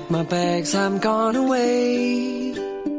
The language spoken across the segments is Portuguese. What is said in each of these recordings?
pack my bags, I'm gone away.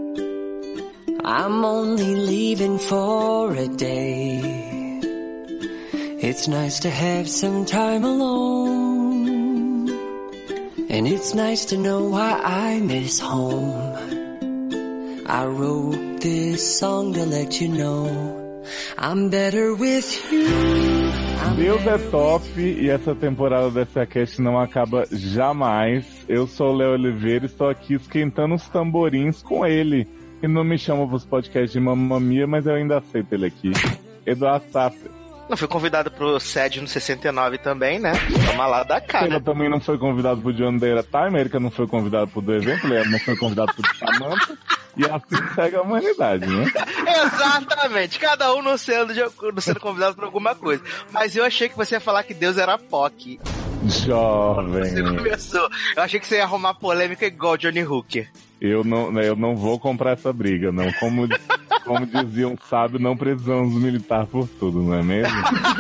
I'm only leaving for a day. It's nice to have some time alone. And it's nice to know why I miss home. I wrote this song to let you know I'm better with you. Deus é top e essa temporada da SACast não acaba jamais. Eu sou o Léo Oliveira e estou aqui esquentando os tamborins com ele. Que não me chama pros podcasts de Mamma Mia, mas eu ainda aceito ele aqui. Eduardo Safra. Não fui convidado pro SED no 69 também, né? Toma lá da cara. Ela também não foi convidado pro John Deira Time, Erika não foi convidado pro do evento, Léo não foi convidado pro Samantha. E assim segue a humanidade, né? Exatamente. Cada um não sendo convidado por alguma coisa. Mas eu achei que você ia falar que Deus era POC. Jovem. Você começou. Eu achei que você ia arrumar polêmica igual Johnny Hooker. Eu não vou comprar essa briga, não. Como dizia um sábio, não precisamos militar por tudo, não é mesmo?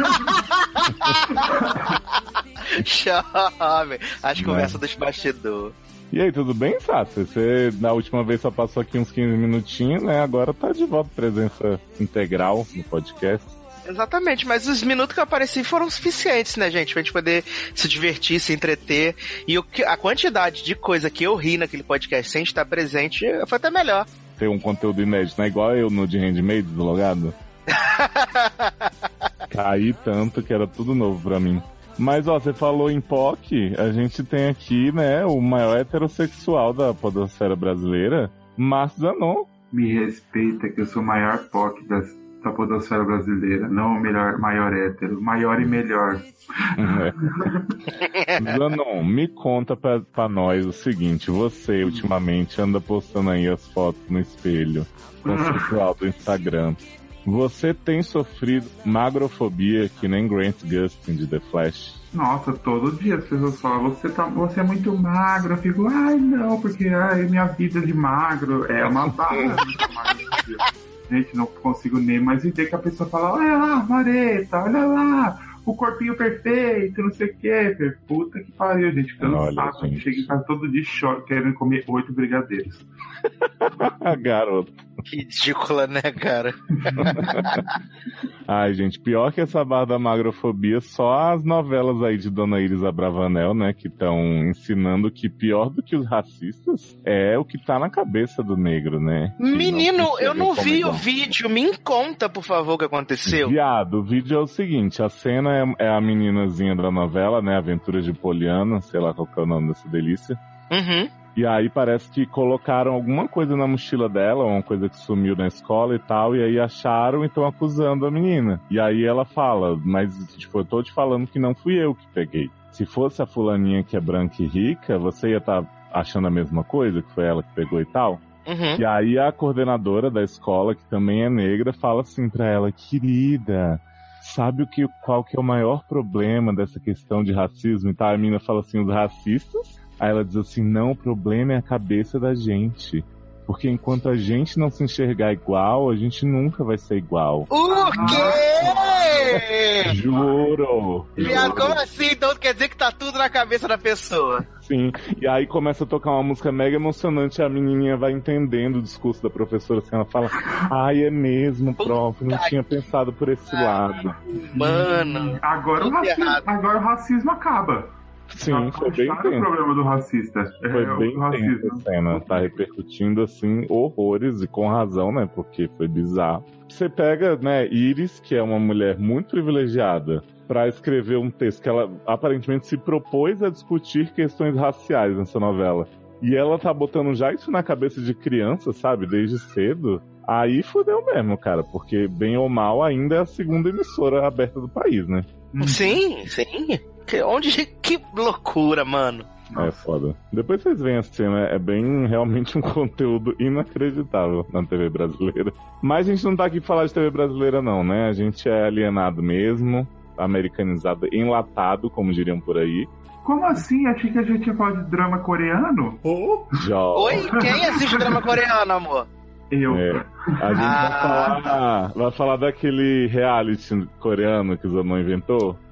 Chove. As conversas dos bastidores. E aí, tudo bem, Sácia? Você, na última vez, só passou aqui uns 15 minutinhos, né? Agora tá de volta, presença integral no podcast. Exatamente, mas os minutos que eu apareci foram suficientes, né, gente? Pra gente poder se divertir, se entreter. E a quantidade de coisa que eu ri naquele podcast sem estar presente foi até melhor. Tem um conteúdo inédito, né? Igual eu no de Handmaid, do Logado. Caí tanto que era tudo novo pra mim. Mas, ó, você falou em POC, a gente tem aqui, né, o maior heterossexual da podosfera brasileira, Márcio Zanon. Me respeita que eu sou o maior POC da podosfera brasileira, não o maior hétero, maior e melhor. Zanon, me conta pra nós o seguinte, você ultimamente anda postando aí as fotos no espelho, conceitual do Instagram. Você tem sofrido magrofobia que nem Grant Gustin de The Flash? Nossa, todo dia as pessoas falam, você é muito magro. Eu fico, ai não, porque minha vida de magro é uma barra. Gente, não consigo nem mais entender que a pessoa fala, olha lá, Mareta, olha lá, o corpinho perfeito, não sei o que. Puta que pariu, gente, cansado. Chega em casa todo dia querendo comer 8 brigadeiros. Garoto. Que ridícula, né, cara? Ai, gente, pior que essa barra da magrofobia, só as novelas aí de Dona Iris Abravanel, né, que estão ensinando que pior do que os racistas é o que tá na cabeça do negro, né? Menino, eu não vi o vídeo, me conta, por favor, o que aconteceu. Viado, o vídeo é o seguinte, a cena é a meninazinha da novela, né, Aventuras de Poliana, sei lá qual que é o nome dessa delícia. Uhum. E aí parece que colocaram alguma coisa na mochila dela, uma coisa que sumiu na escola e tal, e aí acharam e estão acusando a menina. E aí ela fala, mas tipo, eu tô te falando que não fui eu que peguei. Se fosse a fulaninha que é branca e rica, você ia estar achando a mesma coisa, que foi ela que pegou e tal? Uhum. E aí a coordenadora da escola, que também é negra, fala assim pra ela, querida, sabe qual que é o maior problema dessa questão de racismo? E tal, a menina fala assim, os racistas? Aí ela diz assim, não, o problema é a cabeça da gente. Porque enquanto a gente não se enxergar igual, a gente nunca vai ser igual. O quê? Juro. Viado, como assim? Então quer dizer que tá tudo na cabeça da pessoa. Sim, e aí começa a tocar uma música mega emocionante e a menininha vai entendendo o discurso da professora, assim, ela fala, ai, é mesmo, prof, não tinha pensado por esse lado. Mano. Agora o racismo acaba. Sim, foi bem intenso. O problema do racista. Foi bem intenso a cena, tá repercutindo, assim, horrores, e com razão, né, porque foi bizarro. Você pega, né, Iris, que é uma mulher muito privilegiada, pra escrever um texto que ela aparentemente se propôs a discutir questões raciais nessa novela. E ela tá botando já isso na cabeça de criança, sabe, desde cedo. Aí fudeu mesmo, cara, porque bem ou mal ainda é a segunda emissora aberta do país, né? Sim. Que loucura, mano. É foda. Depois vocês veem a cena, é bem realmente um conteúdo inacreditável na TV brasileira. Mas a gente não tá aqui pra falar de TV brasileira não, né? A gente é alienado mesmo, americanizado, enlatado, como diriam por aí. Como assim? Achei que a gente ia falar de drama coreano. Oi? Quem assiste drama coreano, amor? Eu. A gente vai falar daquele reality coreano que o Zanon inventou.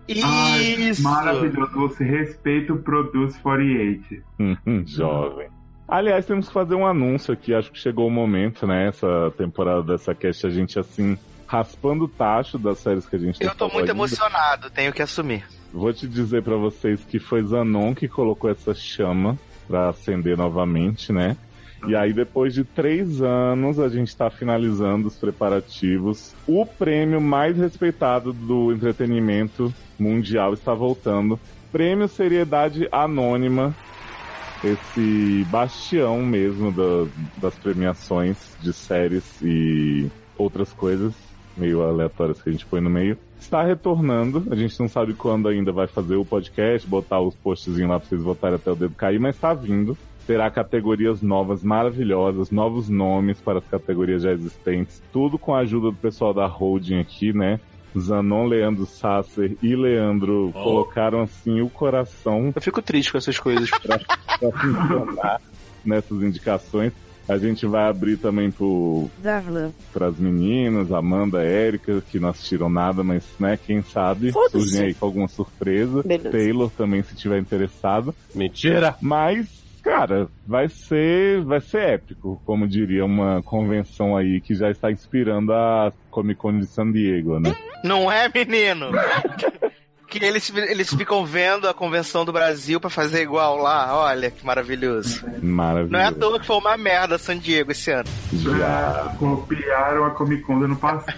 Isso! Maravilhoso. Você respeita o Produce 48. Jovem. Aliás, temos que fazer um anúncio aqui. Acho que chegou o momento, né? Essa temporada dessa cast, a gente assim, raspando o tacho das séries que a gente tem. Eu tô muito emocionado, tenho que assumir. Vou te dizer pra vocês que foi Zanon que colocou essa chama pra acender novamente, né? E aí, depois de 3 anos, a gente tá finalizando os preparativos. O prêmio mais respeitado do entretenimento mundial está voltando. Prêmio Seriedade Anônima. Esse bastião mesmo das premiações de séries e outras coisas meio aleatórias que a gente põe no meio. Está retornando. A gente não sabe quando ainda vai fazer o podcast, botar os postzinhos lá pra vocês votarem até o dedo cair, mas tá vindo. Terá categorias novas, maravilhosas, novos nomes para as categorias já existentes. Tudo com a ajuda do pessoal da holding aqui, né? Zanon, Leandro Sasser e Leandro colocaram assim o coração. Eu fico triste com essas coisas. Pra funcionar nessas indicações. A gente vai abrir também para as meninas, Amanda, Érica, que não assistiram nada, mas, né, quem sabe, surgem aí com alguma surpresa. Beleza. Taylor também, se tiver interessado. Mentira! Mas, cara, vai ser épico, como diria uma convenção aí que já está inspirando a Comic Con de San Diego, né? Não é, menino? Que eles ficam vendo a convenção do Brasil pra fazer igual lá. Olha que maravilhoso. Maravilhoso. Não é à toa que foi uma merda San Diego esse ano. Já. Copiaram a Comic Con do ano passado.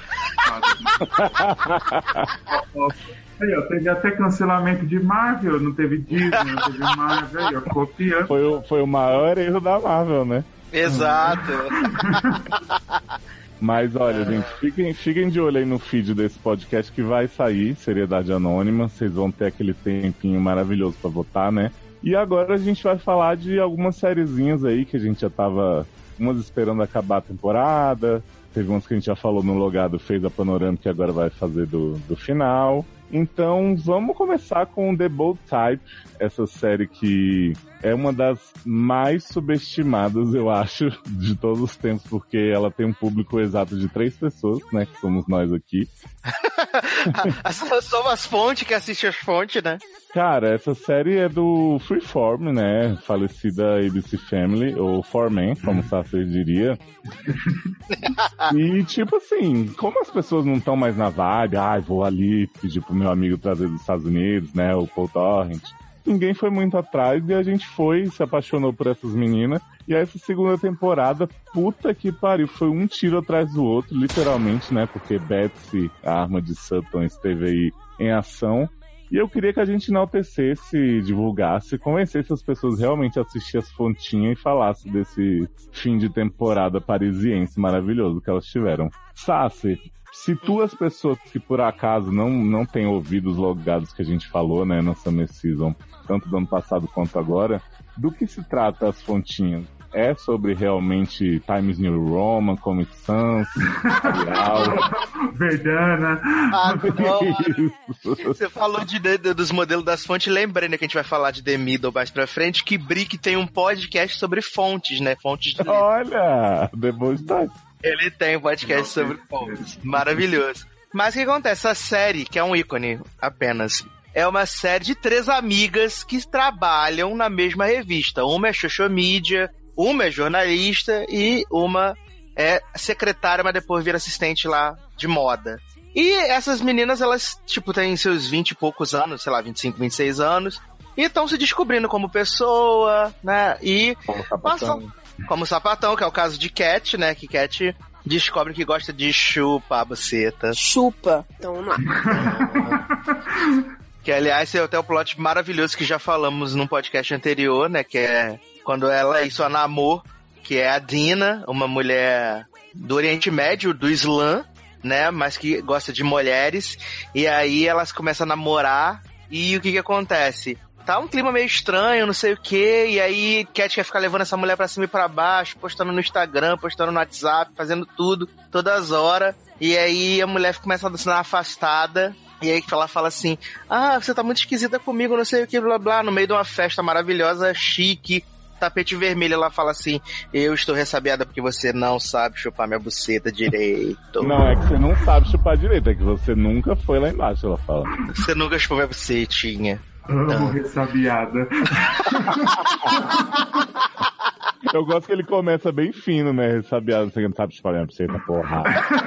Aí, ó, teve até cancelamento de Marvel, não teve Disney, não teve Marvel, aí, ó, copiando. Foi o maior erro da Marvel, né? Exato. Mas olha, gente, fiquem de olho aí no feed desse podcast que vai sair, Seriedade Anônima. Vocês vão ter aquele tempinho maravilhoso pra votar, né? E agora a gente vai falar de algumas sériezinhas aí que a gente já tava umas esperando acabar a temporada. Teve umas que a gente já falou no Logado, fez a panorâmica e agora vai fazer do final. Então vamos começar com The Bold Type, essa série que é uma das mais subestimadas, eu acho, de todos os tempos, porque ela tem um público exato de 3 pessoas, né, que somos nós aqui. São as fontes que assistem as fontes, né? Cara, essa série é do Freeform, né, falecida ABC Family, ou Foreman, como o Sasser diria. E, tipo assim, como as pessoas não estão mais na vibe, vou ali pedir pro meu amigo trazer dos Estados Unidos, né, o Paul Torrent. Ninguém foi muito atrás e a gente se apaixonou por essas meninas. E essa segunda temporada, puta que pariu, foi um tiro atrás do outro, literalmente, né? Porque Betsy, a arma de Sutton, esteve aí em ação. E eu queria que a gente enaltecesse, divulgasse, convencesse as pessoas realmente a assistir as fontinhas e falasse desse fim de temporada parisiense maravilhoso que elas tiveram. Sassi, situa as pessoas que por acaso não têm ouvido os logados que a gente falou, né, na Summer Season, tanto do ano passado quanto agora, do que se trata as fontinhas? É sobre realmente Times New Roman, Comic Sans, Arial, Verdana. Você falou dos modelos das fontes, lembrei, né, que a gente vai falar de The Middle mais pra frente, que Brick tem um podcast sobre fontes, né, fontes de... Olha, The Bold Type. Ele tem um podcast sobre fontes, maravilhoso. Mas o que acontece? Essa série, que é um ícone apenas, é uma série de 3 amigas que trabalham na mesma revista. Uma é social media, uma é jornalista e uma é secretária, mas depois vira assistente lá de moda. E essas meninas, elas, tipo, têm seus 20 e poucos anos, sei lá, 25, 26 anos, e estão se descobrindo como pessoa, né? E como sapatão, que é o caso de Cat, né? Que Cat descobre que gosta de chupar a buceta. Chupa. Então vamos lá. Que, aliás, tem até o plot maravilhoso que já falamos num podcast anterior, né? Que é quando ela e sua namor, que é a Dina, uma mulher do Oriente Médio, do Islã, né? Mas que gosta de mulheres. E aí elas começam a namorar. E o que acontece? Tá um clima meio estranho, não sei o que, e aí Cat quer ficar levando essa mulher pra cima e pra baixo, postando no Instagram, postando no WhatsApp, fazendo tudo, todas as horas, e aí a mulher começa a dar uma afastada, e aí ela fala assim, você tá muito esquisita comigo, não sei o que, blá blá, no meio de uma festa maravilhosa, chique, tapete vermelho, ela fala assim, eu estou ressabiada porque você não sabe chupar minha buceta direito. Não, é que você não sabe chupar direito, é que você nunca foi lá embaixo, ela fala. Você nunca chupou minha bucetinha. Amo ressabiada. Eu gosto que ele começa bem fino, né? Ressabiado, você não sabe chupar minha buceta, porra.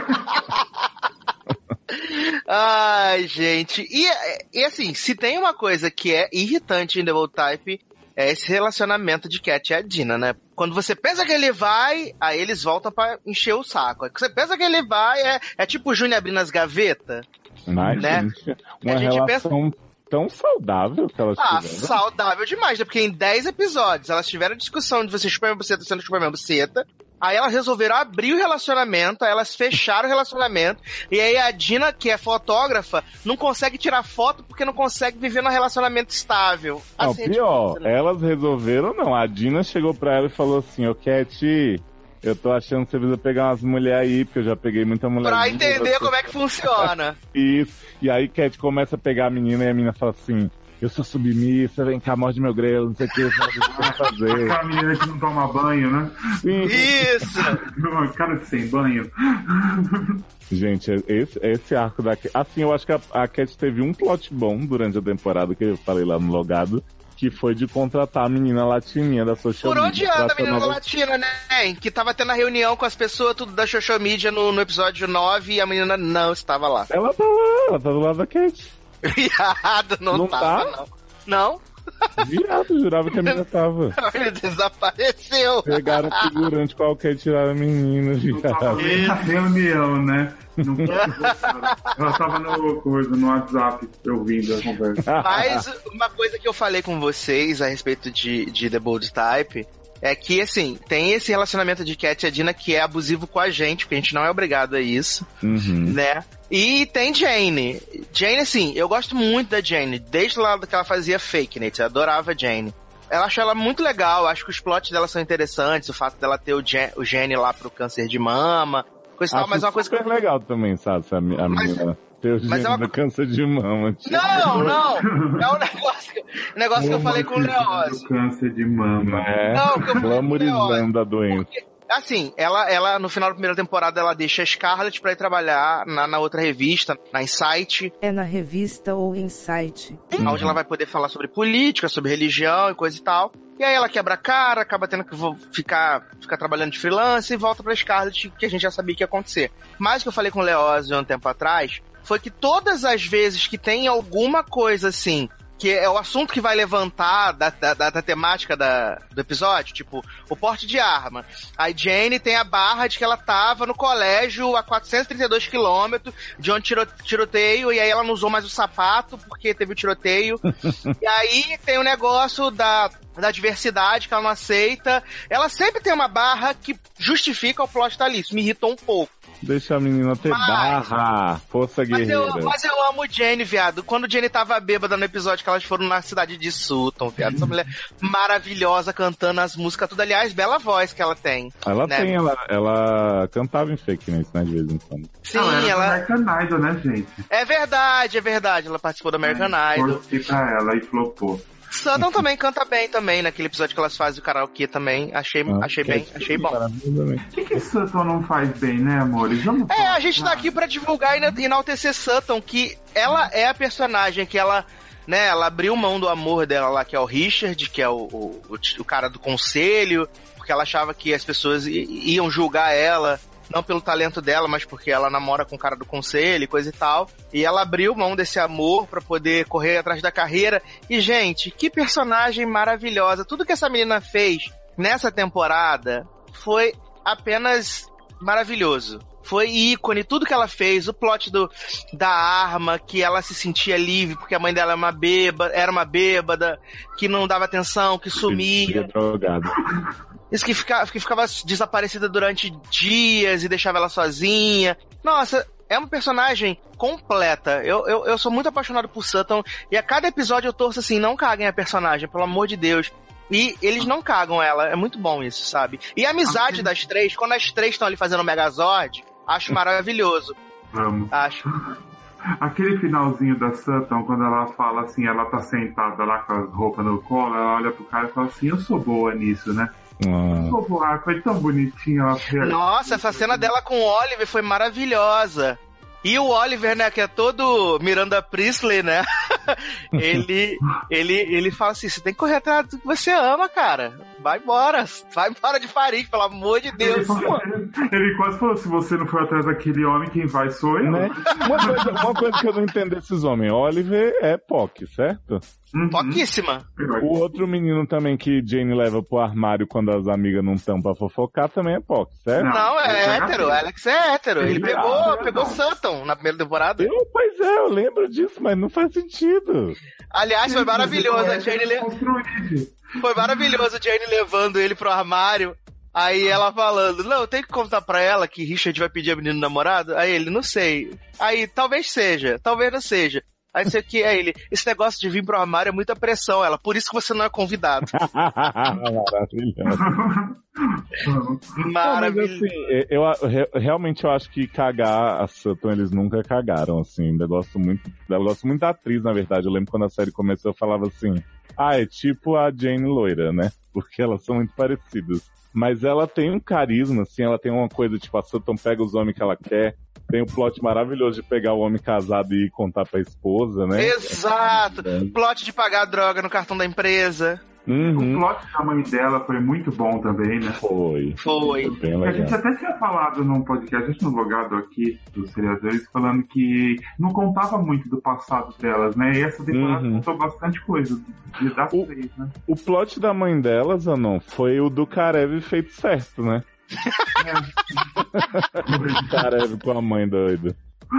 Ai, gente. E assim, se tem uma coisa que é irritante em The Bold Type, é esse relacionamento de Cat e a Dina, né? Quando você pensa que ele vai, aí eles voltam pra encher o saco. Aí você pensa que ele vai, é tipo o Júnior abrindo as gavetas. Mas, né? gente, uma relação tão saudável que elas tiveram. Saudável demais, né? Porque em 10 episódios elas tiveram discussão de você chupar minha buceta, você não chupar minha buceta. Aí elas resolveram abrir o relacionamento, aí elas fecharam o relacionamento, e aí a Dina, que é fotógrafa, não consegue tirar foto porque não consegue viver num relacionamento estável. Não, Assim, pior, elas resolveram não. A Dina chegou pra ela e falou assim, ô Cat, eu tô achando que você precisa pegar umas mulheres aí, porque eu já peguei muita mulher. Pra entender como é que funciona. Isso. E aí Cat começa a pegar a menina e a menina fala assim, eu sou submissa, vem cá, morde meu grelo, não sei o que, eu vou fazer. Aquela menina que não toma banho, né? Sim. Isso! Cara de sem banho. Gente, esse arco da... Assim, eu acho que a Cat teve um plot bom durante a temporada, que eu falei lá no logado, que foi de contratar a menina latininha da social media. Por media. onde anda a menina latina, né? Que tava tendo a reunião com as pessoas, tudo da social media no episódio 9, e a menina não estava lá. Ela tá lá, ela tá do lado da Cat. Viado, não tava, tá? Não? Viado, jurava que a menina tava. Ele desapareceu. Pegaram um figurante qualquer e tiraram a menina, viado. Não tava nem na reunião, né? Não, ela tava no WhatsApp ouvindo a conversa. Mas uma coisa que eu falei com vocês a respeito de The Bold Type é que, assim, tem esse relacionamento de Cat e a Dina que é abusivo com a gente, porque a gente não é obrigado a isso, né? E tem Jane. Jane, assim, eu gosto muito da Jane, desde lá que ela fazia Fake Net, eu adorava a Jane. Eu acho ela muito legal, acho que os plots dela são interessantes, o fato dela ter o gene lá pro câncer de mama, coisa e tal, mas é uma coisa super legal também, sabe? A menina ter o gene do câncer de mama. Tipo. Não! É um negócio que eu falei com o Leózio. Câncer de mama. Não, que eu glamorizando a doença. Porque, assim, ela no final da primeira temporada, ela deixa a Scarlett pra ir trabalhar na outra revista, na Insight. É na revista ou Insight. Onde ela vai poder falar sobre política, sobre religião e coisa e tal. E aí ela quebra a cara, acaba tendo que ficar trabalhando de freelance e volta pra Scarlett, que a gente já sabia que ia acontecer. Mas o que eu falei com o Leózio um tempo atrás foi que todas as vezes que tem alguma coisa assim, que é o assunto que vai levantar da temática do episódio, tipo, o porte de arma. A Jane tem a barra de que ela tava no colégio a 432 quilômetros de onde tiroteio, e aí ela não usou mais o sapato porque teve o tiroteio. E aí tem o negócio da diversidade que ela não aceita. Ela sempre tem uma barra que justifica o plot tá ali. Isso me irritou um pouco. Deixa a menina ter barra. Força guerreira. Mas eu amo Jane, viado. Quando Jane tava bêbada no episódio que elas foram na cidade de Sutton, viado. Essa mulher maravilhosa, cantando as músicas, tudo. Aliás, bela voz que ela tem. Ela né? tem, ela cantava em Fake News, né, de vez em quando. Sim, ela... American Idol, né, gente? É verdade. Ela participou do American Idol. Torci pra ela e flopou. Sutton também canta bem também, naquele episódio que elas fazem o karaokê também. Achei bom. O que Sutton não faz bem, né, amores? A gente tá aqui pra divulgar e enaltecer Sutton, que ela é a personagem que ela, né, ela abriu mão do amor dela lá, que é o Richard, que é o cara do conselho, porque ela achava que as pessoas iam julgar ela, não pelo talento dela, mas porque ela namora com o cara do conselho e coisa e tal. E ela abriu mão desse amor pra poder correr atrás da carreira. E, gente, que personagem maravilhosa. Tudo que essa menina fez nessa temporada foi apenas maravilhoso. Foi ícone, tudo que ela fez, o plot da arma, que ela se sentia livre porque a mãe dela era uma bêbada, que não dava atenção, que sumia. Isso que ficava desaparecida durante dias e deixava ela sozinha. Nossa, é uma personagem completa. Eu sou muito apaixonado por Sutton e a cada episódio eu torço assim, não caguem a personagem, pelo amor de Deus. E eles não cagam ela, é muito bom isso, sabe? E a amizade das três, quando as três estão ali fazendo o Megazord, acho maravilhoso. Amo. Acho. Aquele finalzinho da Sutton, quando ela fala assim, ela tá sentada lá com as roupas no colo, ela olha pro cara e fala assim, eu sou boa nisso, né? Eu sou boa, foi tão bonitinha. Nossa, essa cena dela com o Oliver foi maravilhosa. E o Oliver, né, que é todo Miranda Priestley, né? ele fala assim, você tem que correr atrás do que você ama, cara. Vai embora de Paris, pelo amor de Deus. Ele quase falou, se você não for atrás daquele homem, quem vai sou eu. Né? Uma coisa que eu não entendo desses homens, Oliver é POC, certo? Pouquíssima. O outro menino também que Jane leva pro armário quando as amigas não estão pra fofocar também é POC, certo? Não, é hétero. Alex é hétero. Ele pegou Sutton na primeira temporada. Pois é, eu lembro disso, mas não faz sentido. Aliás, foi maravilhoso a Jane Foi maravilhoso a Jane levando ele pro armário. Aí ela falando, não, eu tenho que contar pra ela que Richard vai pedir a menina namorado. Aí ele, não sei. Aí, talvez seja, talvez não seja. Aí sei que é ele, esse negócio de vir pro armário é muita pressão, ela, por isso que você não é convidado. Maravilhoso. Mas, assim, eu realmente acho que cagar a Sutton, eles nunca cagaram, assim, eu gosto muito da atriz, na verdade. Eu lembro quando a série começou, eu falava assim, é tipo a Jane loira, né? Porque elas são muito parecidas. Mas ela tem um carisma, assim, ela tem uma coisa, tipo, a Sutton pega os homens que ela quer. Tem o plot maravilhoso de pegar o homem casado e contar pra esposa, né? Exato! Plot de pagar droga no cartão da empresa. O plot da mãe dela foi muito bom também, né? Foi. A gente até tinha falado num podcast, a gente no logado aqui dos seriadores, falando que não contava muito do passado delas, né? E essa temporada contou bastante coisa das três, né? O plot da mãe delas, Anon, foi o do Karev feito certo, né? Karev com a mãe doida.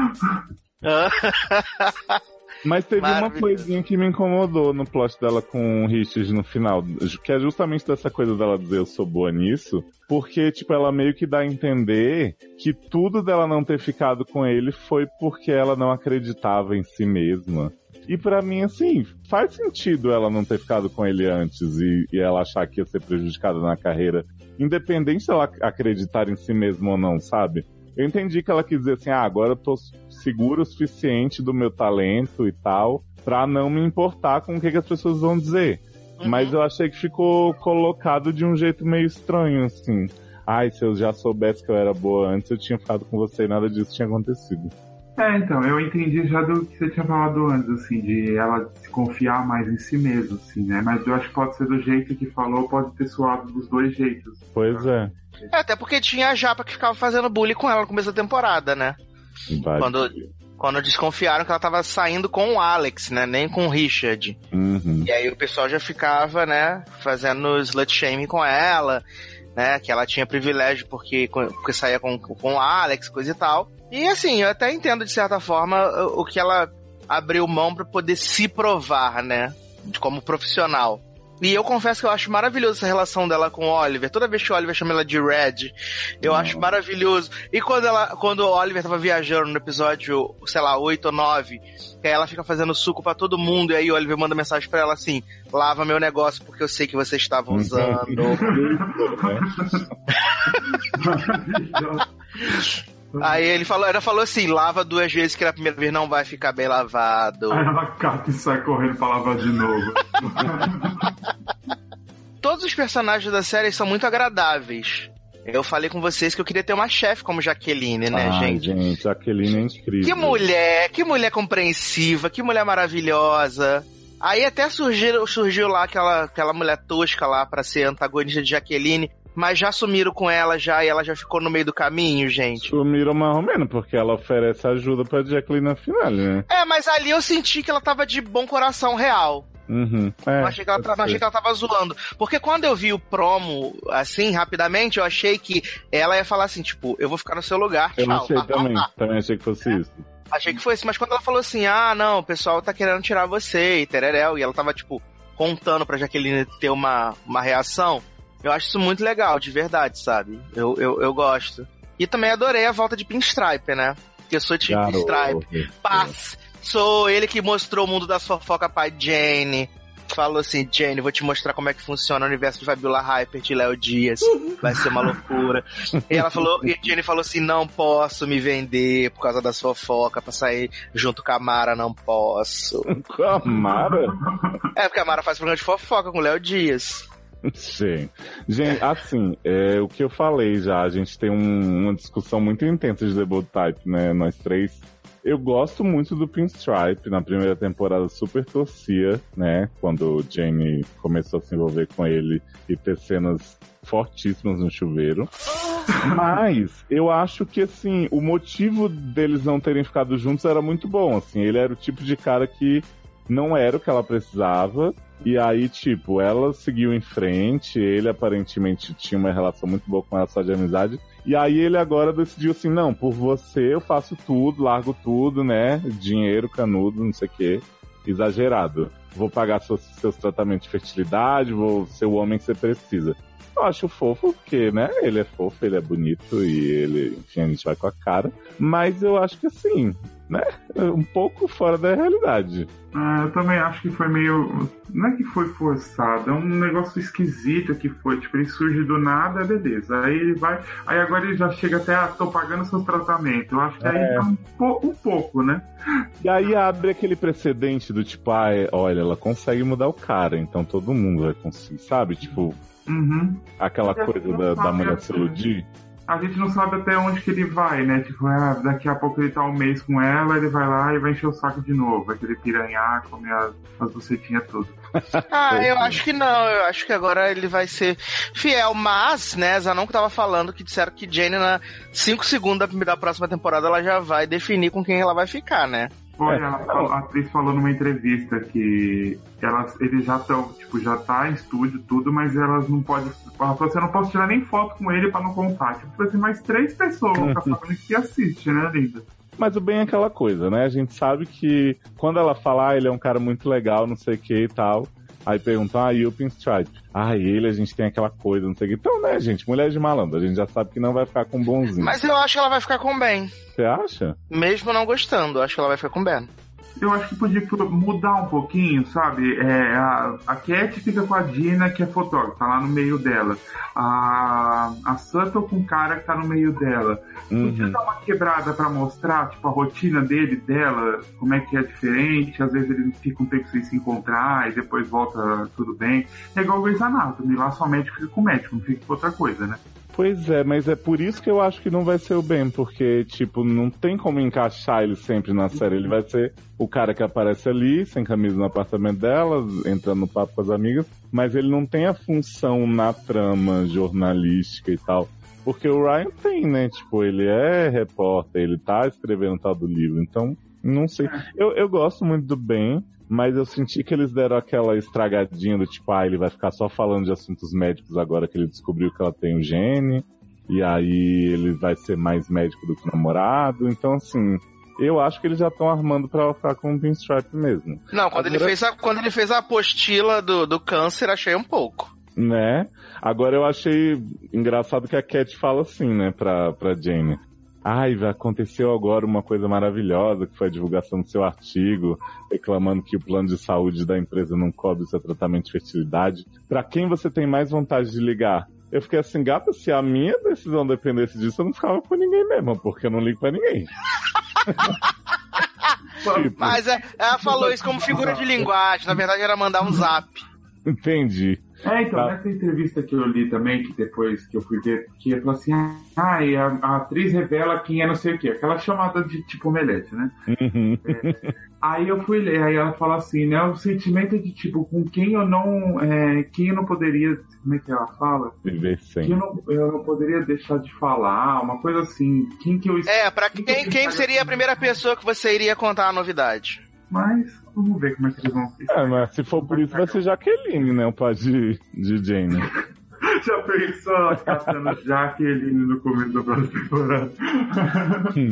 Mas teve uma coisinha que me incomodou no plot dela com o Richard no final, que é justamente dessa coisa dela dizer eu sou boa nisso, porque, tipo, ela meio que dá a entender que tudo dela não ter ficado com ele foi porque ela não acreditava em si mesma. E pra mim, assim, faz sentido ela não ter ficado com ele antes e ela achar que ia ser prejudicada na carreira, independente dela acreditar em si mesma ou não, sabe? Eu entendi que ela quis dizer assim, agora eu tô segura o suficiente do meu talento e tal, pra não me importar com o que as pessoas vão dizer. Mas eu achei que ficou colocado de um jeito meio estranho, assim. Se eu já soubesse que eu era boa antes, eu tinha ficado com você e nada disso tinha acontecido. Então, eu entendi já do que você tinha falado antes, assim, de ela se confiar mais em si mesma, assim, né? Mas eu acho que pode ser do jeito que falou, pode ter suado dos dois jeitos. Pois é. Até porque tinha a Japa que ficava fazendo bullying com ela no começo da temporada, né? Quando desconfiaram que ela tava saindo com o Alex, né? Nem com o Richard. E aí o pessoal já ficava, né? Fazendo slut shaming com ela, né? Que ela tinha privilégio porque saía com o Alex, coisa e tal. E assim, eu até entendo de certa forma o que ela abriu mão pra poder se provar, né? Como profissional. E eu confesso que eu acho maravilhoso essa relação dela com o Oliver. Toda vez que o Oliver chama ela de Red, eu acho maravilhoso. E quando o Oliver tava viajando no episódio, sei lá, 8 ou 9, que aí ela fica fazendo suco pra todo mundo, e aí o Oliver manda mensagem pra ela assim, lava meu negócio porque eu sei que você estava usando. Aí ela falou assim, lava 2 vezes que na primeira vez não vai ficar bem lavado. Aí ela cata e sai correndo pra lavar de novo. Todos os personagens da série são muito agradáveis. Eu falei com vocês que eu queria ter uma chefe como Jaqueline, né, gente? Jaqueline é incrível. Que mulher compreensiva, que mulher maravilhosa. Aí até surgiu lá aquela mulher tosca lá pra ser antagonista de Jaqueline. Mas já sumiram com ela e ela já ficou no meio do caminho, gente. Sumiram mais ou menos, porque ela oferece ajuda pra Jacqueline na final, né? Mas ali eu senti que ela tava de bom coração real. Não achei que ela tava zoando. Porque quando eu vi o promo, assim, rapidamente, eu achei que ela ia falar assim, tipo, eu vou ficar no seu lugar, tchau. Eu achei também achei que fosse isso. Achei que fosse, mas quando ela falou assim, não, o pessoal tá querendo tirar você e tereréu, e ela tava, tipo, contando pra Jaqueline ter uma reação... Eu acho isso muito legal, de verdade, sabe? Eu gosto. E também adorei a volta de Pinstripe, né? Porque eu sou de Pinstripe. Paz. Sou ele que mostrou o mundo da fofoca pra Jane. falou assim, Jane, vou te mostrar como é que funciona o universo de Fabiola Hyper de Léo Dias. Vai ser uma loucura. E Jane falou assim, não posso me vender por causa das fofocas pra sair junto com a Mara, não posso. Com a Mara? É, porque a Mara faz programa de fofoca com o Léo Dias. Sim. Gente, assim, o que eu falei já, a gente tem uma discussão muito intensa de The Bold Type, né, nós três. Eu gosto muito do Pinstripe, na primeira temporada super torcia, né, quando o Jamie começou a se envolver com ele e ter cenas fortíssimas no chuveiro. Mas eu acho que, assim, o motivo deles não terem ficado juntos era muito bom, assim, ele era o tipo de cara que não era o que ela precisava. E aí, tipo, ela seguiu em frente, ele aparentemente tinha uma relação muito boa com ela só de amizade. E aí ele agora decidiu assim, não, por você eu faço tudo, largo tudo, né? Dinheiro, canudo, não sei o quê. Exagerado. Vou pagar seus tratamentos de fertilidade, vou ser o homem que você precisa. Eu acho fofo, porque, né, ele é fofo, ele é bonito e ele, enfim, a gente vai com a cara. Mas eu acho que assim, né, um pouco fora da realidade. Eu também acho que foi meio... Não é que foi forçado, é um negócio esquisito que foi. Tipo, ele surge do nada, beleza. Aí ele vai... Aí agora ele já chega até, tô pagando seus tratamentos. Eu acho que aí tá um pouco, né? E aí abre aquele precedente do tipo, olha, ela consegue mudar o cara, então todo mundo vai conseguir, sabe? Tipo... Uhum. Aquela coisa da mulher se iludir. A gente não sabe até onde que ele vai, né? Tipo, daqui a pouco ele tá um mês com ela, ele vai lá e vai encher o saco de novo. Vai querer piranhar, comer as bucetinhas tudo. Eu acho que não. Eu acho que agora ele vai ser fiel. Mas, né, Zanon que tava falando que disseram que Jane, na 5 segundos da próxima temporada, ela já vai definir com quem ela vai ficar, né? Olha, a atriz falou numa entrevista que eles já estão, tipo, já tá em estúdio, tudo, mas elas não podem. Ela falou assim, eu não posso tirar nem foto com ele pra não contar. Tipo, vai ser mais 3 pessoas que assiste, né, linda? Mas o bem é aquela coisa, né? A gente sabe que quando ela fala, ele é um cara muito legal, não sei o que e tal. Aí perguntam, e o Pinstripe? Ele, a gente tem aquela coisa, não sei o que. Então, né, gente, mulher de malandro, a gente já sabe que não vai ficar com bonzinho. Mas eu acho que ela vai ficar com Ben. Você acha? Mesmo não gostando, eu acho que ela vai ficar com Ben. Eu acho que podia mudar um pouquinho, sabe? A Cat fica com a Dina, que é fotógrafa, tá lá no meio dela. A Sutton com o cara que tá no meio dela. Podia dar uma quebrada pra mostrar, tipo, a rotina dela, como é que é diferente. Às vezes ele fica um tempo sem se encontrar e depois volta tudo bem. É igual o Grey's Anatomy, lá só o médico fica com o médico, não fica com outra coisa, né? Pois é, mas é por isso que eu acho que não vai ser o Ben, porque, tipo, não tem como encaixar ele sempre na série. Ele vai ser o cara que aparece ali, sem camisa no apartamento dela, entrando no papo com as amigas, mas ele não tem a função na trama jornalística e tal. Porque o Ryan tem, né? Tipo, ele é repórter, ele tá escrevendo tal do livro, então, não sei. Eu gosto muito do Ben, mas eu senti que eles deram aquela estragadinha do tipo, ele vai ficar só falando de assuntos médicos agora que ele descobriu que ela tem o gene, e aí ele vai ser mais médico do que namorado. Então, assim, eu acho que eles já estão armando pra ela ficar com o Pinstripe mesmo. Não, quando ele fez a apostila do câncer, achei um pouco. Né? Agora eu achei engraçado que a Cat fala assim, né, pra Jane. Aconteceu agora uma coisa maravilhosa, que foi a divulgação do seu artigo, reclamando que o plano de saúde da empresa não cobre o seu tratamento de fertilidade. Pra quem você tem mais vontade de ligar? Eu fiquei assim, gata, se a minha decisão dependesse disso, eu não ficava com ninguém mesmo, porque eu não ligo pra ninguém. Tipo, mas ela falou isso como figura de linguagem, na verdade era mandar um zap. Entendi. Então, nessa entrevista que eu li também, que depois que eu fui ver, que ia falar assim, a atriz revela quem é não sei o quê, aquela chamada de tipo omelete, né? Aí eu fui ler, aí ela fala assim, né, o sentimento é de tipo, com quem eu não poderia, como é que ela fala? Viver sem. Eu não poderia deixar de falar, uma coisa assim, quem que eu... pra quem seria a primeira pessoa que você iria contar a novidade? Mas vamos ver como é que eles vão... mas se for por isso, vai ser Jaqueline, né? O pai de Jane. Já pensou ela caçando Jaqueline no começo da próxima temporada?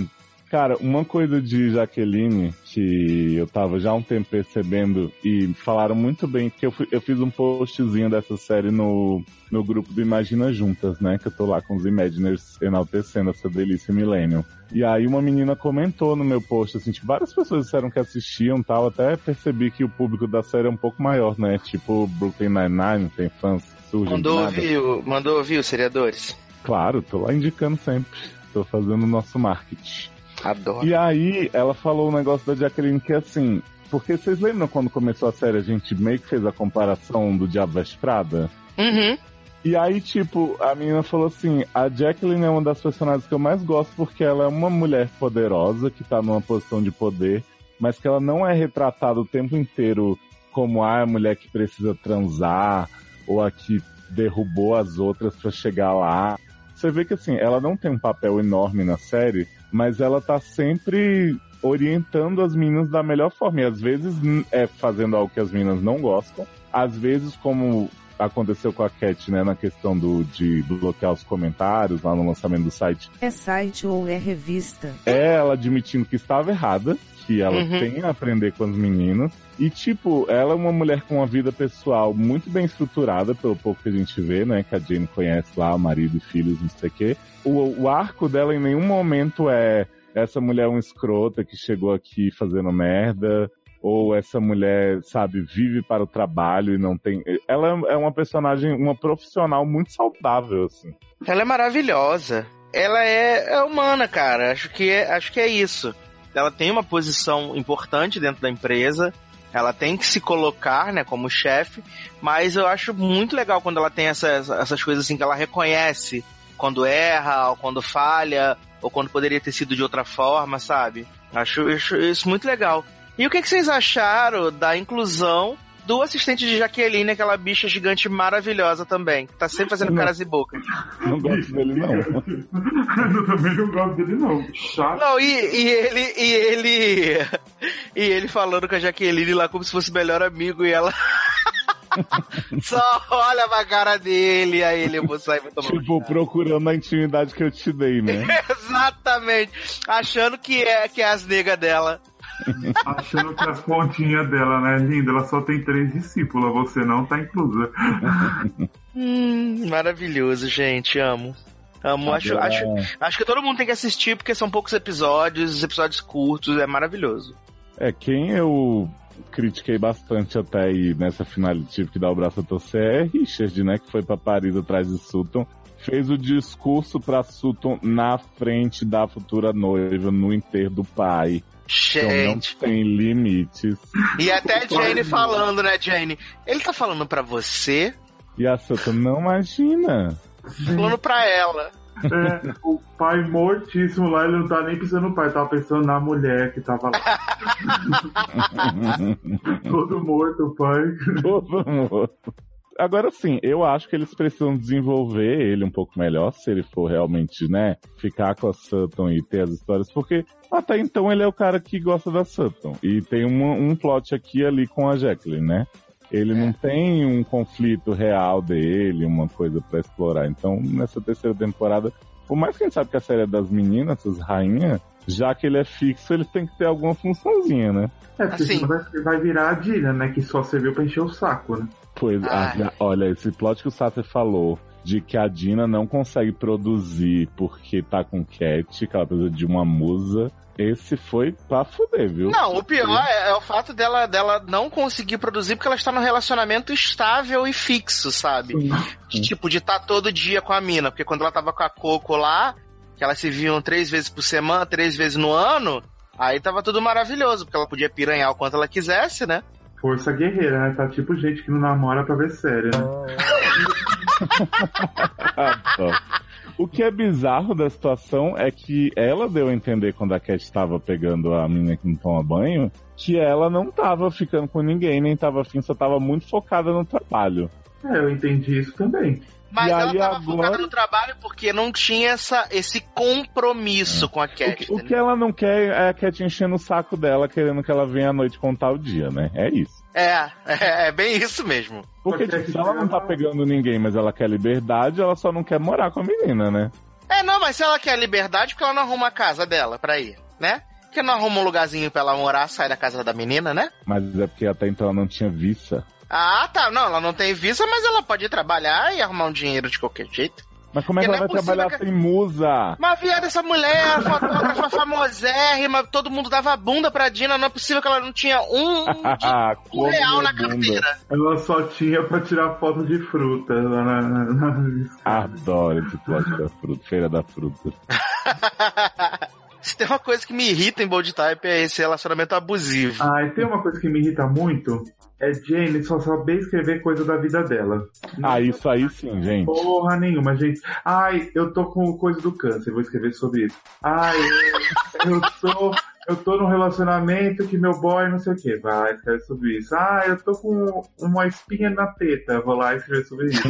Cara, uma coisa de Jaqueline que eu tava já há um tempo percebendo e falaram muito bem, que eu fiz um postzinho dessa série no grupo do Imagina Juntas, né? Que eu tô lá com os Imaginers enaltecendo essa delícia Millennium. E aí uma menina comentou no meu post, assim, tipo, várias pessoas disseram que assistiam e tal, até percebi que o público da série é um pouco maior, né? Tipo, Brooklyn Nine-Nine, tem fãs que surgem Mandou ouvir os seriadores? Claro, tô lá indicando sempre. Tô fazendo o nosso marketing. Adoro. E aí, ela falou um negócio da Jacqueline que assim... Porque vocês lembram quando começou a série, a gente meio que fez a comparação do Diabo Veste Prada? Uhum. E aí, tipo, a menina falou assim, a Jacqueline é uma das personagens que eu mais gosto porque ela é uma mulher poderosa, que tá numa posição de poder, mas que ela não é retratada o tempo inteiro como a mulher que precisa transar, ou a que derrubou as outras pra chegar lá. Você vê que, assim, ela não tem um papel enorme na série, mas ela tá sempre orientando as meninas da melhor forma. E às vezes é fazendo algo que as meninas não gostam. Às vezes, como aconteceu com a Cat, né, na questão de bloquear os comentários lá no lançamento do site. É site ou é revista? É ela admitindo que estava errada, que ela tem a aprender com as meninas. E, tipo, ela é uma mulher com uma vida pessoal muito bem estruturada, pelo pouco que a gente vê, né? Que a Jane conhece lá, marido e filhos, não sei o quê. O arco dela em nenhum momento é essa mulher uma escrota que chegou aqui fazendo merda, ou essa mulher, sabe, vive para o trabalho e não tem... Ela é uma personagem, uma profissional muito saudável, assim. Ela é maravilhosa. Ela é humana, cara. Acho que é isso. Ela tem uma posição importante dentro da empresa, ela tem que se colocar, né, como chefe, mas eu acho muito legal quando ela tem essas coisas assim, que ela reconhece quando erra, ou quando falha, ou quando poderia ter sido de outra forma, sabe? Acho isso muito legal. E o que vocês acharam da inclusão do assistente de Jaqueline, aquela bicha gigante maravilhosa também, que tá sempre fazendo caras e bocas? Não gosto dele, não. Eu também não gosto dele, não. Chato. Não, e ele falando com a Jaqueline lá como se fosse melhor amigo, e ela só olha pra cara dele, e aí ele, eu vou sair e vou tomar tipo, procurando a intimidade que eu te dei, né? Exatamente. Achando que é as negas dela. Achando que as pontinhas dela, né, linda? Ela só tem 3 discípulas, você não tá inclusa. Maravilhoso, gente, amo. Acho que todo mundo tem que assistir, porque são poucos episódios, os episódios curtos, é maravilhoso. Quem eu critiquei bastante até aí nessa final, tive que dar o braço a torcer, é Richard, né, que foi pra Paris atrás de Sutton. Fez o discurso pra Sutton na frente da futura noiva, no enterro do pai. Gente. Então não tem limites. E até a Jane falando, né, Jane? Ele tá falando pra você? E a Sutton, não imagina. Falando pra ela. O pai mortíssimo lá, ele não tá nem pensando no pai, tava pensando na mulher que tava lá. Todo morto, o pai. Todo morto. Agora sim, eu acho que eles precisam desenvolver ele um pouco melhor, se ele for realmente, né, ficar com a Sutton e ter as histórias, porque até então ele é o cara que gosta da Sutton, e tem um plot aqui e ali com a Jacqueline, né? Ele não tem um conflito real dele, uma coisa pra explorar. Então, nessa terceira temporada, por mais que a gente sabe que a série é das meninas, essas rainhas, já que ele é fixo, ele tem que ter alguma funçãozinha, né? Porque assim, senão vai virar a Dina, né? Que só serviu pra encher o saco, né? Pois, olha, esse plot que o Sater falou, de que a Dina não consegue produzir porque tá com Cat, que ela precisa de uma musa, esse foi pra fuder, viu? Não, o pior é o fato dela não conseguir produzir porque ela está num relacionamento estável e fixo, sabe? Tipo, de estar todo dia com a mina, porque quando ela tava com a Coco lá, que elas se viam 3 vezes por semana, 3 vezes no ano, aí tava tudo maravilhoso, porque ela podia piranhar o quanto ela quisesse, né? Força guerreira, né? Tá tipo gente que não namora pra ver série, né? O que é bizarro da situação é que ela deu a entender quando a Cat estava pegando a menina que não toma banho, que ela não tava ficando com ninguém, nem tava afim, só tava muito focada no trabalho. Eu entendi isso também. Mas ela tava focada no trabalho porque não tinha esse compromisso com a Cat. O que ela não quer é a Cat enchendo o saco dela, querendo que ela venha à noite contar o dia, né? É isso. É bem isso mesmo. Porque tipo, se ela não tá pegando ninguém, mas ela quer liberdade, ela só não quer morar com a menina, né? Não, mas se ela quer liberdade, porque ela não arruma a casa dela pra ir. né? Porque não arruma um lugarzinho pra ela morar, sai da casa da menina, né? Mas é porque até então ela não tinha visa. Ah, tá. Não, ela não tem visa, mas ela pode ir trabalhar e arrumar um dinheiro de qualquer jeito. Mas como é que ela vai trabalhar sem musa? Mas, viado, essa mulher, fotógrafa famosérrima, todo mundo dava bunda pra Dina, não é possível que ela não tinha um real na carteira. Ela só tinha pra tirar foto de fruta lá na... Adoro esse plot da fruta, feira da fruta. Se tem uma coisa que me irrita em Bold Type é esse relacionamento abusivo. Ah, e tem uma coisa que me irrita muito, é Jane só saber escrever coisa da vida dela. Isso aí sim, gente. Porra nenhuma, gente. Ai, eu tô com coisa do câncer, vou escrever sobre isso. Ai, eu tô num relacionamento que meu boy não sei o que, vai escrever sobre isso. Ah, eu tô com uma espinha na teta, vou lá escrever sobre isso.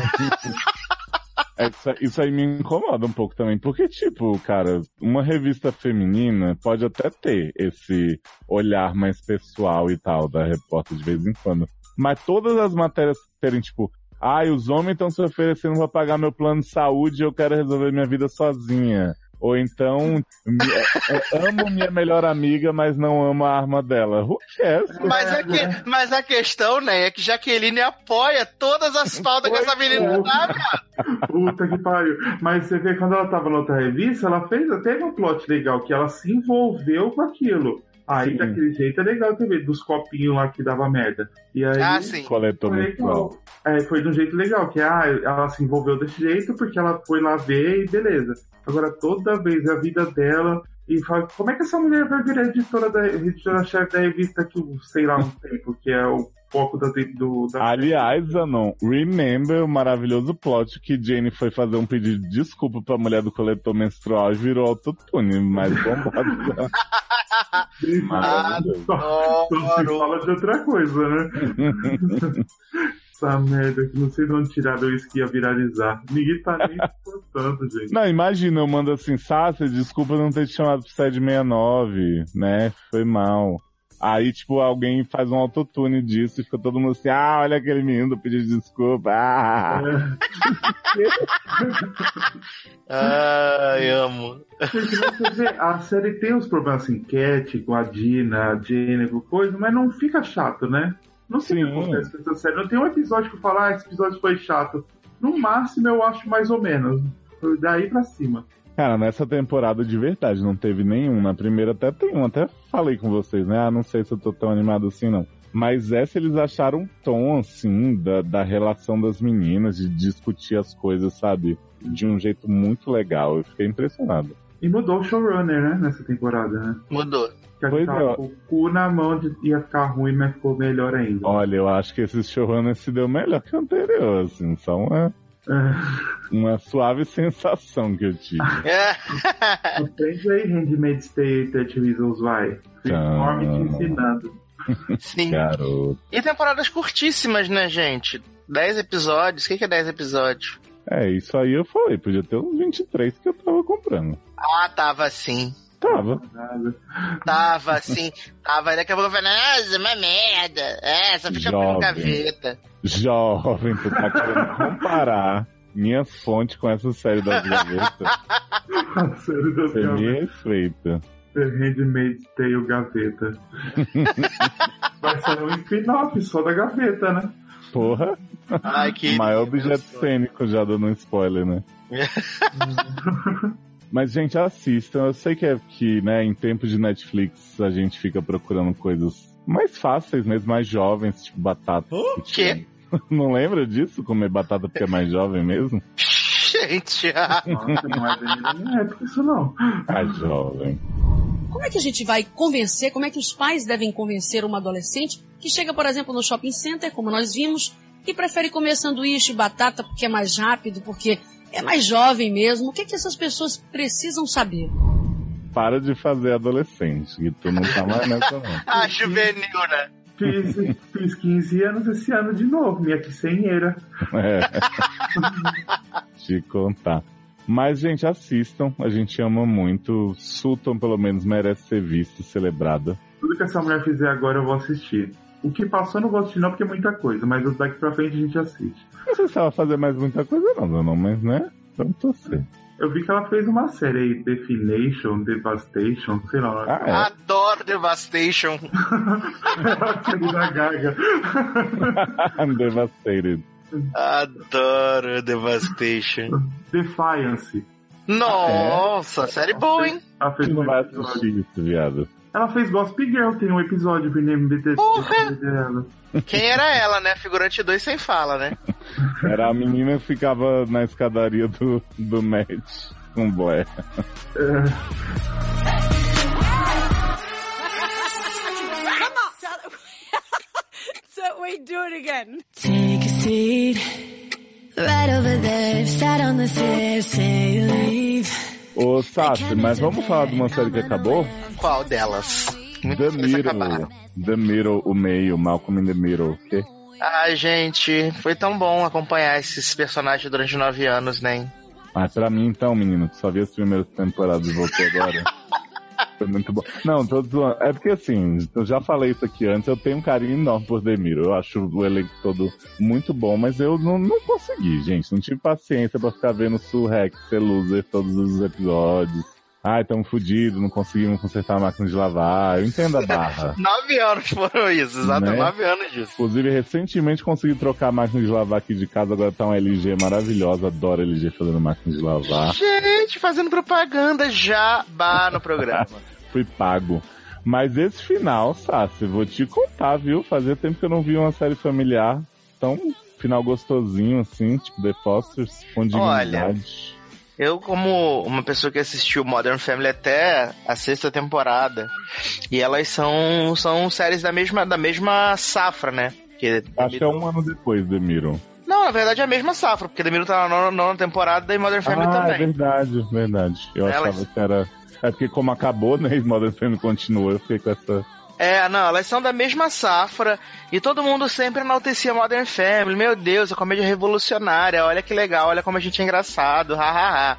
Isso aí me incomoda um pouco também, porque, tipo, cara, uma revista feminina pode até ter esse olhar mais pessoal e tal, da repórter de vez em quando, mas todas as matérias terem, tipo, os homens estão se oferecendo pra pagar meu plano de saúde e eu quero resolver minha vida sozinha. Ou então, amo minha melhor amiga, mas não amo a arma dela. Who cares? Mas a questão, né, é que Jaqueline apoia todas as pautas que essa menina dá, cara. Puta que pariu. Mas você vê, quando ela tava na outra revista, ela teve um plot legal, que ela se envolveu com aquilo. Aí, daquele jeito é legal também, dos copinhos lá que dava merda. E aí, sim. Coletou menstrual. Foi de um jeito legal, que ela se envolveu desse jeito porque ela foi lá ver e beleza. Agora, toda vez a vida dela, e fala, como é que essa mulher vai virar editora-chefe da revista que, sei lá, um tempo, que é o foco da... Aliás, Zanon, remember o maravilhoso plot que Jane foi fazer um pedido de desculpa pra mulher do coletor menstrual e virou autotune, mas bombado. Só se fala de outra coisa, né? Essa merda que não sei de onde tiraram isso que ia viralizar. Ninguém tá nem importando, gente. Não, imagina, eu mando assim, Sácia, desculpa não ter te chamado pro SED 69, né? Foi mal. Aí, tipo, alguém faz um autotune disso e fica todo mundo assim, olha aquele menino pedindo desculpa. Amo. Porque você vê, a série tem uns problemas assim, Cat, com a Dina, a Jenny, com coisa, mas não fica chato, né? Não sei o que acontece com essa série. Não tem um episódio que eu falo, esse episódio foi chato. No máximo, eu acho mais ou menos. Daí pra cima. Cara, nessa temporada de verdade não teve nenhum. Na primeira até tem um, até falei com vocês, né? Não sei se eu tô tão animado assim, não. Mas essa eles acharam um tom, assim, da relação das meninas, de discutir as coisas, sabe? De um jeito muito legal. Eu fiquei impressionado. E mudou o showrunner, né? Nessa temporada, né? Mudou. Que tava com o cu na mão ia ficar ruim, mas ficou melhor ainda. Olha, eu acho que esse showrunner se deu melhor que o anterior, assim. Só uma suave sensação que eu tive. Aprende aí, Handmaid's Tale e 30 Reasons Why. Conforme te ensinando. Sim. Garoto. E temporadas curtíssimas, né, gente? 10 episódios. O que é 10 episódios? Isso aí eu falei. Podia ter uns 23 que eu tava comprando. Tava sim. Tava sim. Daqui a pouco eu falei, nossa, uma merda. Só fica pelo gaveta. Jovem, tu tá querendo comparar minha fonte com essa série das gavetas? A série das gavetas. Você me respeita. Handmaid's Tale Gaveta. Vai ser um spin-off só da gaveta, né? Porra. Que maior objeto cênico, já dando um spoiler, né? Mas, gente, assistam. Eu sei que, né, em tempo de Netflix a gente fica procurando coisas mais fáceis mesmo, mais jovens, tipo batata. O quê? Não lembra disso? Comer batata porque é mais jovem mesmo? Gente, nossa, não é da minha época isso não. Jovem. Como é que a gente vai convencer, como é que os pais devem convencer uma adolescente que chega, por exemplo, no shopping center, como nós vimos, e prefere comer sanduíche, batata porque é mais rápido, porque é mais jovem mesmo? O que essas pessoas precisam saber? Para de fazer adolescente, e tu não tá mais nessa não. Juvenil, né? Fiz 15 anos esse ano de novo, minha quincenheira. Te contar. Mas, gente, assistam, a gente ama muito. Sutton, pelo menos, merece ser vista e celebrada. Tudo que essa mulher fizer agora eu vou assistir. O que passou eu não vou assistir não, porque é muita coisa, mas daqui pra frente a gente assiste. Não sei se ela vai fazer mais muita coisa não, mas, né? Vamos torcer. Eu vi que ela fez uma série aí, Definition, Devastation, sei lá. Adoro Devastation. A série da Gaga. I'm devastated. Adoro Devastation. Defiance. Nossa, série boa, hein? Ela fez Tu não um vai episódio. assistir isso, viado. Ela fez Gossip Girl, tem um episódio do MBT dela. Quem era ela, né? Figurante 2 sem fala, né? Era a menina que ficava na escadaria do match com Blair. So we do it again. Take a seat right over there. Sat on the stairs, say you leave. Ô, Sassi, mas vamos falar de uma série que acabou? Qual delas? The Middle. The Middle, o meio, Malcolm in the Middle. Que? Ai, gente, foi tão bom acompanhar esses personagens durante 9 anos, né? Mas pra mim, então, menino, que só vi as primeiras temporadas e voltei agora. Foi muito bom. Não, tô zoando. É porque, assim, eu já falei isso aqui antes, eu tenho um carinho enorme por The Middle. Eu acho o elenco todo muito bom, mas eu não consegui, gente. Não tive paciência pra ficar vendo o Sul-Rex ser loser todos os episódios. Ai, tamo fudido, não conseguimos consertar a máquina de lavar. Eu entendo a barra. 9 anos foram isso, exato, Né? 9 anos disso. Inclusive, recentemente consegui trocar a máquina de lavar aqui de casa, agora tá uma LG maravilhosa, adoro LG fazendo máquina de lavar. Gente, fazendo propaganda jabá no programa. Fui pago. Mas esse final, Sassi, vou te contar, viu? Fazia tempo que eu não vi uma série familiar tão final gostosinho assim, tipo The Fosters, com dignidade. Eu, como uma pessoa que assistiu Modern Family até a 6ª temporada, e elas são séries da mesma safra, né? Que Acho que é um ano depois, The Middle. Não, na verdade é a mesma safra, porque The Middle tá na 9ª temporada e Modern Family também. É verdade. Eu achava que era... É porque como acabou, né, e Modern Family continuou, eu fiquei com essa... Não, elas são da mesma safra e todo mundo sempre enaltecia Modern Family. Meu Deus, a comédia revolucionária, olha que legal, olha como a gente é engraçado, hahaha.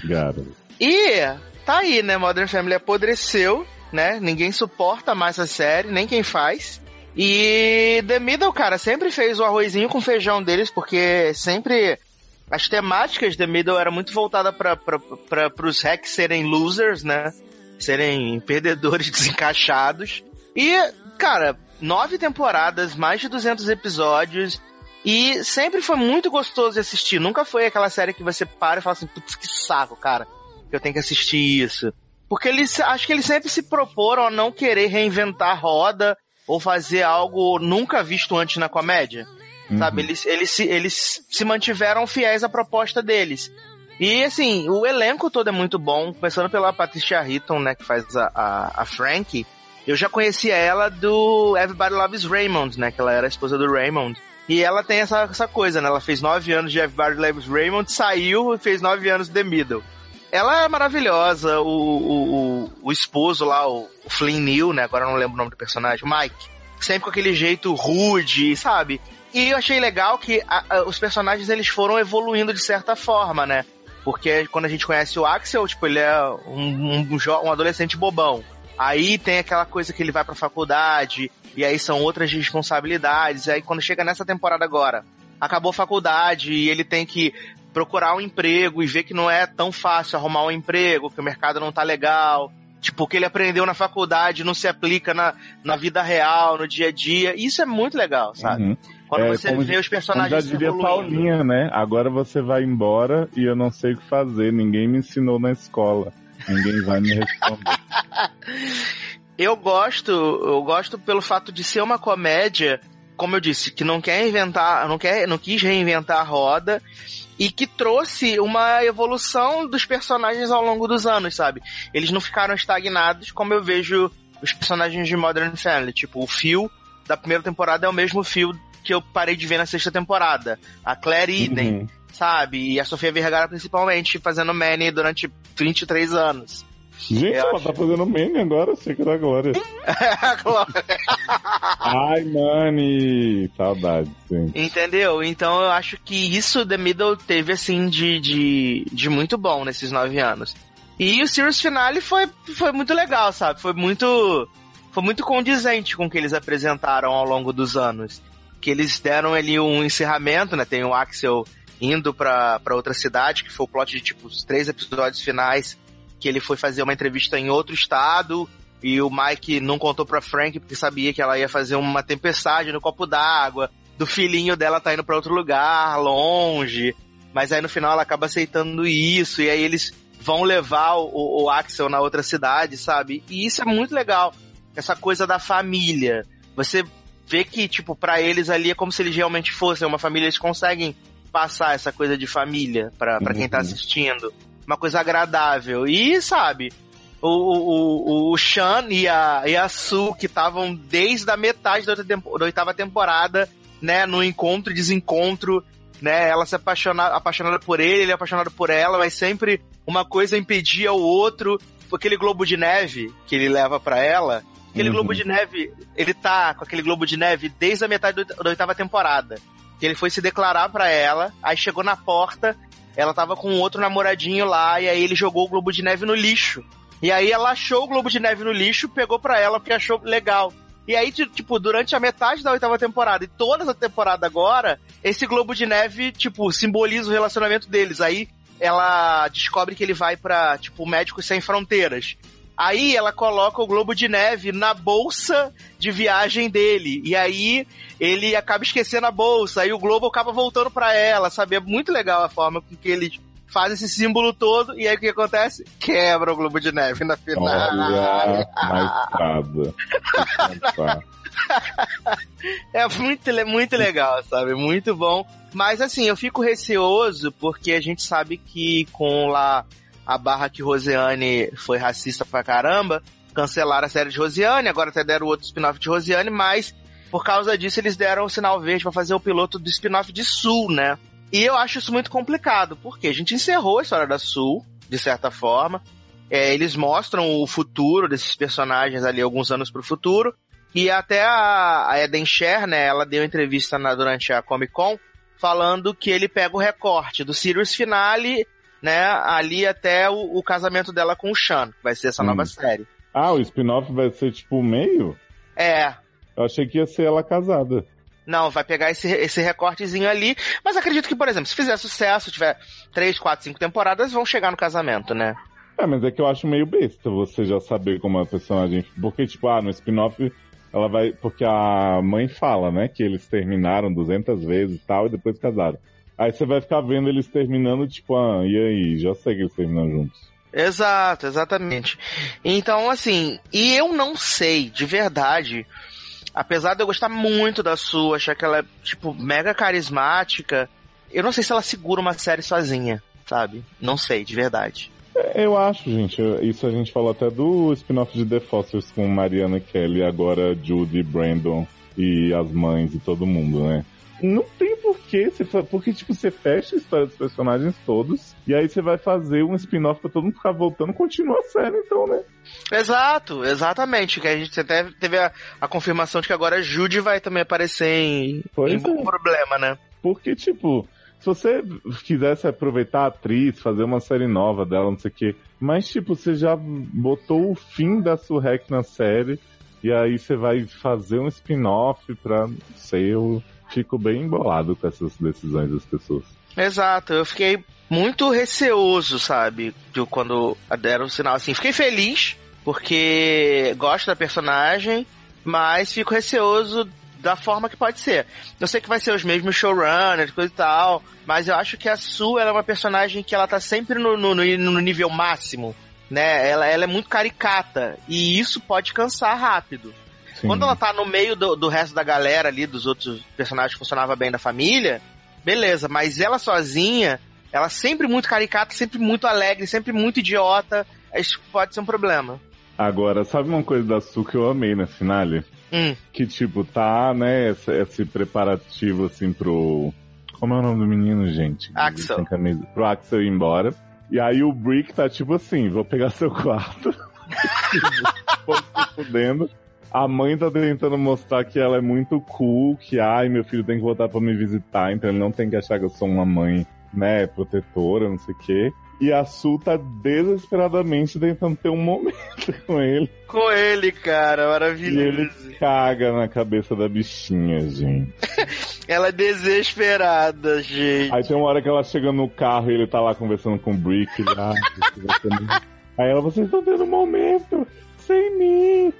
E tá aí, né, Modern Family apodreceu, né, ninguém suporta mais a série, nem quem faz. E The Middle, cara, sempre fez o arrozinho com feijão deles, porque sempre... As temáticas The Middle eram muito voltadas para os hacks serem losers, né, serem perdedores desencaixados. E, cara, 9 temporadas, mais de 200 episódios, e sempre foi muito gostoso de assistir. Nunca foi aquela série que você para e fala assim, putz, que saco, cara, que eu tenho que assistir isso. Porque acho que eles sempre se proporam a não querer reinventar a roda ou fazer algo nunca visto antes na comédia. Sabe, eles se mantiveram fiéis à proposta deles. E, assim, o elenco todo é muito bom, começando pela Patricia Heaton, né, que faz a Frankie. Eu já conhecia ela do Everybody Loves Raymond, né? Que ela era a esposa do Raymond. E ela tem essa coisa, né? Ela fez 9 anos de Everybody Loves Raymond, saiu e fez 9 anos de The Middle. Ela é maravilhosa. O esposo lá, o Flynn Neal, né? Agora eu não lembro o nome do personagem. O Mike. Sempre com aquele jeito rude, sabe? E eu achei legal que os personagens, eles foram evoluindo de certa forma, né? Porque quando a gente conhece o Axel, tipo, ele é um adolescente bobão. Aí tem aquela coisa que ele vai pra faculdade, e aí são outras responsabilidades. Aí quando chega nessa temporada agora, acabou a faculdade e ele tem que procurar um emprego e ver que não é tão fácil arrumar um emprego, que o mercado não tá legal. Tipo, o que ele aprendeu na faculdade não se aplica na vida real, no dia a dia. Isso é muito legal, sabe? Quando você vê os personagens já diria Paulinha, né? Agora você vai embora e eu não sei o que fazer. Ninguém me ensinou na escola. Ninguém vai me responder. Eu gosto pelo fato de ser uma comédia, como eu disse, que não quis reinventar a roda e que trouxe uma evolução dos personagens ao longo dos anos, sabe? Eles não ficaram estagnados como eu vejo os personagens de Modern Family. Tipo, o Phil da primeira temporada é o mesmo Phil que eu parei de ver na 6ª temporada. A Claire Eden, sabe? E a Sofia Vergara principalmente, fazendo Manny durante 23 anos. Gente, ela tá fazendo meme agora, sei que era a Glória. Ai, Manny, saudade, sim. Entendeu? Então eu acho que isso The Middle teve, assim, de muito bom nesses 9 anos. E o Series Finale foi muito legal, sabe? Foi muito condizente com o que eles apresentaram ao longo dos anos. Que eles deram ali um encerramento, né? Tem o Axel indo pra outra cidade, que foi o plot de, tipo, os 3 episódios finais, que ele foi fazer uma entrevista em outro estado, e o Mike não contou pra Frank, porque sabia que ela ia fazer uma tempestade no copo d'água, do filhinho dela tá indo pra outro lugar, longe, mas aí no final ela acaba aceitando isso, e aí eles vão levar o Axel na outra cidade, sabe? E isso é muito legal, essa coisa da família. Você vê que, tipo, pra eles ali é como se eles realmente fossem uma família, eles conseguem passar essa coisa de família pra quem tá assistindo. Uma coisa agradável. E, sabe, o Sean e a Sue, que estavam desde a metade da 8ª temporada, né, no encontro e desencontro, né, ela se apaixonada por ele é apaixonado por ela, mas sempre uma coisa impedia o outro. Aquele globo de neve que ele leva pra ela, aquele globo de neve, ele tá com aquele globo de neve desde a metade da 8ª temporada. Que ele foi se declarar pra ela, aí chegou na porta, ela tava com outro namoradinho lá, e aí ele jogou o globo de neve no lixo. E aí ela achou o globo de neve no lixo, pegou pra ela porque achou legal. E aí, tipo, durante a metade da 8ª temporada e toda essa temporada agora, esse globo de neve, tipo, simboliza o relacionamento deles. Aí ela descobre que ele vai pra, tipo, Médicos Sem Fronteiras. Aí ela coloca o globo de neve na bolsa de viagem dele. E aí ele acaba esquecendo a bolsa. Aí o globo acaba voltando pra ela, sabe? É muito legal a forma com que eles fazem esse símbolo todo. E aí o que acontece? Quebra o globo de neve na final. Olha, maestrada. É muito legal, sabe? Muito bom. Mas assim, eu fico receoso porque a gente sabe que com lá a barra que Roseanne foi racista pra caramba, cancelaram a série de Roseanne, agora até deram outro spin-off de Roseanne, mas por causa disso eles deram o sinal verde pra fazer o piloto do spin-off de Sue, né? E eu acho isso muito complicado, porque a gente encerrou a história da Sue, de certa forma, eles mostram o futuro desses personagens ali, alguns anos pro futuro, e até a Eden Sher, né, ela deu entrevista durante a Comic Con, falando que ele pega o recorte do Series Finale, né, ali até o casamento dela com o Sean, que vai ser essa nova série. Ah, o spin-off vai ser tipo o meio? É. Eu achei que ia ser ela casada. Não, vai pegar esse recortezinho ali, mas acredito que, por exemplo, se fizer sucesso, tiver 3, 4, 5 temporadas, vão chegar no casamento, né? Mas é que eu acho meio besta você já saber como a personagem... Porque, tipo, no spin-off ela vai... Porque a mãe fala, né, que eles terminaram 200 vezes e tal, e depois casaram. Aí você vai ficar vendo eles terminando, tipo, e aí? Já sei que eles terminam juntos. Exato, exatamente. Então, assim, e eu não sei, de verdade, apesar de eu gostar muito da Sue, achar que ela é, tipo, mega carismática, eu não sei se ela segura uma série sozinha, sabe? Não sei, de verdade. Eu acho, gente, isso a gente falou até do spin-off de The Fosters com Mariana Kelly, agora Judy, Brandon e as mães e todo mundo, né? Não tem porquê, porque tipo, você fecha a história dos personagens todos, e aí você vai fazer um spin-off pra todo mundo ficar voltando, continua a série então, né? Exato, exatamente, que a gente até teve a confirmação de que agora a Judy vai também aparecer em Bom Problema, né? Porque, tipo, se você quisesse aproveitar a atriz, fazer uma série nova dela, não sei o quê, mas tipo, você já botou o fim da Surrec na série, e aí você vai fazer um spin-off pra, não sei, eu fico bem embolado com essas decisões das pessoas. Exato, eu fiquei muito receoso, sabe, quando deram o sinal, assim, fiquei feliz, porque gosto da personagem, mas fico receoso da forma que pode ser. Eu sei que vai ser os mesmos showrunners, coisa e tal, mas eu acho que a Sue, ela é uma personagem que ela tá sempre no nível máximo, né, ela é muito caricata, e isso pode cansar rápido. Sim. Quando ela tá no meio do resto da galera ali, dos outros personagens que funcionavam bem da família, beleza, mas ela sozinha, ela sempre muito caricata, sempre muito alegre, sempre muito idiota, isso pode ser um problema. Agora, sabe uma coisa da Sue que eu amei na finale? Que tipo, tá, né, esse preparativo assim pro... Como é o nome do menino, gente? Axel. Pro Axel ir embora. E aí o Brick tá tipo assim, vou pegar seu quarto. Pô, se fudendo. A mãe tá tentando mostrar que ela é muito cool, que, meu filho tem que voltar pra me visitar, então ele não tem que achar que eu sou uma mãe, né, protetora, não sei o quê. E a Sue tá desesperadamente tentando ter um momento com ele. Com ele, cara, maravilhoso. E ele caga na cabeça da bichinha, gente. Ela é desesperada, gente. Aí tem uma hora que ela chega no carro e ele tá lá conversando com o Brick. Aí ela, vocês estão tendo um momento sem mim.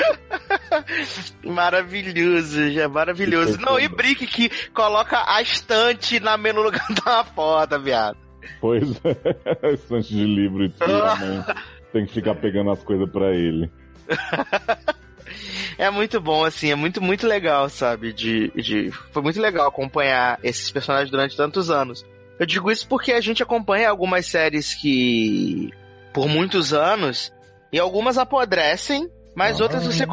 Maravilhoso, já maravilhoso. Não, e Brick que coloca a estante no lugar da porta, viado. Pois é, estante de livro e tudo, né? Tem que ficar pegando as coisas pra ele. É muito bom, assim, é muito, muito legal, sabe? Foi muito legal acompanhar esses personagens durante tantos anos. Eu digo isso porque a gente acompanha algumas séries que, por muitos anos, e algumas apodrecem, mas outras você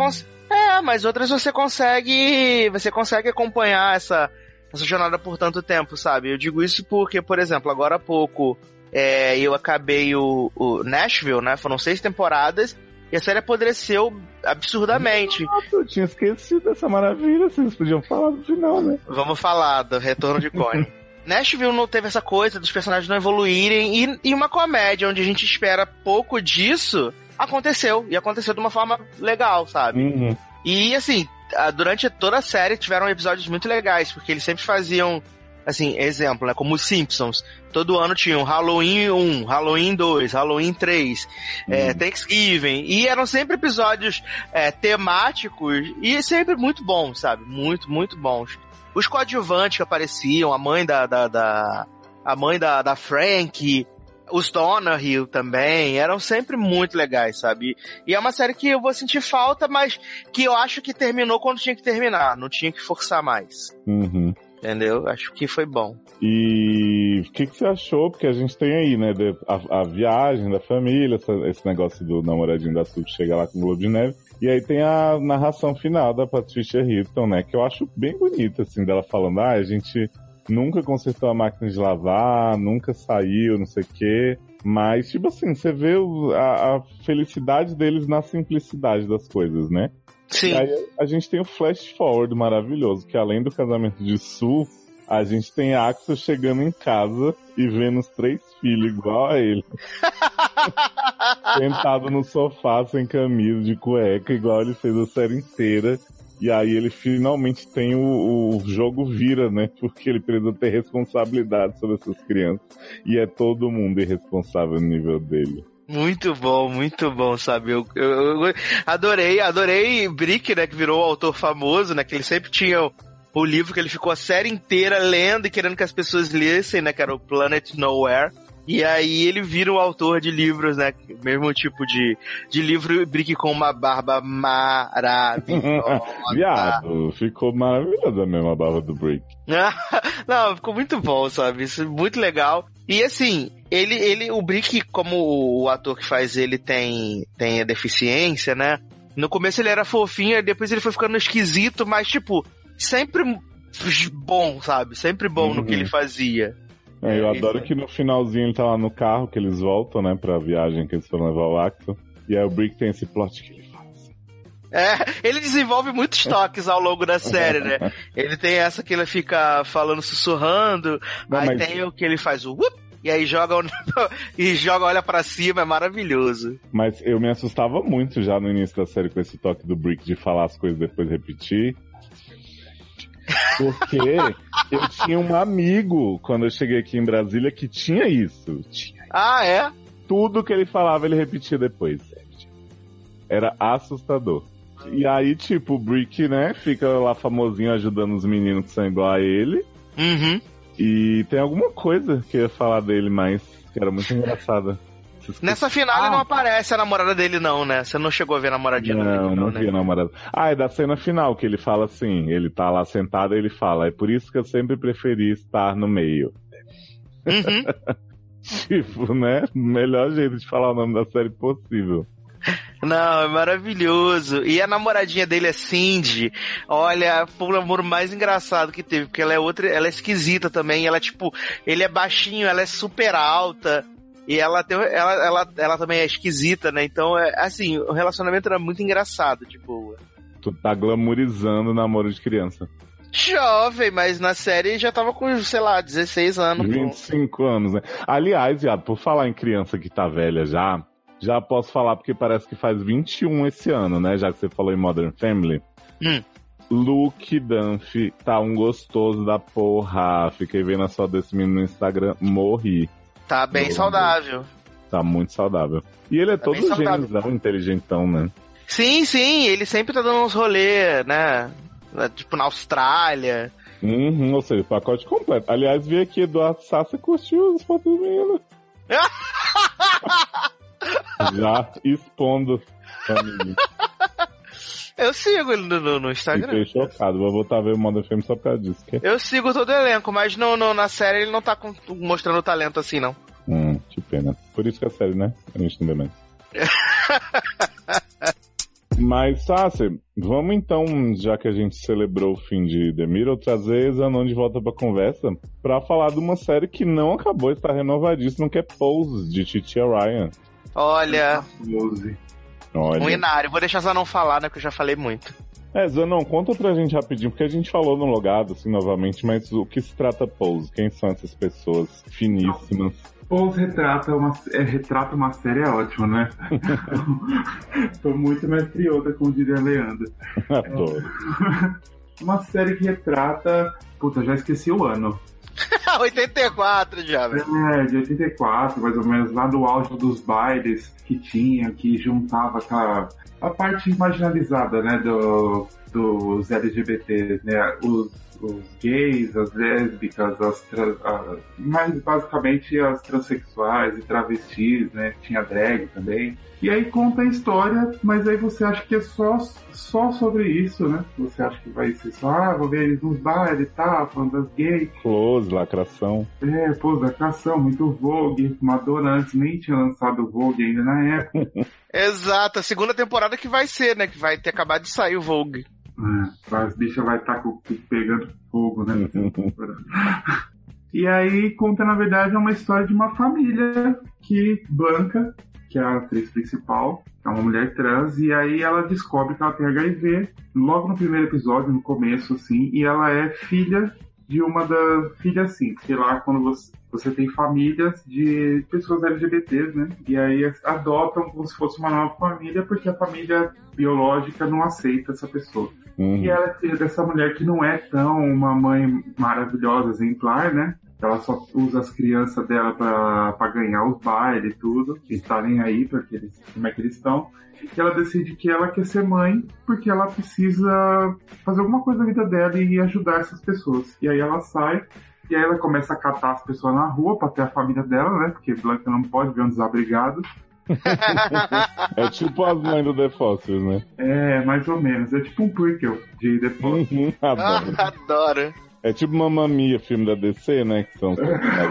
consegue acompanhar essa jornada por tanto tempo, sabe? Eu digo isso porque, por exemplo, agora há pouco eu acabei o Nashville, né? Foram 6 temporadas e a série apodreceu absurdamente. Eu tinha esquecido dessa maravilha, vocês podiam falar no final, né? Vamos falar do retorno de Connie. Nashville não teve essa coisa dos personagens não evoluírem e uma comédia onde a gente espera pouco disso aconteceu. E aconteceu de uma forma legal, sabe? Uhum. E assim, durante toda a série tiveram episódios muito legais, porque eles sempre faziam, assim, exemplo, né? Como os Simpsons. Todo ano tinham Halloween 1, Halloween 2, Halloween 3, Thanksgiving. E eram sempre episódios temáticos e sempre muito bons, sabe? Muito, muito bons. Os coadjuvantes que apareciam, a mãe da Frank, os Donahue também, eram sempre muito legais, sabe? E é uma série que eu vou sentir falta, mas que eu acho que terminou quando tinha que terminar, não tinha que forçar mais. Uhum. Entendeu? Acho que foi bom. E o que você achou? Porque a gente tem aí, né, a viagem da família, esse negócio do namoradinho da Sue que chega lá com o Globo de Neve. E aí tem a narração final da Patricia Hilton, né, que eu acho bem bonita, assim, dela falando, a gente nunca consertou a máquina de lavar, nunca saiu, não sei o quê. Mas, tipo assim, você vê a felicidade deles na simplicidade das coisas, né? Sim. E aí a gente tem o flash forward maravilhoso, que além do casamento de Sue, a gente tem Axel chegando em casa e vendo os 3 filhos igual a ele. Sentado no sofá, sem camisa, de cueca, igual ele fez a série inteira. E aí ele finalmente tem o jogo vira, né? Porque ele precisa ter responsabilidade sobre essas crianças. E é todo mundo irresponsável no nível dele. Muito bom, sabe? Eu adorei Brick, né? Que virou o autor famoso, né? Que ele sempre tinha o livro que ele ficou a série inteira lendo e querendo que as pessoas lessem, né? Que era o Planet Nowhere. E aí ele vira um autor de livros, né? Mesmo tipo de livro, Brick com uma barba maravilhosa. Viado, ficou maravilhosa mesmo a barba do Brick. Não, ficou muito bom, sabe? Isso é muito legal. E assim, o Brick, como o ator que faz ele tem a deficiência, né? No começo ele era fofinho, depois ele foi ficando esquisito, mas tipo, sempre bom, sabe? Sempre bom no que ele fazia. Eu adoro que no finalzinho ele tá lá no carro, que eles voltam, né, pra viagem que eles foram levar o Axel. E aí o Brick tem esse plot que ele fala assim. Ele desenvolve muitos toques ao longo da série, né? Ele tem essa que ele fica falando, sussurrando, tem o que ele faz o whoop, e aí joga olha pra cima, é maravilhoso. Mas eu me assustava muito já no início da série com esse toque do Brick de falar as coisas e depois repetir. Porque eu tinha um amigo, quando eu cheguei aqui em Brasília, que tinha isso. Ah, é? Tudo que ele falava, ele repetia depois. Era assustador. E aí, tipo, o Brick, né, fica lá famosinho ajudando os meninos que são igual a ele. Uhum. E tem alguma coisa que eu ia falar dele mais, que era muito engraçada. Nessa final ele não aparece a namorada dele não, né? Você não chegou a ver a namoradinha dele não, não vi a namorada. É da cena final, que ele fala assim, ele tá lá sentado e ele fala, é por isso que eu sempre preferi estar no meio. Uhum. Tipo, né? Melhor jeito de falar o nome da série possível. Não, é maravilhoso. E a namoradinha dele é Cindy. Olha, foi o namoro mais engraçado que teve, porque ela é esquisita também, ela tipo, ele é baixinho, ela é super alta. E ela também é esquisita, né? Então, assim, o relacionamento era muito engraçado, tipo. Tu tá glamorizando o namoro de criança. Jovem, mas na série já tava com, sei lá, 16 anos. 25 anos, né? Aliás, viado, por falar em criança que tá velha já posso falar porque parece que faz 21 esse ano, né? Já que você falou em Modern Family. Luke Dunphy tá um gostoso da porra. Fiquei vendo a só desse menino no Instagram, morri. Tá bem saudável. Tá muito saudável. E ele é Tá todo bem saudável. gêniozão, inteligentão, né? Sim, ele sempre tá dando uns rolê, né? Tipo na Austrália. Ou seja, pacote completo. Aliás, vi aqui, Eduardo Sassa curtiu as fotos do menino. Já expondo pra mim. Eu sigo ele no Instagram. Fiquei chocado, vou voltar a ver o Modern Family só por causa disso. Eu sigo todo o elenco, mas na série ele não tá mostrando talento assim, não. Que pena. Por isso que a série, né? A gente não vê mais. Mas, Sassi, vamos então, já que a gente celebrou o fim de The Middle, trazer Zanon de volta pra conversa pra falar de uma série que não acabou, está renovadíssima, que é Pose, de Titia Ryan. Olha, Pose. Olha. um inário. Vou deixar Zanon falar, né, porque eu já falei muito. Zanon, conta pra gente rapidinho, porque a gente falou no Logado, assim, novamente, mas o que se trata Pose? Quem são essas pessoas finíssimas? Pose retrata uma série, é ótimo, né? Tô muito mestriosa, como diria a Leandra. Adoro. Uma série que retrata... Puta, já esqueci o ano. 84 já, velho. De 84, mais ou menos, lá do auge dos bailes que tinha, que juntava a parte marginalizada, né, dos LGBTs, né, os gays, as lésbicas, mas basicamente as transexuais e travestis, né, tinha drag também. E aí conta a história, mas aí você acha que é só sobre isso, né? Você acha que vai ser só, vou ver eles nos bailes e tal, falando das gays. Close, lacração. Lacração, muito Vogue. Madonna antes nem tinha lançado o Vogue ainda na época. Exato, a segunda temporada que vai ser, né? Que vai ter acabado de sair o Vogue. As bichas vai estar pegando fogo, né? E aí conta, na verdade, uma história de uma família que Blanca, que é a atriz principal, é uma mulher trans, e aí ela descobre que ela tem HIV, logo no primeiro episódio, no começo, assim, e ela é filha de uma das... Filha, assim, porque lá quando você tem famílias de pessoas LGBTs, né? E aí adotam como se fosse uma nova família, porque a família biológica não aceita essa pessoa. E ela é filha dessa mulher que não é tão uma mãe maravilhosa, exemplar, né? Ela só usa as crianças dela pra ganhar os bailes e tudo, e tá nem aí pra como é que eles estão. E ela decide que ela quer ser mãe porque ela precisa fazer alguma coisa na vida dela e ajudar essas pessoas. E aí ela sai, e aí ela começa a catar as pessoas na rua pra ter a família dela, né? Porque Blanca não pode ver um desabrigado. É tipo as mães do The Fossils, né? Mais ou menos. É tipo um prequel de The Fossils. Adoro. Adoro. É tipo Mamma Mia, filme da DC, né? Que são...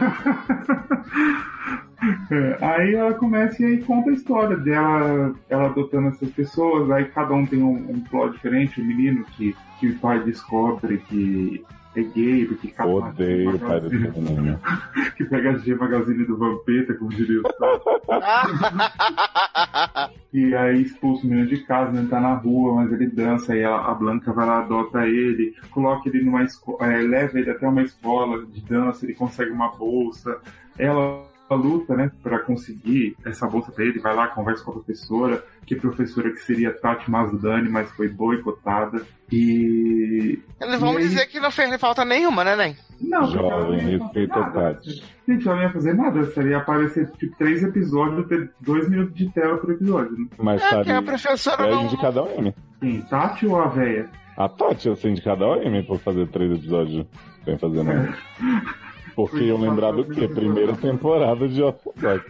Aí ela começa e aí conta a história dela, ela adotando essas pessoas, aí cada um tem um plot diferente, o menino que o pai descobre que é gay, porque odeio o pai desse menino. Que pega a G-Magazine do Vampeta, como diria o E aí expulsa o menino de casa, ele tá na rua, mas ele dança, aí a Blanca vai lá, adota ele, coloca ele numa escola, leva ele até uma escola de dança, ele consegue uma bolsa, ela luta, né, pra conseguir essa bolsa pra ele, vai lá, conversa com a professora, que professora que seria Tati Mazudani, mas foi boicotada, e... Vamos dizer que não fez falta nenhuma, né, Nen? Não, jovem, respeita a Tati. Gente, ela não ia fazer nada, ela ia aparecer, tipo, 3 episódios, ter 2 minutos de tela por episódio, né? Mas que a professora é não... indicada ao Emmy. Quem, Tati ou a véia? A Tati ia ser indicada ao Emmy por fazer 3 episódios sem fazer nada. Porque eu lembrar do quê? Primeira temporada de Orthodox.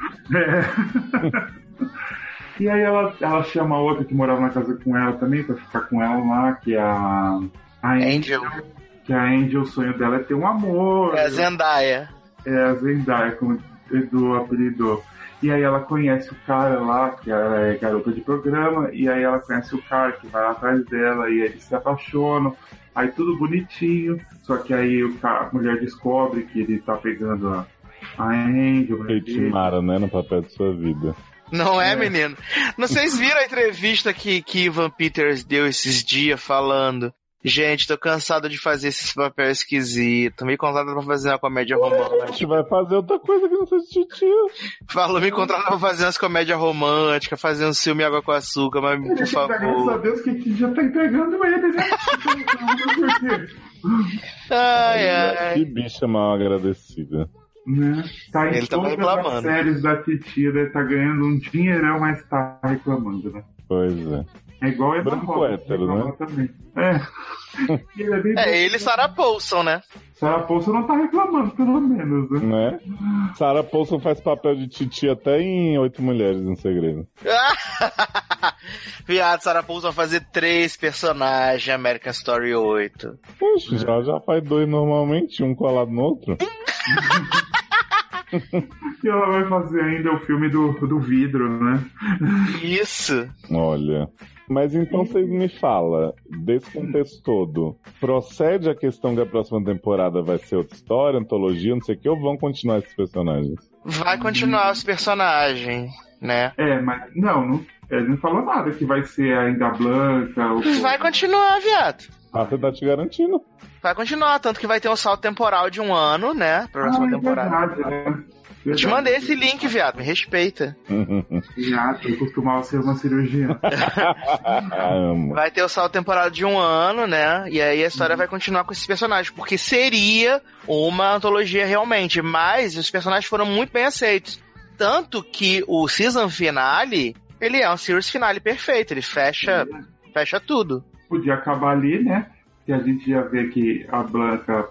E aí ela chama a outra que morava na casa com ela também, pra ficar com ela lá, que é a Angel. Que a Angel, o sonho dela é ter um amor. É a Zendaya. É a Zendaya, como Edu apelidou. E aí ela conhece o cara lá, que ela é garota de programa, e aí ela conhece o cara que vai atrás dela, e aí eles se apaixonam. Aí tudo bonitinho, só que aí a mulher descobre que ele tá pegando a Angel. Kate Mara, né, no papel de sua vida. Não é, menino? Vocês viram a entrevista que Ivan Peters deu esses dias falando Gente, tô cansado de fazer esse papel esquisito. Me contrata pra fazer uma comédia A romântica. gente vai fazer outra coisa que não seja titio. Falou, me contrata pra fazer umas comédias românticas, fazer um filme Água com Açúcar, mas por Graças a favor. Deus que a gente já tá entregando ele, né? Por quê? Ai. Que bicha mal agradecida. Né? Tá em Ele tá todas reclamando. as séries da titia, né? Tá ganhando um dinheirão, mas tá reclamando, né? Pois é. É igual essa Branco foto, hétero, reclama né? também. É. Ele é bem Ele e Sarah Paulson, né? Sarah Paulson não tá reclamando, pelo menos, né? Né? Sarah Paulson faz papel de titia até em 8 Mulheres em Segredo. Viado, Sarah Paulson vai fazer 3 personagens American Story 8. Ixi, já faz 2 normalmente, um colado no outro. E ela vai fazer ainda o filme do vidro, né? Isso. Olha. Mas então vocês me falam, desse contexto todo, procede a questão que a próxima temporada vai ser outra história, antologia, não sei o que, ou vão continuar esses personagens? Vai continuar os personagens, né? Mas não, ele não falou nada que vai ser ainda a Blanca. Vai continuar, viado. Ah, você tá te garantindo. Vai continuar, tanto que vai ter um salto temporal de 1 ano, né? Pra próxima temporada. Verdade, né? Eu te mandei esse link, viado, me respeita. Viado, eu costumava ser uma cirurgiã. Amo. Vai ter o salto temporal de 1 ano, né? E aí a história vai continuar com esses personagens, porque seria uma antologia realmente, mas os personagens foram muito bem aceitos. Tanto que o season finale, ele é um series finale perfeito, ele fecha tudo. Podia acabar ali, né? Que a gente ia ver que a Blanca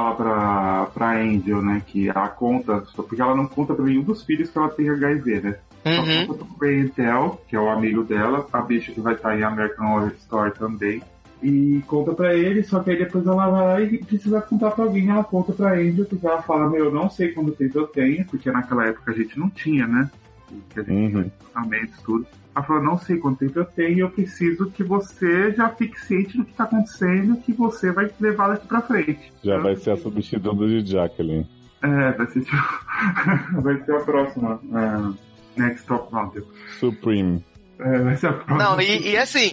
fala pra Angel, né? Que ela conta, porque ela não conta pra nenhum dos filhos que ela tem HIV, né? Só conta pro Pentel, que é o amigo dela, a bicha que vai estar em American Horror Story também. E conta pra ele, só que aí depois ela vai lá e precisa contar pra alguém. Ela conta pra Angel, porque ela fala, eu não sei quando tempo eu tenho, porque naquela época a gente não tinha, né? Que a gente tinha equipamentos, tudo. Ela falou, não sei quanto tempo eu tenho, eu preciso que você já fique ciente do que tá acontecendo, que você vai levar daqui pra frente. Já vai ser a substituta de Jacqueline. Vai ser tipo... vai ser a próxima. Next Top Model. Supreme. Vai ser a próxima. Não, e assim,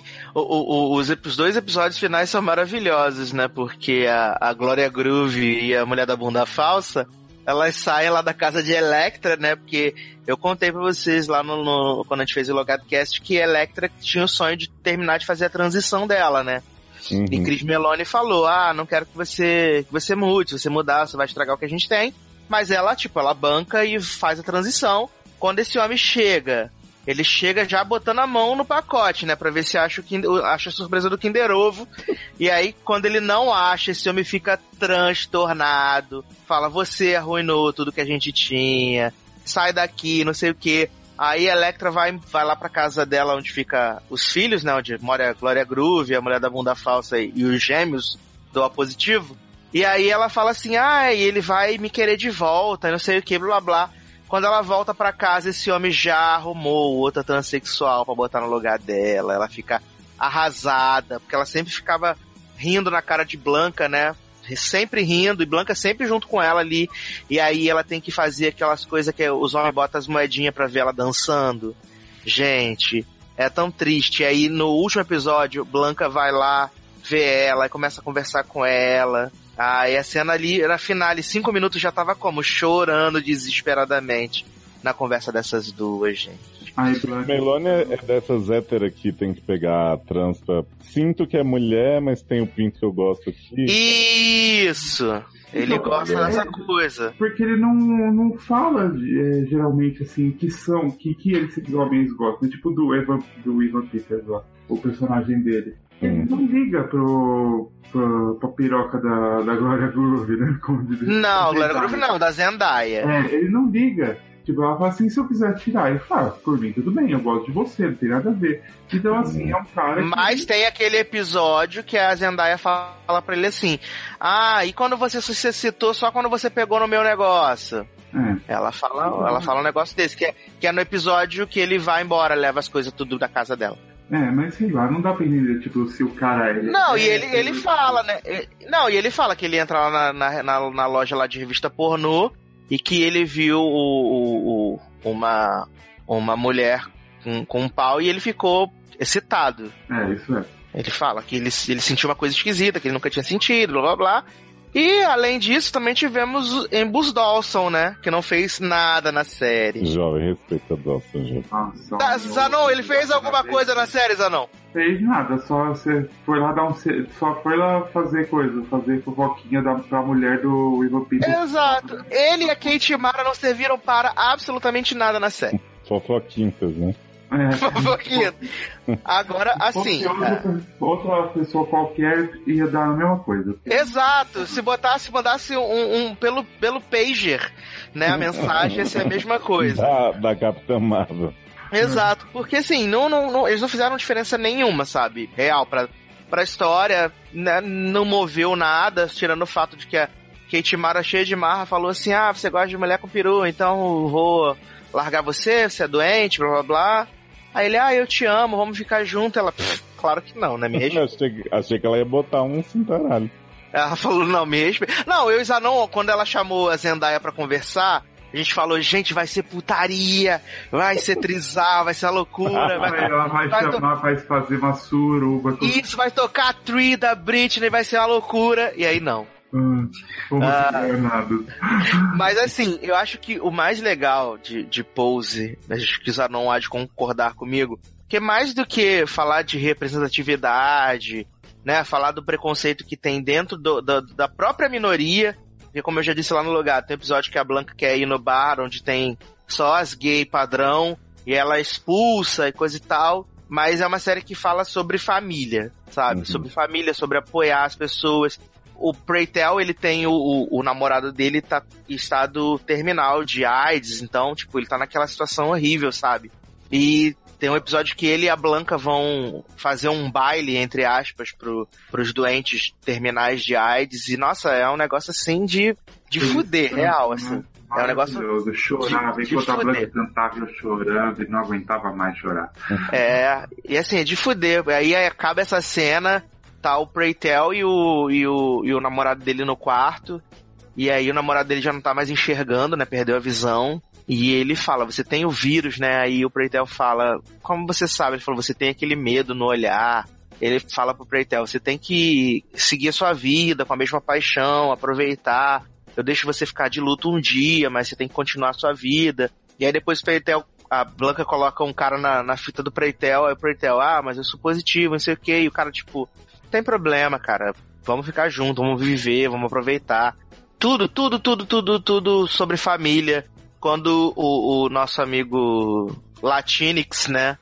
os 2 episódios finais são maravilhosos, né? Porque a Gloria Groove e a Mulher da Bunda Falsa, elas saem lá da casa de Elektra, né? Porque eu contei pra vocês lá quando a gente fez o Logado Cast que Elektra tinha o sonho de terminar de fazer a transição dela, né? E Chris Meloni falou, não quero que você mude, se você mudar, você vai estragar o que a gente tem. Mas ela banca e faz a transição. Quando esse homem chega, ele chega já botando a mão no pacote, né? Pra ver se acha a surpresa do Kinder Ovo. E aí, quando ele não acha, esse homem fica transtornado. Fala, você arruinou tudo que a gente tinha. Sai daqui, não sei o quê. Aí a Elektra vai lá pra casa dela, onde fica os filhos, né? Onde mora a Gloria Groove, a Mulher da Bunda Falsa e os gêmeos do A Positivo. E aí ela fala assim, ele vai me querer de volta, e não sei o que, blá blá. Quando ela volta pra casa, esse homem já arrumou outra transexual pra botar no lugar dela. Ela fica arrasada, porque ela sempre ficava rindo na cara de Blanca, né? Sempre rindo, e Blanca sempre junto com ela ali. E aí ela tem que fazer aquelas coisas que os homens botam as moedinhas pra ver ela dançando. Gente, é tão triste. E aí no último episódio, Blanca vai lá, vê ela e começa a conversar com ela. E a cena ali, na finale, 5 minutos já tava como? Chorando desesperadamente na conversa dessas duas, gente. Meloni é dessas héteras que tem que pegar a trans pra... Sinto que é mulher, mas tem o pinto que eu gosto aqui. Isso! Ele gosta dessa coisa. Porque ele não fala geralmente assim, que esses homens gostam. Tipo do Evan Peters lá, o personagem dele. Ele não liga pra piroca da Gloria Groove, né? Como diz, não, Gloria Groove não, da Zendaya. Ele não liga. Tipo, ela fala assim, se eu quiser tirar, ele fala, por mim, tudo bem, eu gosto de você, não tem nada a ver. Então, assim, é um cara que... Mas tem aquele episódio que a Zendaya fala pra ele assim, e quando você citou só quando você pegou no meu negócio? Ela fala um negócio desse, que é no episódio que ele vai embora, leva as coisas tudo da casa dela. Mas sei lá, não dá pra entender, tipo, se o cara... Não, e ele fala, né? E ele fala que ele entra lá na loja lá de revista pornô e que ele viu uma mulher com um pau e ele ficou excitado. Isso é. Ele fala que ele sentiu uma coisa esquisita, que ele nunca tinha sentido, blá blá blá. E, além disso, também tivemos Embus Dawson, né? Que não fez nada na série. Jovem, respeita Dawson, gente. Zanon, ele fez alguma coisa na série, Zanon? Fez nada, só você foi lá só foi lá fazer fofoquinha pra mulher do Ivan Peter. Exato. Ele e a Kate Mara não serviram para absolutamente nada na série. Fofoquintas, né? Fofoquinha. Agora, assim... Outra pessoa qualquer ia dar a mesma coisa. Exato. Se mandasse pelo pager, né, a mensagem ia ser a mesma coisa. Da Capitã Marvel. Exato. Porque, assim, eles não fizeram diferença nenhuma, sabe? Real, pra história, né, não moveu nada, tirando o fato de que a Kate Mara, cheia de marra, falou assim, você gosta de mulher com peru, então vou largar você é doente, blá blá blá. Aí ele, eu te amo, vamos ficar junto. Ela, claro que não, né mesmo? Achei que ela ia botar um cintaralho. Ela falou, não mesmo. Não, eu e Zanon, quando ela chamou a Zendaya pra conversar, a gente falou, gente, vai ser putaria, vai ser trisar, vai ser uma loucura. Ela vai chamar pra fazer uma suruba. Isso, vai tocar a Tree da Britney, vai ser uma loucura. E aí não. Mas assim, eu acho que o mais legal de Pose, acho que o Zanon há de concordar comigo, que mais do que falar de representatividade, né, falar do preconceito que tem dentro da própria minoria, porque como eu já disse lá no lugar, tem um episódio que a Blanca quer ir no bar onde tem só as gay padrão e ela expulsa e coisa e tal, mas é uma série que fala sobre família, sabe? Sobre família, sobre apoiar as pessoas. O Preytel, ele tem o namorado dele tá em estado terminal de AIDS, então, tipo, ele tá naquela situação horrível, sabe? E tem um episódio que ele e a Blanca vão fazer um baile, entre aspas, pros doentes terminais de AIDS, e, nossa, é um negócio, assim, de fuder, real, assim. É um negócio... Eu chorava, enquanto a Blanca cantava, eu chorando, e não aguentava mais chorar. E assim, é de fuder. Aí acaba essa cena... Tá o Preytel e o namorado dele no quarto. E aí o namorado dele já não tá mais enxergando, né? Perdeu a visão. E ele fala, você tem o vírus, né? Aí o Preytel fala, como você sabe? Ele falou, você tem aquele medo no olhar. Ele fala pro Preytel, você tem que seguir a sua vida com a mesma paixão, aproveitar. Eu deixo você ficar de luto um dia, mas você tem que continuar a sua vida. E aí depois o Preytel, a Blanca coloca um cara na fita do Preytel. Aí o Preytel, mas eu sou positivo, não sei o quê. E o cara, tipo... Tem problema, cara. Vamos ficar juntos, vamos viver, vamos aproveitar. Tudo sobre família. Quando o nosso amigo Latinix, né,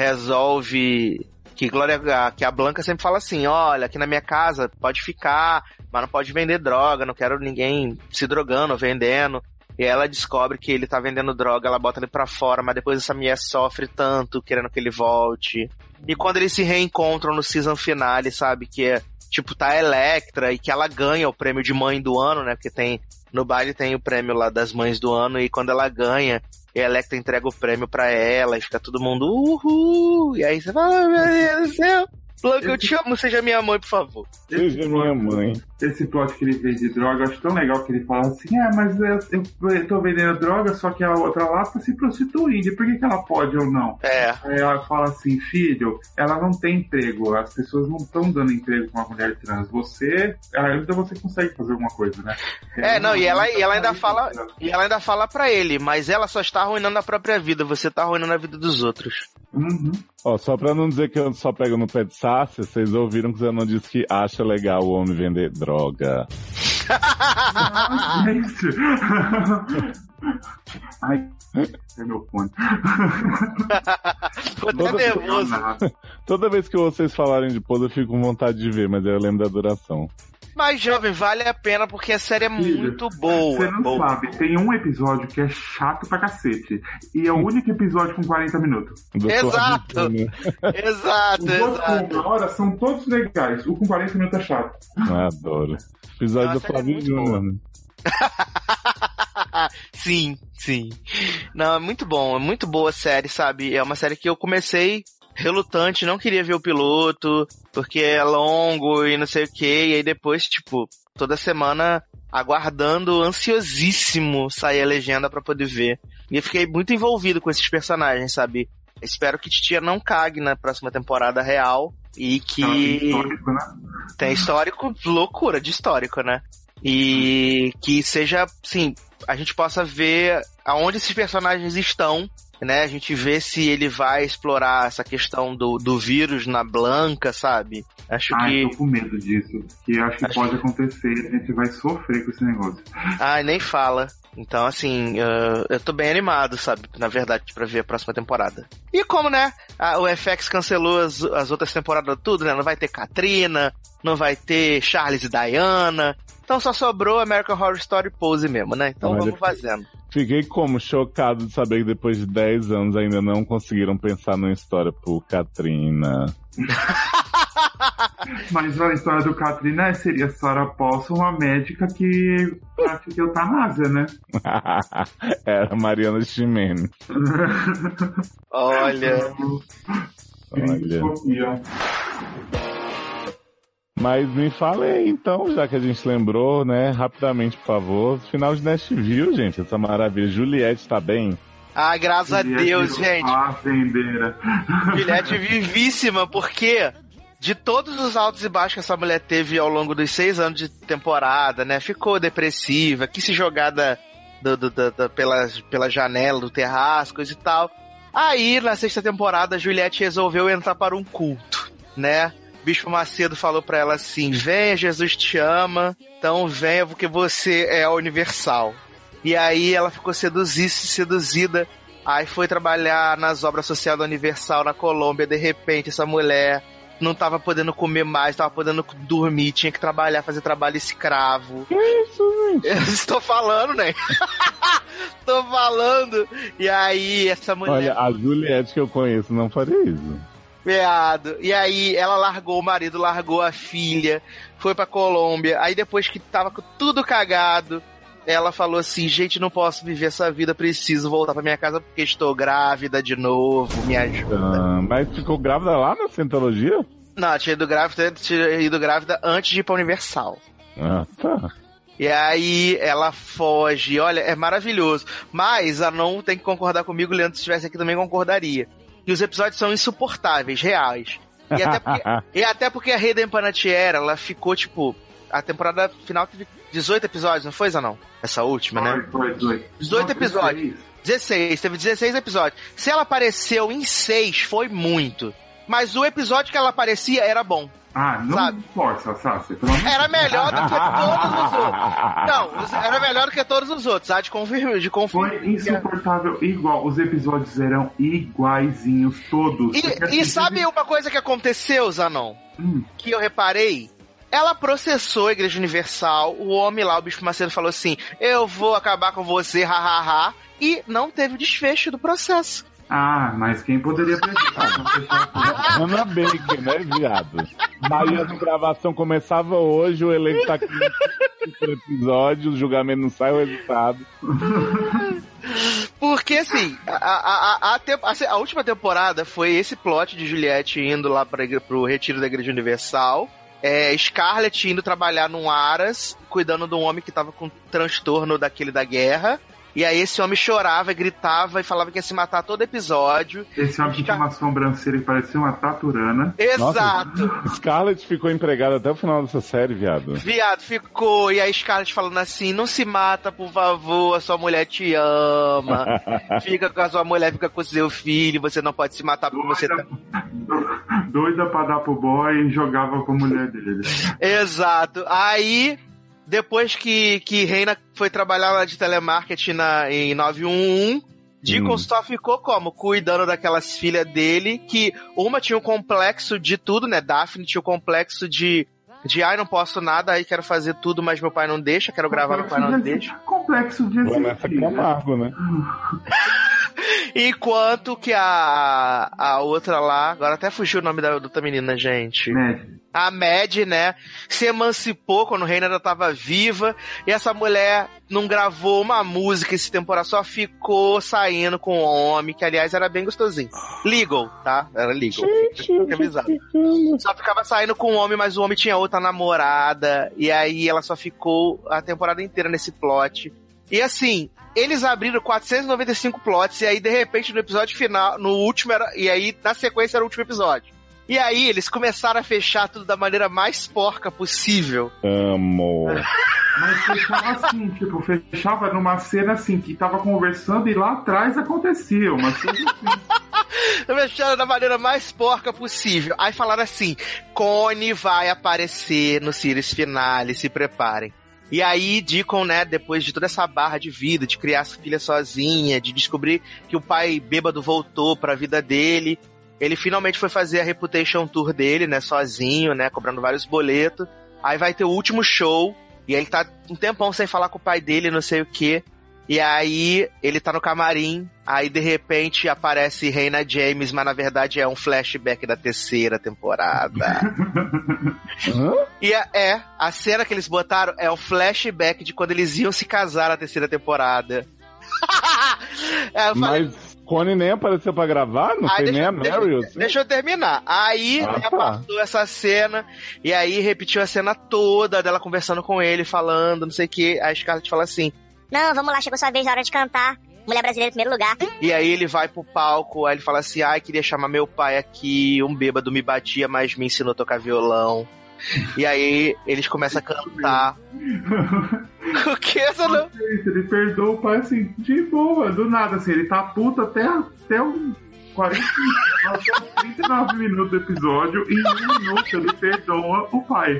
resolve que a Blanca sempre fala assim, olha, aqui na minha casa pode ficar, mas não pode vender droga, não quero ninguém se drogando ou vendendo. E ela descobre que ele tá vendendo droga, ela bota ele pra fora, mas depois essa mulher sofre tanto, querendo que ele volte. E quando eles se reencontram no season finale, sabe, que é, tipo, tá a Electra e que ela ganha o prêmio de mãe do ano, né, porque no baile tem o prêmio lá das mães do ano, e quando ela ganha, a Electra entrega o prêmio pra ela, e fica todo mundo, uhul, e aí você fala, meu Deus do céu, Blanca, eu te amo, seja minha mãe, por favor. Seja minha mãe. Esse plot que ele vende droga, eu acho tão legal que ele fala assim, mas eu tô vendendo droga, só que a outra lá tá se prostituindo, e por que ela pode ou não? Aí ela fala assim, filho, ela não tem emprego, as pessoas não estão dando emprego com uma mulher trans, ainda você consegue fazer alguma coisa, né? E ela ainda fala pra ele, mas ela só está arruinando a própria vida, você tá arruinando a vida dos outros. Só pra não dizer que eu só pego no pé de Sácia, vocês ouviram que o Zanon disse que acha legal o homem vender droga. Gente. Ai, é meu fone. Toda vez que vocês falarem de Pose, eu fico com vontade de ver, mas eu lembro da duração. Mas, jovem, vale a pena porque a série é muito boa. Você não sabe, tem um episódio que é chato pra cacete. E é o único episódio com 40 minutos. Exato! Exato, Os outros com 1 hora são todos legais. O com 40 minutos é chato. Adoro. Episódio do Flávio Júnior, né? Sim. Não, é muito bom. É muito boa a série, sabe? É uma série que eu comecei... relutante, não queria ver o piloto, porque é longo e não sei o que, e aí depois, tipo, toda semana aguardando, ansiosíssimo sair a legenda pra poder ver. E eu fiquei muito envolvido com esses personagens, sabe? Espero que Titia não cague na próxima temporada real e que... Tem histórico, né? Tem histórico, loucura de histórico, né? E que seja, assim, a gente possa ver aonde esses personagens estão, né? A gente vê se ele vai explorar essa questão do vírus na Blanca, sabe? Acho que... eu tô com medo disso. Que acho que pode acontecer e a gente vai sofrer com esse negócio. Nem fala. Então, assim, eu tô bem animado, sabe? Na verdade, pra ver a próxima temporada. E como, né? O FX cancelou as outras temporadas tudo, né? Não vai ter Katrina, não vai ter Charles e Diana. Então só sobrou American Horror Story Pose mesmo, né? Então vamos fazendo. Fiquei como chocado de saber que depois de 10 anos ainda não conseguiram pensar numa história pro Katrina. Mas a história do Katrina seria Sarah Paulson, uma médica que pratica eutanásia, né? Era Mariana Ximenes. Olha. Mas me fala aí, então, já que a gente lembrou, né? Rapidamente, por favor. Final de Nashville, gente, essa maravilha. Juliette tá bem? Graças a Deus, gente. Juliette vivíssima, porque de todos os altos e baixos que essa mulher teve ao longo dos 6 anos de temporada, né? Ficou depressiva, quis se jogar pela janela do terraço, coisa e tal. Aí, na 6ª temporada, a Juliette resolveu entrar para um culto, né? Bispo Macedo falou pra ela assim: venha, Jesus te ama, então venha porque você é universal. E aí ela ficou seduzida, aí foi trabalhar nas obras sociais da Universal na Colômbia. De repente essa mulher não tava podendo comer mais, tava podendo dormir, tinha que trabalhar, fazer trabalho escravo. Que isso, gente? Eu estou falando, né? Tô falando. E aí essa mulher... Olha, a Juliette que eu conheço não faria isso. Veado. E aí ela largou o marido, largou a filha, foi pra Colômbia. Aí depois que tava tudo cagado, ela falou assim: gente, não posso viver essa vida, preciso voltar pra minha casa porque estou grávida de novo, me ajuda. Mas ficou grávida lá na Scientologia? Não, tinha ido grávida antes de ir pra Universal. Tá. E aí ela foge, olha, é maravilhoso. Mas a não tem que concordar comigo, o Leandro, se estivesse aqui também concordaria. E os episódios são insuportáveis, reais. E até porque a Hayden Panettiere, ela ficou, tipo... A temporada final teve 18 episódios, não foi, Zanon? Essa última, né? Foi 18 episódios. 16, teve 16 episódios. Se ela apareceu em 6, foi muito. Mas o episódio que ela aparecia era bom. Não força, Sassi. Era melhor do que todos os outros. Não, era melhor do que todos os outros, de confirmar. Foi insuportável, igual. Os episódios eram iguaizinhos, todos. E sabe uma coisa que aconteceu, Zanon? Que eu reparei? Ela processou a Igreja Universal, o homem lá, o Bispo Macedo, falou assim: eu vou acabar com você, hahaha. E não teve desfecho do processo. Mas quem poderia pensar? Ana Baker, né, viado? Aí a gravação começava hoje, o elenco tá aqui no episódio, o julgamento não sai, o resultado. Porque, assim, a última temporada foi esse plot de Juliette indo lá pro retiro da Igreja Universal. Scarlett indo trabalhar num Aras, cuidando de um homem que tava com transtorno da guerra. E aí esse homem chorava, gritava e falava que ia se matar todo episódio. Esse homem tinha uma sobrancelha que parecia uma taturana. Exato. Nossa, Scarlett ficou empregada até o final dessa série, viado. Viado, ficou. E aí Scarlett falando assim: não se mata, por favor, a sua mulher te ama. Fica com a sua mulher, fica com o seu filho, você não pode se matar porque você tá... Doida pra dar pro boy e jogava com a mulher dele. Exato. Aí... Depois que Reina foi trabalhar lá de telemarketing em 911, Deacon só ficou como? Cuidando daquelas filhas dele, que uma tinha um complexo de tudo, né? Daphne tinha o complexo de não posso nada, aí quero fazer tudo, mas meu pai não deixa, quero gravar, meu pai não deixa. Complexo de amargo, né? Enquanto que a outra lá, agora até fugiu o nome da outra menina, gente. A Mad, né, se emancipou quando Reina ainda tava viva, e essa mulher não gravou uma música esse temporada, só ficou saindo com o homem, que aliás era bem gostosinho. Legal, tá? Era legal. Fica avisado. Só ficava saindo com o homem, mas o homem tinha outra namorada, e aí ela só ficou a temporada inteira nesse plot. E assim, eles abriram 495 plots, e aí, de repente, no episódio final, no último era... E aí, na sequência, era o último episódio. E aí, eles começaram a fechar tudo da maneira mais porca possível. Amo. Mas fechava assim, tipo, fechava numa cena assim, que tava conversando e lá atrás acontecia uma coisa assim. Fecharam da maneira mais porca possível. Aí falaram assim, Connie vai aparecer no series finale, se preparem. E aí, Deacon, né, depois de toda essa barra de vida, de criar sua filha sozinha, de descobrir que o pai bêbado voltou pra vida dele, ele finalmente foi fazer a Reputation Tour dele, né, sozinho, né, cobrando vários boletos. Aí vai ter o último show, e aí ele tá um tempão sem falar com o pai dele, não sei o quê. E aí, ele tá no camarim, aí de repente aparece Reina James, mas na verdade é um flashback da 3ª temporada. E a cena que eles botaram é um flashback de quando eles iam se casar na 3ª temporada. Mas Connie nem apareceu pra gravar? Não tem nem a Meryl? Assim? Deixa eu terminar. Aí, passou essa cena, e aí repetiu a cena toda dela conversando com ele, falando, não sei o que. A Scarlett fala assim... Não, vamos lá, chegou sua vez, na hora de cantar. Mulher brasileira em primeiro lugar. E aí ele vai pro palco, aí ele fala assim, queria chamar meu pai aqui, um bêbado me batia, mas me ensinou a tocar violão. E aí eles começam a cantar. O que essa não? Ele perdoa o pai assim, de boa, do nada, assim, ele tá puto até um 39 minutos do episódio, e em 1 minuto ele perdoa o pai.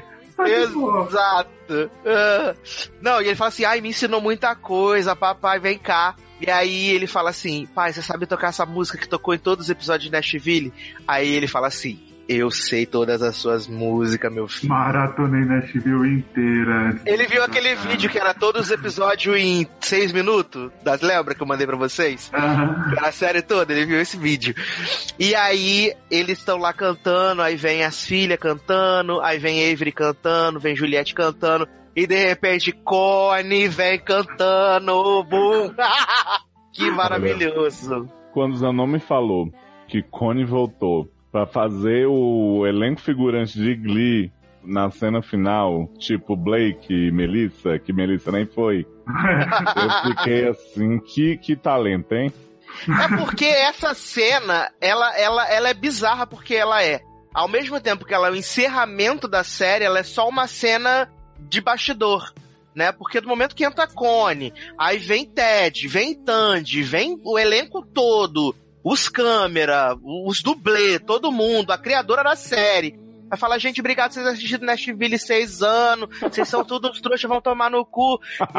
Exato. Não, e ele fala assim, me ensinou muita coisa, papai, vem cá. E aí ele fala assim, pai, você sabe tocar essa música que tocou em todos os episódios de Nashville? Aí ele fala assim, eu sei todas as suas músicas, meu filho. Maratonei Nashville inteira. Ele viu aquele vídeo que era todos os episódios em 6 minutos? Lembra que eu mandei pra vocês? A série toda, ele viu esse vídeo. E aí, eles estão lá cantando, aí vem as filhas cantando, aí vem Avery cantando, vem Juliette cantando, e de repente Connie vem cantando, boom! Que maravilhoso! Quando o Zanon me falou que Connie voltou pra fazer o elenco figurante de Glee na cena final, tipo Blake e Melissa, que Melissa nem foi. Eu fiquei assim, que talento, hein? É porque essa cena, ela é bizarra porque ela é. Ao mesmo tempo que ela é o encerramento da série, ela é só uma cena de bastidor, né? Porque do momento que entra a Connie, aí vem Ted, vem Tandy, vem o elenco todo, os câmera, os dublê, todo mundo, a criadora da série. Vai falar, gente, obrigado por vocês assistido Nashville 6 anos, vocês são todos trouxas, vão tomar no cu. E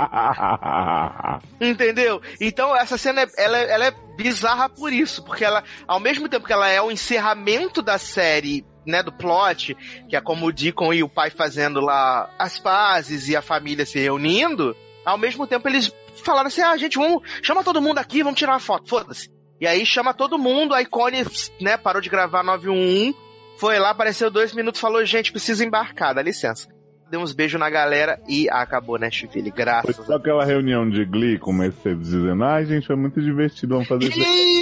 aí... Entendeu? Então, essa cena, ela é bizarra por isso, porque ela, ao mesmo tempo que ela é o encerramento da série, né, do plot, que é como o Deacon e o pai fazendo lá as pazes e a família se reunindo, ao mesmo tempo eles falaram assim, gente, vamos, chama todo mundo aqui, vamos tirar uma foto, foda-se. E aí chama todo mundo, a Connie, né, parou de gravar 911, foi lá, apareceu 2 minutos, falou, gente, precisa embarcar, dá licença. Deu uns beijos na galera e acabou Nashville, graças a Deus. Foi só aquela reunião de Glee com o Mercedes dizendo, gente, foi muito divertido, vamos fazer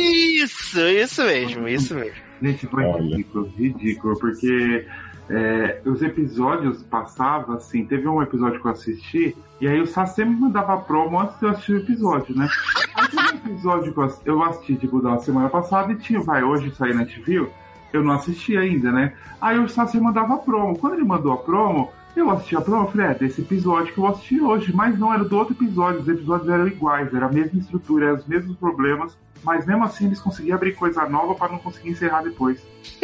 isso mesmo. Gente, foi ridículo, porque os episódios passavam, assim, teve um episódio que eu assisti, e aí o Saci me mandava promo antes de eu assistir o episódio, né? Aí teve um episódio que eu assisti, tipo, da semana passada, e tinha, hoje sair na TV, eu não assisti ainda, né? Aí o Saci mandava promo. Quando ele mandou a promo, eu assisti a promo, eu falei, desse episódio que eu assisti hoje, mas não era do outro episódio, os episódios eram iguais, era a mesma estrutura, eram os mesmos problemas, mas mesmo assim eles conseguiam abrir coisa nova pra não conseguir encerrar depois.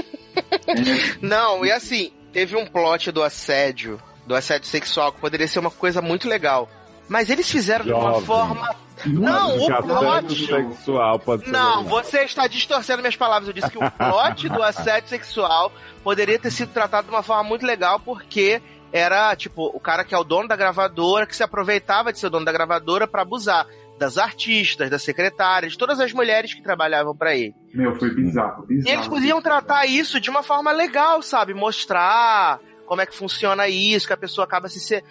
Não, e assim, teve um plot do assédio sexual, que poderia ser uma coisa muito legal. Mas eles fizeram de uma forma... Não, o plot... sexual pode ser não, legal. Você está distorcendo minhas palavras. Eu disse que o plot do assédio sexual poderia ter sido tratado de uma forma muito legal, porque era, tipo, o cara que é o dono da gravadora, que se aproveitava de ser o dono da gravadora pra abusar das artistas, das secretárias, de todas as mulheres que trabalhavam pra ele. Foi bizarro. E eles podiam tratar isso de uma forma legal, sabe? Mostrar como é que funciona isso, que a pessoa acaba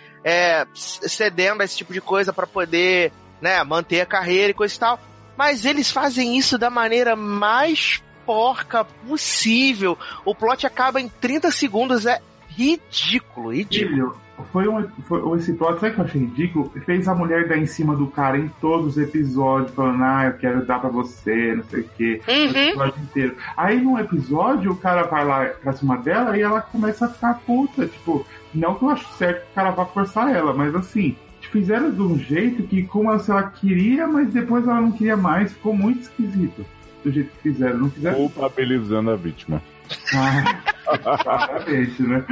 cedendo a esse tipo de coisa pra poder, né, manter a carreira e coisa e tal. Mas eles fazem isso da maneira mais porca possível. O plot acaba em 30 segundos, é ridículo. Filho, foi esse plot, sabe o que eu achei ridículo? Fez a mulher dar em cima do cara em todos os episódios, falando, eu quero dar pra você, não sei o quê. O episódio inteiro. Aí num episódio, o cara vai lá pra cima dela e ela começa a ficar puta. Tipo, não que eu acho certo que o cara vá forçar ela, mas assim, fizeram de um jeito que como se ela queria, mas depois ela não queria mais. Ficou muito esquisito do jeito que fizeram. Não fizeram? Culpabilizando a vítima. Claramente, né?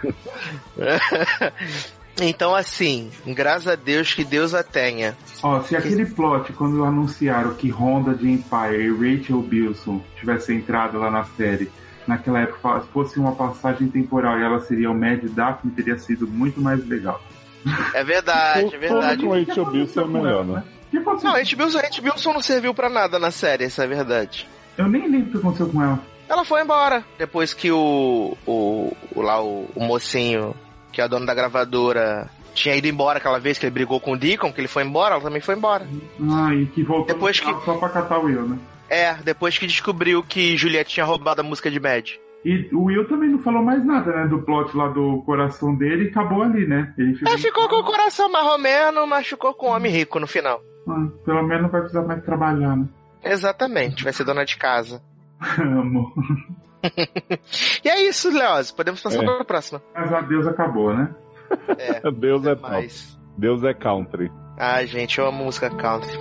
Então, assim, graças a Deus, que Deus a tenha. Ó, se aquele plot, quando anunciaram que Honda de Empire e Rachel Bilson tivessem entrado lá na série, naquela época, fosse uma passagem temporal e ela seria o Mad Daphne, teria sido muito mais legal. É verdade, é verdade. O Rachel Bilson é melhor, né? Não, a Rachel Bilson não serviu pra nada na série, essa é a verdade. Eu nem lembro o que aconteceu com ela. Ela foi embora. Depois que o mocinho, que é o dono da gravadora, tinha ido embora aquela vez que ele brigou com o Deacon, que ele foi embora, ela também foi embora. E que voltou só pra catar o Will, né? Depois que descobriu que Juliette tinha roubado a música de Mad. E o Will também não falou mais nada, né? Do plot lá do coração dele e acabou ali, né? Ele ficou com o coração marromeno, machucou com um homem rico no final. Pelo menos não vai precisar mais trabalhar, né? Exatamente, vai ser dona de casa. Amo. E é isso, Leoz. Podemos passar para a próxima. Mas a Deus acabou, né? Deus é top. Deus é country. Gente, eu amo música country.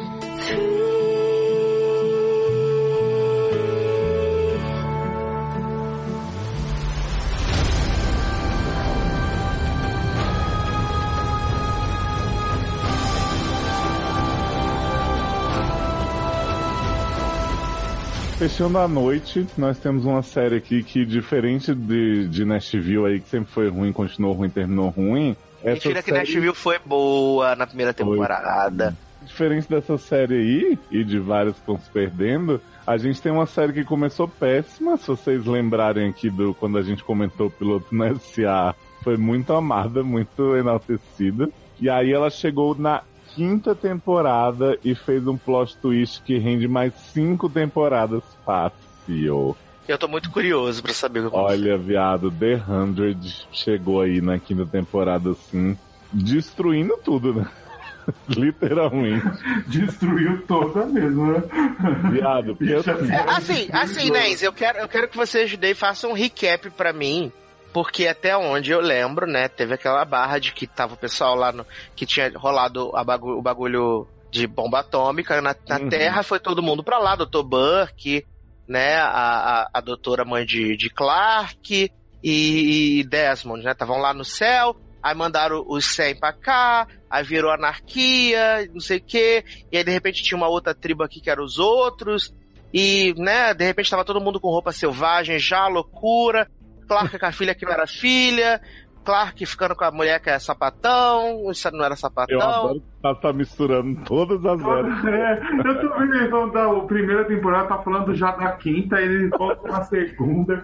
Fechando a noite, nós temos uma série aqui que, diferente de Nashville aí, que sempre foi ruim, continuou ruim, terminou ruim. Mentira que Nashville foi boa na primeira temporada. Diferente dessa série aí, e de várias que estão se perdendo, a gente tem uma série que começou péssima. Se vocês lembrarem aqui quando a gente comentou o piloto no SA, foi muito amada, muito enaltecida. E aí ela chegou na 5ª temporada e fez um plot twist que rende mais 5 temporadas fácil. Eu tô muito curioso pra saber o que aconteceu. Olha, viado, The 100 chegou aí na 5ª temporada, assim, destruindo tudo, né? Literalmente. Destruiu toda mesmo, né? Viado, porque assim, Nens, eu quero que você ajude e faça um recap pra mim. Porque até onde eu lembro, né, teve aquela barra de que tava o pessoal lá que tinha rolado o bagulho de bomba atômica na Terra, foi todo mundo pra lá, Dr. Burke, né, a doutora mãe de Clark e Desmond, né, estavam lá no céu, aí mandaram os 100 pra cá, aí virou anarquia, não sei o quê, e aí de repente tinha uma outra tribo aqui que eram os outros, e, né, de repente tava todo mundo com roupa selvagem, já loucura, Clark com a filha que não era filha, Clark ficando com a mulher que é sapatão, isso não era sapatão. Eu adoro que tá misturando todas as eras. Eu tô vendo eles vão dar a primeira temporada, tá falando já da 5ª, eles voltam na 2ª.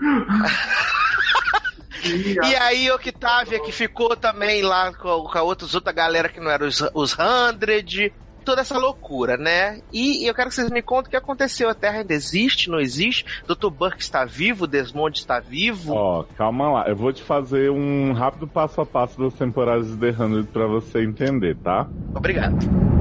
E aí Octavia que ficou também lá com a outra galera que não era os 100, toda essa loucura, né? E eu quero que vocês me contem o que aconteceu. A Terra ainda existe, não existe? Dr. Burke está vivo? Desmond está vivo? Calma lá. Eu vou te fazer um rápido passo a passo das temporadas de The 100 pra você entender, tá? Obrigado.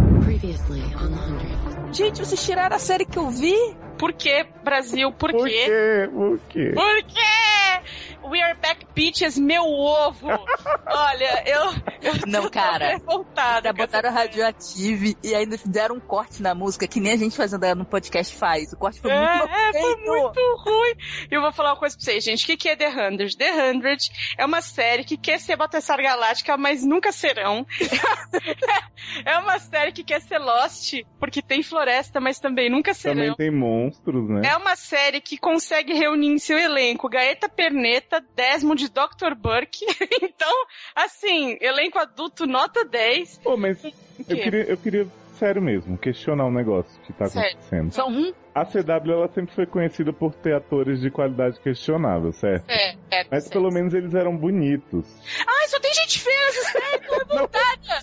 Gente, vocês tiraram a série que eu vi? Por quê, Brasil? Por quê? Por quê? Por quê? We are back, bitches, meu ovo. Olha, eu não, cara, revoltada. Botaram Radioactive e ainda fizeram um corte na música que nem a gente fazendo no podcast faz. O corte foi foi muito ruim. E eu vou falar uma coisa pra vocês, gente. O que é The 100? The 100 é uma série que quer ser Battlestar Galáctica, mas nunca serão. É uma série que quer ser Lost, porque tem floresta, mas também nunca serão. Também tem monstros, né? É uma série que consegue reunir em seu elenco Gaeta Perneta, Desmond, Dr. Burke. Então, assim, elenco adulto nota 10. Pô, mas eu queria, sério mesmo, questionar um negócio que tá acontecendo. Só um? A CW, ela sempre foi conhecida por ter atores de qualidade questionável, certo? Mas pelo menos eles eram bonitos. Ai, só tem gente feia nessa série, tô revoltada.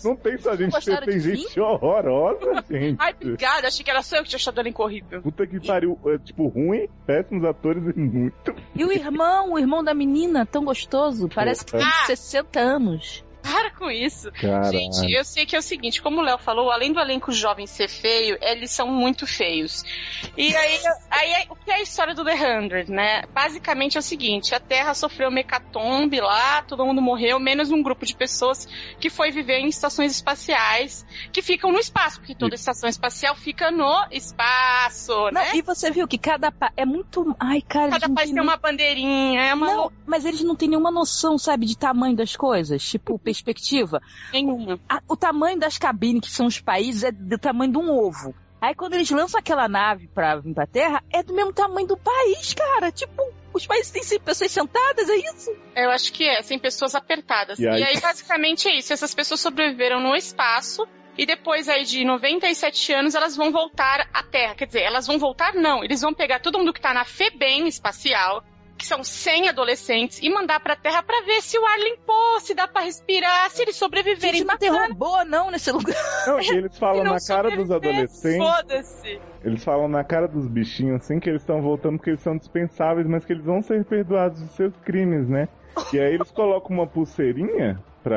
Não tem só gente feia, tem gente horrorosa, gente. Ai, obrigada, achei que era só eu que tinha achado ela horrível. Puta que pariu, tipo, ruim, péssimos atores e muito. E o irmão da menina, tão gostoso, parece que tem 60 anos. Para com isso. Caralho. Gente, eu sei que é o seguinte, como o Léo falou, além do elenco jovem ser feio, eles são muito feios. E aí o que é a história do The 100, né? Basicamente é o seguinte, a Terra sofreu uma hecatombe lá, todo mundo morreu, menos um grupo de pessoas que foi viver em estações espaciais, que ficam no espaço, porque toda estação espacial fica no espaço, né? Não, e você viu que cada é muito... Ai, cara... Cada país tem uma bandeirinha, é uma... Não, mas eles não têm nenhuma noção, sabe, de tamanho das coisas, tipo... perspectiva. Nenhuma. O tamanho das cabines, que são os países, é do tamanho de um ovo. Aí quando eles lançam aquela nave pra vir pra Terra, é do mesmo tamanho do país, cara. Tipo, os países têm 100 pessoas sentadas, é isso? Eu acho que é, 100 pessoas apertadas. E aí basicamente é isso. Essas pessoas sobreviveram no espaço e depois aí de 97 anos elas vão voltar à Terra. Quer dizer, elas vão voltar não. Eles vão pegar todo mundo que tá na FEBEM espacial, que são 100 adolescentes, e mandar pra Terra pra ver se o ar limpou, se dá pra respirar, se eles sobreviverem. Gente, não tem robô não nesse lugar. Não, e eles falam na cara dos adolescentes. Foda-se. Eles falam na cara dos bichinhos, assim, que eles estão voltando porque eles são dispensáveis, mas que eles vão ser perdoados dos seus crimes, né? E aí eles colocam uma pulseirinha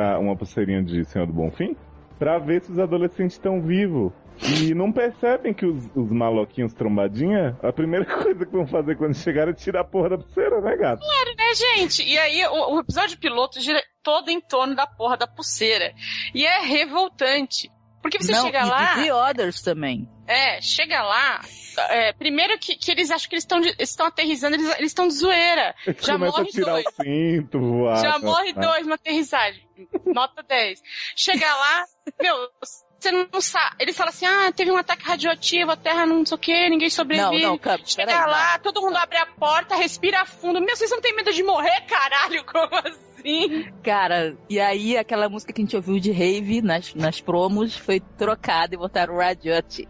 de Senhor do Bonfim, pra ver se os adolescentes estão vivos. E não percebem que os maloquinhos trombadinha, a primeira coisa que vão fazer quando chegar é tirar a porra da pulseira, né, gato? Claro, né, gente? E aí o episódio piloto gira todo em torno da porra da pulseira. E é revoltante. Porque você chega lá... E The Others também. Chega lá... primeiro que eles acham que eles estão aterrissando, eles estão de zoeira. Já morre dois. Tirar o cinto, voar, já morre dois na aterrissagem. Nota 10. Chega lá... Meu... Você não sabe. Eles falam assim, teve um ataque radioativo, a Terra não sei o que, ninguém sobrevive. Não, chega lá, todo mundo abre a porta, respira fundo. Meu, vocês não têm medo de morrer, caralho? Como assim? Cara, e aí aquela música que a gente ouviu de rave nas promos foi trocada e botaram Radioactive.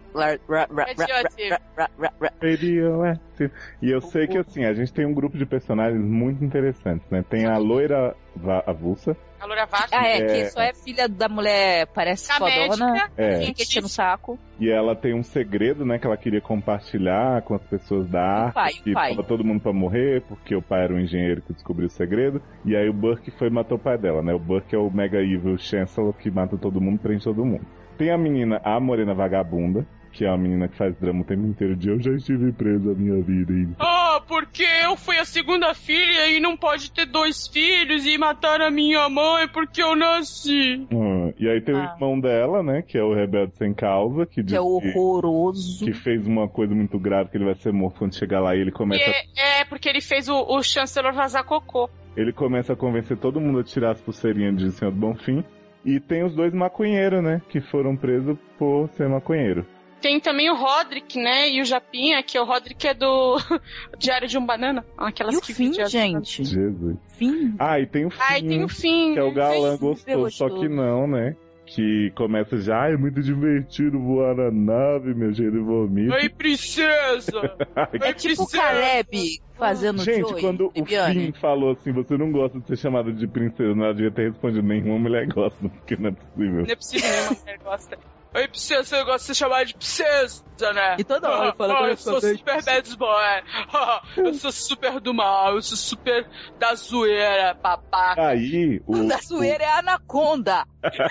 Radioactive. E eu sei que assim, a gente tem um grupo de personagens muito interessantes, né? Tem a loira avulsa. A loira avulsa. Que só é filha da mulher, parece fodona. Fica enchendo o saco. E ela tem um segredo, né? Que ela queria compartilhar com as pessoas da arte. Que tava todo mundo pra morrer, porque o pai era um engenheiro que descobriu o segredo. E aí o Burke foi e matou o pai dela, né? O Burke é o mega evil Chancellor que mata todo mundo, prende todo mundo. Tem a menina, a morena vagabunda, que é uma menina que faz drama o tempo inteiro de eu já estive presa a minha vida. Porque eu fui a segunda filha e não pode ter 2 filhos e matar a minha mãe porque eu nasci. E aí tem o irmão dela, né, que é o rebelde sem causa, que diz que é horroroso. Que fez uma coisa muito grave, que ele vai ser morto quando chegar lá e ele começa... porque ele fez o Chancellor vazar cocô. Ele começa a convencer todo mundo a tirar as pulseirinhas de Senhor do Bonfim. E tem os 2 maconheiros, né, que foram presos por ser maconheiro. Tem também o Roderick, né? E o Japinha, que o Roderick é do Diário de um Banana. Aquelas e o Finn, gente? Jesus. Finn. E tem o Finn. Tem o Finn. Que é o galã gostoso, só que não, né? Que começa já, é muito divertido voar na nave, meu jeito de vomito. Oi, princesa! É tipo o Caleb fazendo Gente, Joey, quando o Finn falou assim, você não gosta de ser chamada de princesa, não devia ter respondido, nenhuma mulher gosta, porque não é possível. Não é possível, nenhuma mulher gosta. Oi, princesa, eu gosto de ser chamada de princesa, né? E toda hora fala eu sou super bad boy. Eu sou super do mal, eu sou super da zoeira, babaca. Aí, da zoeira é a Anaconda.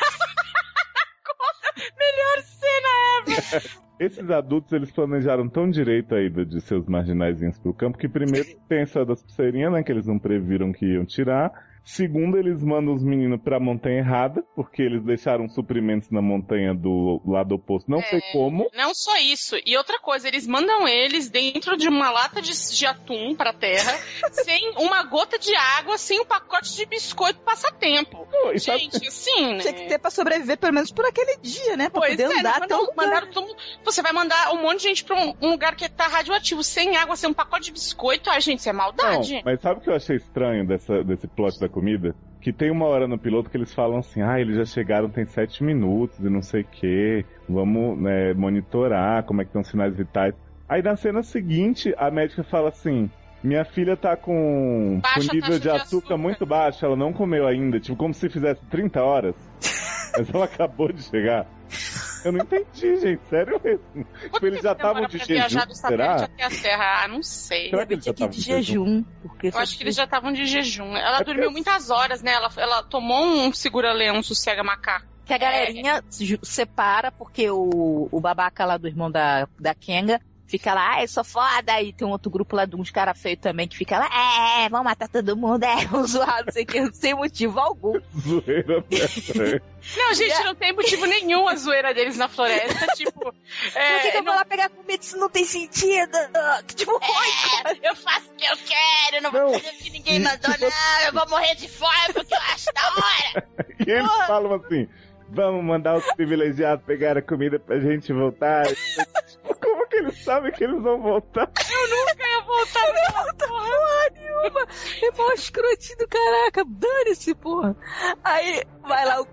Melhor cena ever. Esses adultos, eles planejaram tão direito a ida de seus marginaizinhos pro campo, que primeiro tem essa das pulseirinhas, né, que eles não previram que iam tirar. Segundo, eles mandam os meninos pra montanha errada, porque eles deixaram suprimentos na montanha do lado oposto, não sei como. Não só isso. E outra coisa, eles mandam eles dentro de uma lata de atum pra terra, sem uma gota de água, sem um pacote de biscoito passatempo. Gente, assim, né? Tinha que ter pra sobreviver pelo menos por aquele dia, né? Pra poder andar até o lugar. Você vai mandar um monte de gente pra um lugar que tá radioativo, sem água, sem um pacote de biscoito. Gente, isso é maldade. Não, mas sabe o que eu achei estranho desse plot da comida? Que tem uma hora no piloto que eles falam assim, eles já chegaram, tem 7 minutos e não sei o que, vamos monitorar como é que estão os sinais vitais. Aí na cena seguinte, a médica fala assim, minha filha tá com nível de açúcar muito baixo, ela não comeu ainda, tipo como se fizesse 30 horas. Mas ela acabou de chegar. Eu não entendi, gente. Sério mesmo. Tipo, eles já estavam de jejum, será? Até a serra, não sei. Será que eles já estavam de jejum? Porque eu acho que eles já estavam de jejum. Ela dormiu muitas horas, né? Ela tomou um segura-leão, um sossega macaco. Que a galerinha separa, porque o babaca lá do irmão da Kenga fica lá, eu sou foda, e tem um outro grupo lá de uns caras feios também que fica lá, vamos matar todo mundo, vamos zoar, não sei o que, sem motivo algum. Zoeira, Não, gente, não tem motivo nenhum a zoeira deles na floresta, tipo... Por que eu vou lá pegar comida? Isso não tem sentido. Tipo, cara. Eu faço o que eu quero, não vou fazer o que ninguém mandou, não, eu vou morrer de fome porque eu acho da hora. E eles falam assim, vamos mandar os privilegiados pegar a comida pra gente voltar. Como que eles sabem que eles vão voltar? Eu nunca ia voltar naquela porra nenhuma. É mó escrotinho do caraca. Dane-se, porra. Aí, vai lá o...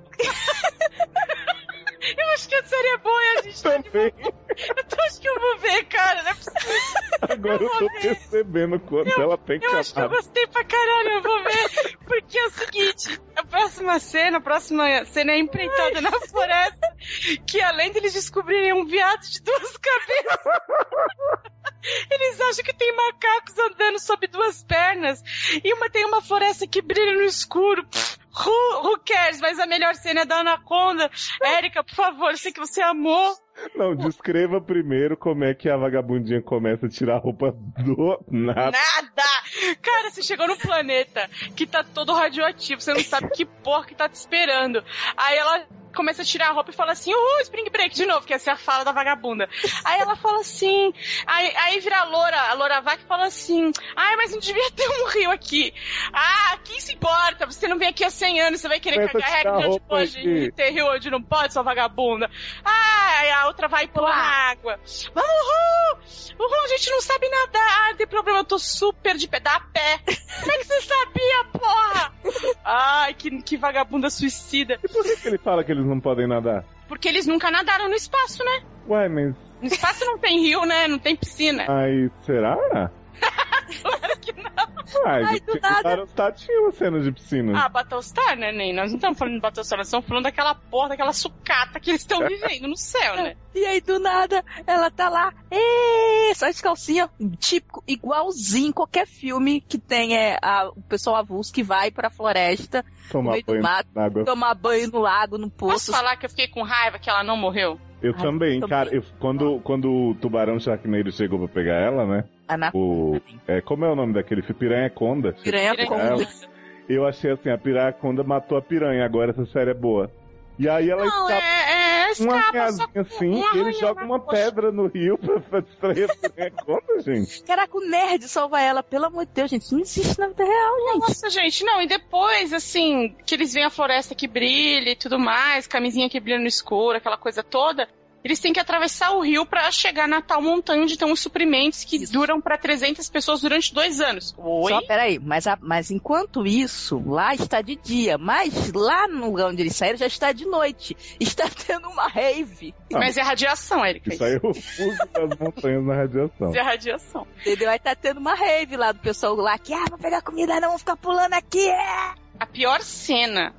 Eu acho que a série é boa e a gente também. Eu acho que eu vou ver, cara. Não é possível. Agora eu tô percebendo quanto ela tem Eu acho que eu gostei pra caralho, eu vou ver. Porque é o seguinte, a próxima cena é empreitada na floresta, que além deles descobrirem um viado de 2 cabeças, eles acham que tem macacos andando sob 2 pernas. E tem uma floresta que brilha no escuro. Who cares? Mas a melhor cena é da Anaconda. Érica, por favor, eu sei que você amou. Não, descreva primeiro como é que a vagabundinha começa a tirar a roupa do nada. Nada! Cara, você chegou num planeta que tá todo radioativo, você não sabe que porra que tá te esperando. Aí ela começa a tirar a roupa e fala assim, Spring Break, de novo, que essa é a fala da vagabunda. Aí ela fala assim, aí vira a Loura Vaca e fala assim, mas não devia ter um rio aqui. Quem se importa? Você não vem aqui há 100 anos, você vai querer cagar regra de onde pode e ter rio onde não pode, sua vagabunda. Aí a outra vai pular na água. Vamos, a gente não sabe nadar. Não tem problema, eu tô super de pé, dá a pé. Como é que você sabia, porra? Ai, que vagabunda suicida. E por que ele fala que eles não podem nadar? Porque eles nunca nadaram no espaço, né? Ué, mas... No espaço não tem rio, né? Não tem piscina. Aí, será? Claro que não. Do nada. Tinha uma cena de piscina. Battlestar, né, Ney? Nós não estamos falando de Battlestar, nós estamos falando daquela porra, daquela sucata que eles estão vivendo no céu, né? E aí, do nada, ela tá lá, só de calcinha, típico, igualzinho qualquer filme que tem o pessoal avulso que vai pra floresta, tomar banho na água. Tomar banho no lago, no poço. Posso falar que eu fiquei com raiva que ela não morreu? Eu também, cara. Quando o tubarão Sharknado chegou pra pegar ela, né? Como é o nome daquele filme? Piranha-Conda. Piranha-Conda. Eu achei assim, a Piranha-Conda matou a piranha, agora essa série é boa. E aí ela uma arranhazinha assim, e ele joga uma pedra no rio pra distrair a Piranha-Conda, gente. Caraca, o nerd salva ela, pelo amor de Deus, gente. Isso não existe na vida real, gente. Nossa, gente, não. E depois, assim, que eles veem a floresta que brilha e tudo mais, camisinha que brilha no escuro, aquela coisa toda... Eles têm que atravessar o rio pra chegar na tal montanha onde estão os suprimentos que duram pra 300 pessoas durante 2 anos. Oi? Só, peraí, mas enquanto isso, lá está de dia, mas lá no lugar onde eles saíram já está de noite. Está tendo uma rave. Mas é radiação, Erika. Isso aí é o fuso das montanhas na radiação. Isso é radiação. Entendeu? Aí tá tendo uma rave lá do pessoal lá que, vou pegar comida, não, vou ficar pulando aqui, A pior cena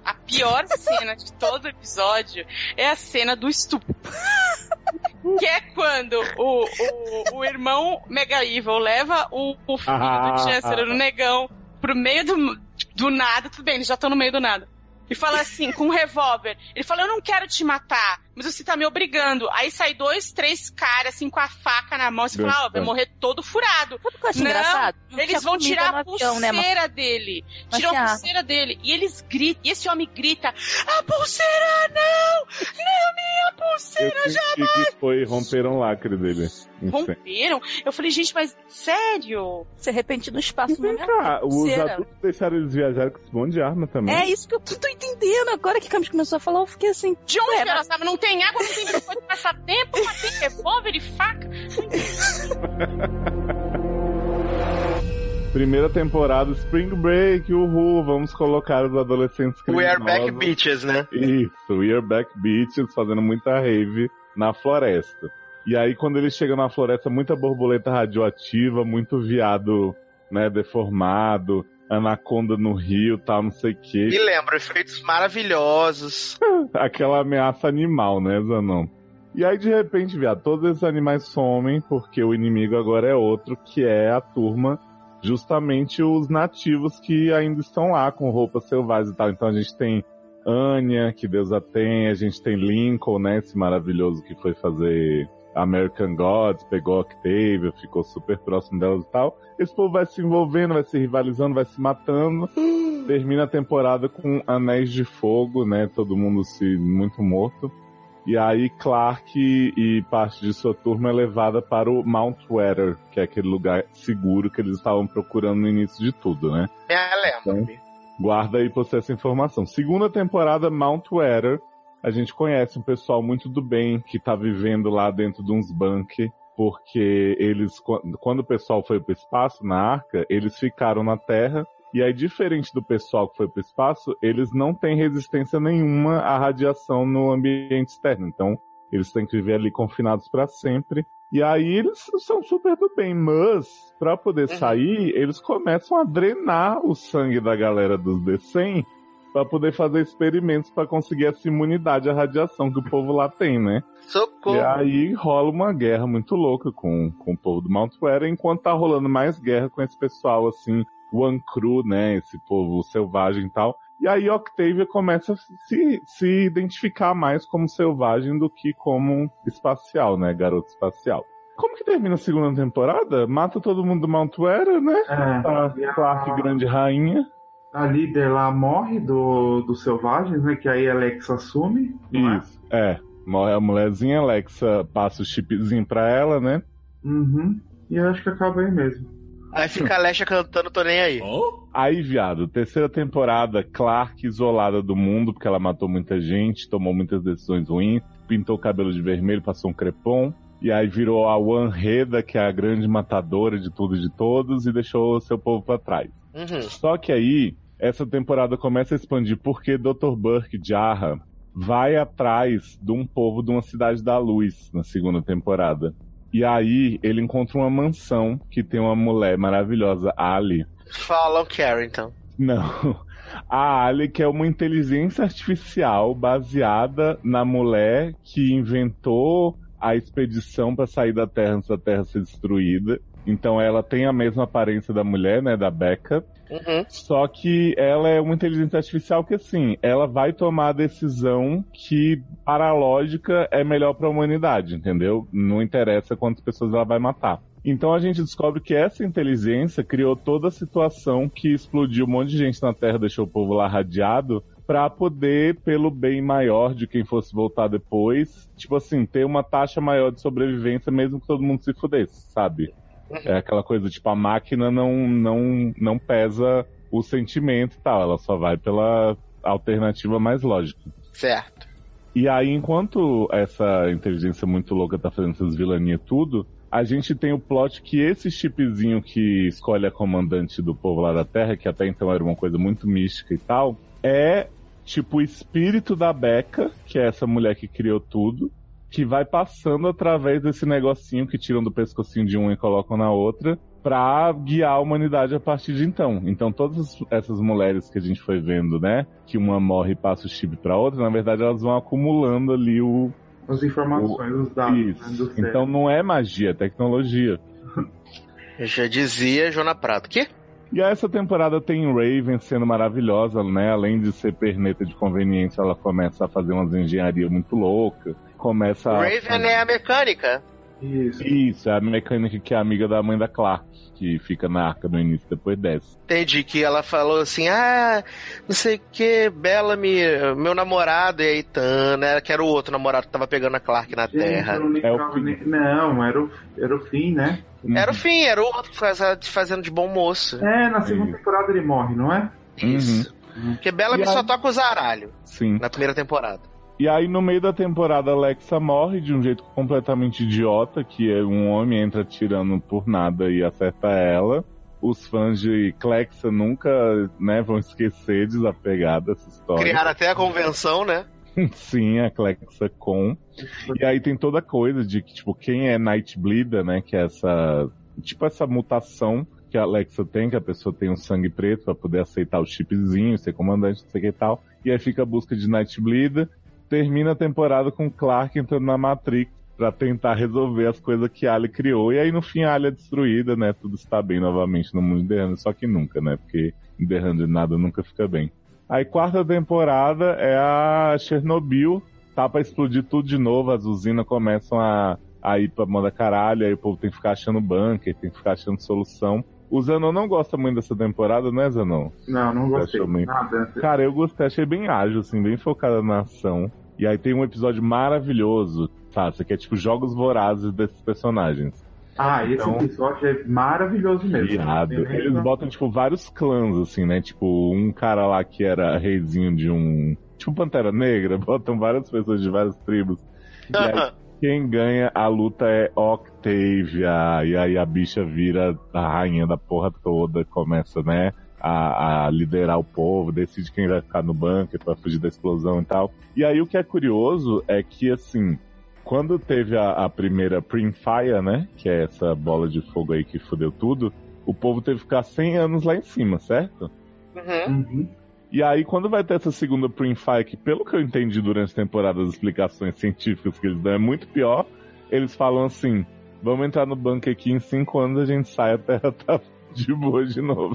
de todo o episódio é a cena do estupro. Que é quando o irmão Mega Evil leva o filho do Chancellor, o negão, pro meio do nada. Tudo bem, eles já estão no meio do nada. E fala assim, com um revólver. Ele fala, eu não quero te matar, mas você tá me obrigando. Aí sai 2, 3 caras, assim, com a faca na mão. Você fala, vai morrer todo furado. Sabe o que eu acho engraçado? Eles vão tirar a pulseira dele. Tiram a pulseira dele. E eles gritam, e esse homem grita, a pulseira não! Não, minha pulseira jamais! Romperam o lacre dele. Romperam? Eu falei, gente, mas sério? Se repente no espaço, não é? Os adultos deixaram eles viajarem com esse monte de arma também. É isso que eu tô entendendo. Agora que a Camis começou a falar, eu fiquei assim... De onde ela estava? Não tem água, não tem biscoito de passar tempo, mas tem revólver e faca. Primeira temporada, Spring Break, uhul, vamos colocar os adolescentes criminosos. We are back bitches, né? Isso, we are back bitches, fazendo muita rave na floresta. E aí, quando eles chegam na floresta, muita borboleta radioativa, muito viado, né, deformado. anaconda no rio, tal, não sei o quê. Me lembro, efeitos maravilhosos. Aquela ameaça animal, né, Zanon? E aí, de repente, viado, todos esses animais somem, porque o inimigo agora é outro, que é a turma, justamente os nativos que ainda estão lá, com roupas selvagens e tal. Então a gente tem Anya, que Deus a tem, a gente tem Lincoln, né, esse maravilhoso que foi fazer American Gods, pegou a Octavia, ficou super próximo delas e tal. Esse povo vai se envolvendo, vai se rivalizando, vai se matando. Termina a temporada com Anéis de Fogo, né, todo mundo muito morto. E aí Clark e parte de sua turma é levada para o Mount Weather, que é aquele lugar seguro que eles estavam procurando no início de tudo, né? Lembro. Então, guarda aí pra você essa informação. Segunda temporada, Mount Weather. A gente conhece um pessoal muito do bem que tá vivendo lá dentro de uns bunkers, porque eles, quando o pessoal foi pro espaço, na Arca, eles ficaram na Terra. E aí, diferente do pessoal que foi pro espaço, eles não têm resistência nenhuma à radiação no ambiente externo. Então, eles têm que viver ali confinados para sempre. E aí, eles são super do bem. Mas, para poder sair, eles começam a drenar o sangue da galera dos D100 para poder fazer experimentos para conseguir essa imunidade à radiação que o povo lá tem, né? Socorro! E aí, rola uma guerra muito louca com o povo do Mount Weather, enquanto tá rolando mais guerra com esse pessoal, assim, One Crew, né, esse povo selvagem e tal. E aí Octavia começa a se identificar mais como selvagem do que como espacial, né, garota espacial. Como que termina a segunda temporada? Mata todo mundo do Mount Weather, né? Clark, grande rainha. A líder lá morre dos selvagens, né, que aí a Alexa assume. Isso, morre a mulherzinha, a Alexa passa o chipzinho pra ela, né? Uhum. E eu acho que acaba aí mesmo. Aí fica a Alexa cantando Tô Nem Aí. Aí, viado, terceira temporada, Clark isolada do mundo, porque ela matou muita gente, tomou muitas decisões ruins, pintou o cabelo de vermelho, passou um crepom, e aí virou a One Reda, que é a grande matadora de tudo e de todos, e deixou o seu povo pra trás. Só que aí, essa temporada começa a expandir porque Dr. Burke Jarrah vai atrás de um povo de uma cidade da luz na segunda temporada. E aí, ele encontra uma mansão que tem uma mulher maravilhosa, Ali. Falam Carrie, então. Não. A Ali, que é uma inteligência artificial baseada na mulher que inventou a expedição para sair da Terra antes da Terra ser destruída. Então ela tem a mesma aparência da mulher, né, da Becca. Só que ela é uma inteligência artificial que, assim, ela vai tomar a decisão que, para a lógica, é melhor para a humanidade, entendeu? Não interessa quantas pessoas ela vai matar. Então a gente descobre que essa inteligência criou toda a situação que explodiu um monte de gente na Terra, deixou o povo lá radiado, pra poder, pelo bem maior de quem fosse voltar depois, tipo assim, ter uma taxa maior de sobrevivência mesmo que todo mundo se fudesse, sabe? É aquela coisa, tipo, a máquina não pesa o sentimento e tal, ela só vai pela alternativa mais lógica. Certo. E aí, enquanto essa inteligência muito louca tá fazendo essas vilanias tudo, a gente tem o plot que esse chipzinho que escolhe a comandante do povo lá da Terra, que até então era uma coisa muito mística e tal, é tipo o espírito da Becca, que é essa mulher que criou tudo, que vai passando através desse negocinho que tiram do pescocinho de uma e colocam na outra, pra guiar a humanidade a partir de então. Então todas essas mulheres que a gente foi vendo, né, que uma morre e passa o chip pra outra, na verdade elas vão acumulando ali as informações, os dados. Isso. Né, então não é magia, é tecnologia. Eu já dizia Jona Prato. Quê? E essa temporada tem Raven sendo maravilhosa, né? Além de ser perneta de conveniência, ela começa a fazer umas engenharias muito loucas. Raven é a mecânica. Isso, é a mecânica que é amiga da mãe da Clark, que fica na Arca no início, depois desce. Entendi, que ela falou assim, não sei o que, Bellamy, meu namorado, e aí né, que era o outro namorado que tava pegando a Clark na Terra. Não, era o Finn, né? Era o Finn, era o outro fazendo de bom moço. Na segunda temporada ele morre, não é? Isso. Porque Bellamy só toca o zaralho. Sim. Na primeira temporada. E aí, no meio da temporada, a Alexa morre de um jeito completamente idiota, que é um homem entra atirando por nada e acerta ela. Os fãs de Clexa nunca, né, vão esquecer, desapegada dessa história. Criaram até a convenção, né? Sim, a ClexaCon. E aí tem toda a coisa de que, tipo, quem é Nightbleeder, né, que é essa mutação que a Alexa tem, que a pessoa tem um sangue preto pra poder aceitar o chipzinho, ser comandante, não sei o que e tal. E aí fica a busca de Nightbleed. Termina a temporada com Clark entrando na Matrix pra tentar resolver as coisas que a Ali criou. E aí no fim a Ali é destruída, né? Tudo está bem novamente no mundo de The 100, só que nunca, né? Porque em The 100 nada nunca fica bem. Aí quarta temporada é a Chernobyl. Tá pra explodir tudo de novo, as usinas começam a ir pra manda caralho, aí o povo tem que ficar achando bunker, tem que ficar achando solução. O Zanon não gosta muito dessa temporada, né, Zanon? Não gostei. Nada. Cara, eu gostei, achei bem ágil, assim, bem focada na ação. E aí tem um episódio maravilhoso, sabe? Que é tipo jogos vorazes desses personagens. Esse episódio é maravilhoso mesmo. Irado. Eles botam, tipo, vários clãs, assim, né? Tipo, um cara lá que era reizinho de um... Tipo Pantera Negra, botam várias pessoas de várias tribos. E aí, quem ganha a luta é Octavia. E aí a bicha vira a rainha da porra toda, começa, né? A liderar o povo, decide quem vai ficar no bunker pra fugir da explosão e tal. E aí o que é curioso é que, assim, quando teve a primeira Primfire, né, que é essa bola de fogo aí que fudeu tudo, o povo teve que ficar 100 anos lá em cima, certo? Uhum. E aí quando vai ter essa segunda Primfire, que pelo que eu entendi durante a temporada, as explicações científicas que eles dão é muito pior, eles falam assim, vamos entrar no bunker aqui, em 5 anos a gente sai, a Terra tá de boa de novo.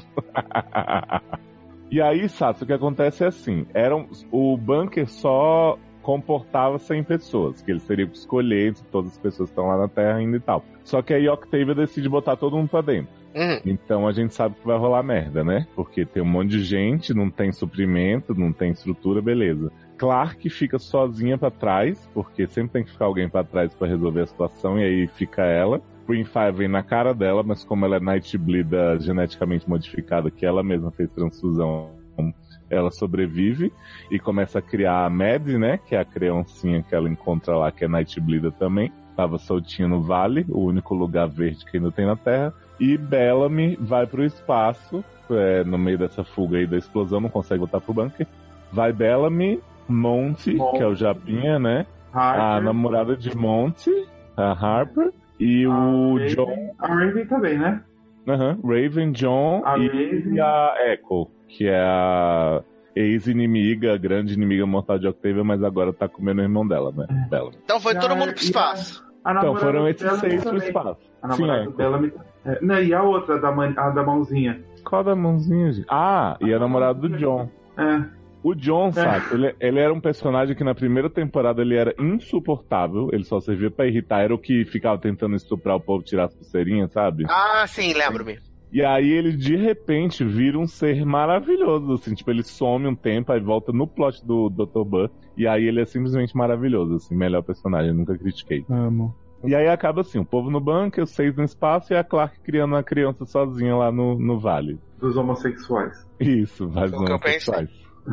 E aí, Sato, o que acontece é assim, o bunker só comportava 100 pessoas, que eles teriam que escolher entre todas as pessoas que estão lá na Terra ainda e tal. Só que aí Octavia decide botar todo mundo pra dentro. Então a gente sabe que vai rolar merda, né? Porque tem um monte de gente, não tem suprimento, não tem estrutura, beleza. Clark fica sozinha pra trás, porque sempre tem que ficar alguém pra trás pra resolver a situação, e aí fica ela. Primfire vem na cara dela, mas como ela é Nightbleed geneticamente modificada, que ela mesma fez transfusão, ela sobrevive e começa a criar a Mad, né? Que é a criancinha que ela encontra lá, que é Nightbleed também. Tava soltinha no vale, o único lugar verde que ainda tem na Terra. E Bellamy vai pro espaço, no meio dessa fuga aí da explosão, não consegue voltar pro bunker. Vai Bellamy, Monty, que é o Japinha, né? Harper. A namorada de Monty, a Harper. E o Raven. John. A Raven também, né? Raven, John e a Echo, que é a ex-inimiga, a grande inimiga mortal de Octavia, mas agora tá comendo o irmão dela, né? Bella. Então foi todo mundo pro espaço. Então foram esses 6 pro espaço. A namorada dela... e a outra, a da mãozinha? Qual da mãozinha, gente? E a namorada do John. O John, sabe? Ele era um personagem que na primeira temporada ele era insuportável, ele só servia pra irritar, era o que ficava tentando estuprar o povo, tirar as pulseirinhas, sabe? Sim, lembro-me. E aí ele de repente vira um ser maravilhoso, assim, tipo, ele some um tempo, aí volta no plot do Dr. Butt, e aí ele é simplesmente maravilhoso, assim, melhor personagem, nunca critiquei. Amo. E aí acaba assim, o povo no bunker, os 6 no espaço e a Clark criando uma criança sozinha lá no vale. Dos homossexuais. Isso, vários homossexuais.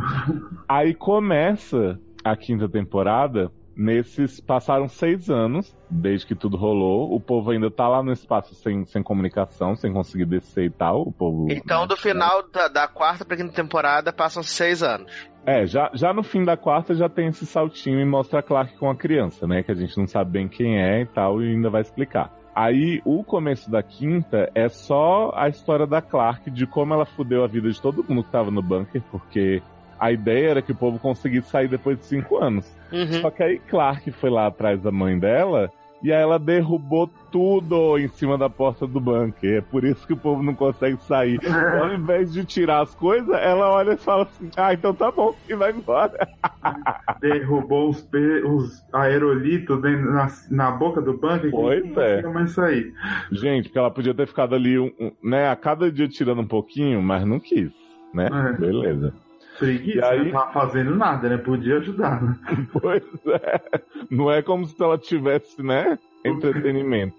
Aí começa a quinta temporada. Passaram 6 anos desde que tudo rolou. O povo ainda tá lá no espaço sem comunicação, sem conseguir descer e tal. O povo. Então, do final da quarta pra quinta temporada, passam 6 anos. Já no fim da quarta já tem esse saltinho e mostra a Clark com a criança, né? Que a gente não sabe bem quem é e tal, e ainda vai explicar. Aí, o começo da quinta é só a história da Clark, de como ela fudeu a vida de todo mundo que tava no bunker, porque a ideia era que o povo conseguisse sair depois de 5 anos. Só que aí Clark foi lá atrás da mãe dela, e aí ela derrubou tudo em cima da porta do bunker. É por isso que o povo não consegue sair. Ao invés de tirar as coisas, ela olha e fala assim, então tá bom, e vai embora. Derrubou os aerolitos na boca do bunker. Pois é. Mais sair. Gente, porque ela podia ter ficado ali, né, a cada dia tirando um pouquinho, mas não quis, né? Beleza. Preguiça, e aí... não tava fazendo nada, né? Podia ajudar, né? Pois é. Não é como se ela tivesse, né? Entretenimento.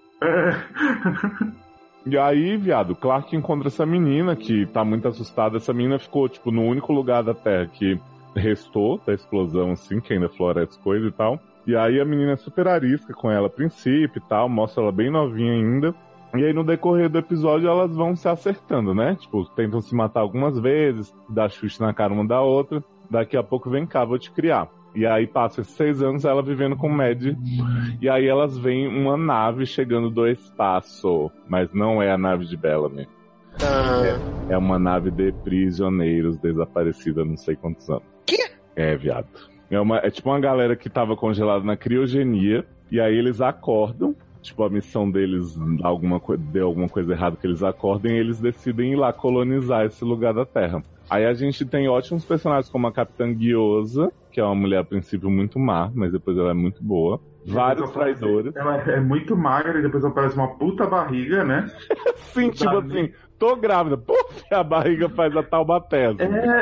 E aí, viado, Clark encontra essa menina que tá muito assustada. Essa menina ficou, tipo, no único lugar da Terra que restou da explosão, assim, que ainda floresce coisa e tal. E aí a menina é super arisca com ela a princípio e tal, mostra ela bem novinha ainda. E aí no decorrer do episódio elas vão se acertando, né? Tipo, tentam se matar algumas vezes, dá chute na cara uma da outra. Daqui a pouco vem cá, vou te criar. E aí passa esses 6 anos ela vivendo com o Mad. E aí elas veem uma nave chegando do espaço. Mas não é a nave de Bellamy. É uma nave de prisioneiros desaparecida há não sei quantos anos. Quê? É, viado. É tipo uma galera que tava congelada na criogenia, e aí eles acordam, tipo, a missão deles deu alguma coisa errada que eles acordem, e eles decidem ir lá colonizar esse lugar da Terra. Aí a gente tem ótimos personagens como a Capitã Gyoza, que é uma mulher a princípio muito má, mas depois ela é muito boa. Vários traidores. Ela é muito magra e depois aparece uma puta barriga, né? Sim, tipo assim, tô grávida. Puf, a barriga faz a Taubaté.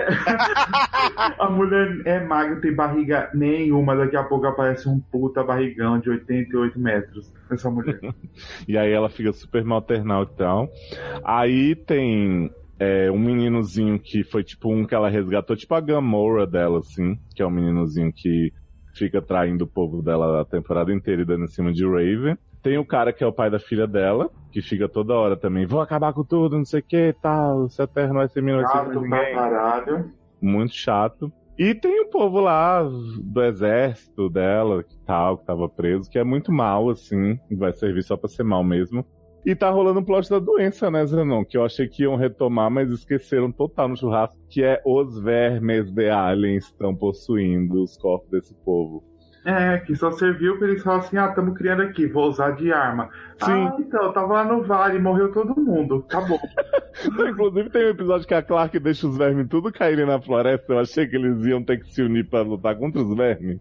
A mulher é magra, não tem barriga nenhuma. Daqui a pouco aparece um puta barrigão de 88 metros. Essa mulher. E aí ela fica super maternal e tal. Aí tem um meninozinho que foi tipo um que ela resgatou, tipo a Gamora dela, assim. Que é um meninozinho que fica traindo o povo dela a temporada inteira e dando em cima de Raven. Tem o cara que é o pai da filha dela, que fica toda hora também, vou acabar com tudo, não sei o que, tal, esse Eterno vai ser menor, chato pra caralho. Muito chato. E tem o povo lá do exército dela, que tava preso, que é muito mal, assim, vai servir só pra ser mal mesmo. E tá rolando o plot da doença, né, Zenon? Que eu achei que iam retomar, mas esqueceram total no churrasco, que é os vermes de aliens estão possuindo os corpos desse povo. Que só serviu pra eles falarem assim, estamos criando aqui, vou usar de arma. Sim. Então, tava lá no vale, morreu todo mundo, acabou. Inclusive tem um episódio que a Clark deixa os vermes tudo caírem na floresta, eu achei que eles iam ter que se unir pra lutar contra os vermes.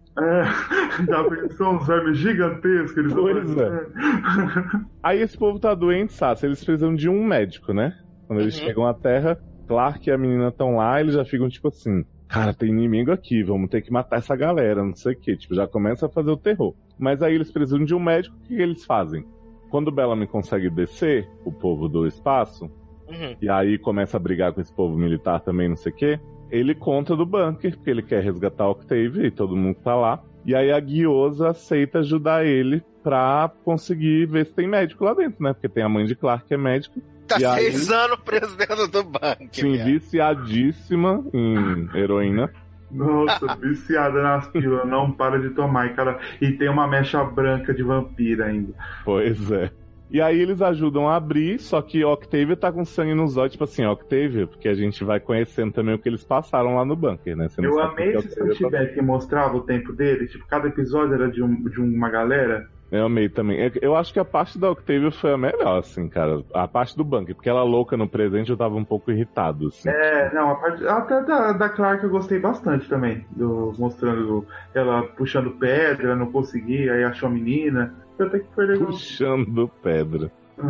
Porque são os vermes gigantescos. Eles pois é. Aí esse povo tá doente, Sassi, eles precisam de um médico, né? Quando eles chegam à Terra, Clark e a menina estão lá, eles já ficam tipo assim, cara, tem inimigo aqui, vamos ter que matar essa galera, não sei o que, tipo, já começa a fazer o terror. Mas aí eles precisam de um médico, o que eles fazem? Quando o Bellamy consegue descer, o povo do espaço, e aí começa a brigar com esse povo militar também, não sei o que, ele conta do bunker, porque ele quer resgatar a Octavia e todo mundo tá lá. E aí a Gyoza aceita ajudar ele pra conseguir ver se tem médico lá dentro, né? Porque tem a mãe de Clark que é médico. Tá 6 anos preso dentro do bunker. Sim, viciadíssima em heroína. Nossa, viciada nas pílulas, não para de tomar. E tem uma mecha branca de vampira ainda. Pois é. E aí eles ajudam a abrir, só que Octavia tá com sangue nos olhos, tipo assim, Octavia, porque a gente vai conhecendo também o que eles passaram lá no bunker, né? Eu amei esse flashback que mostrava o tempo dele, tipo, cada episódio era de uma galera. Eu amei também. Eu acho que a parte da Octavia foi a melhor, assim, cara. A parte do bunker, porque ela louca no presente eu tava um pouco irritado, assim. Não, a parte até da Clark eu gostei bastante também, mostrando ela puxando pedra, não conseguia, aí achou a menina. Até que foi legal. Puxando pedra.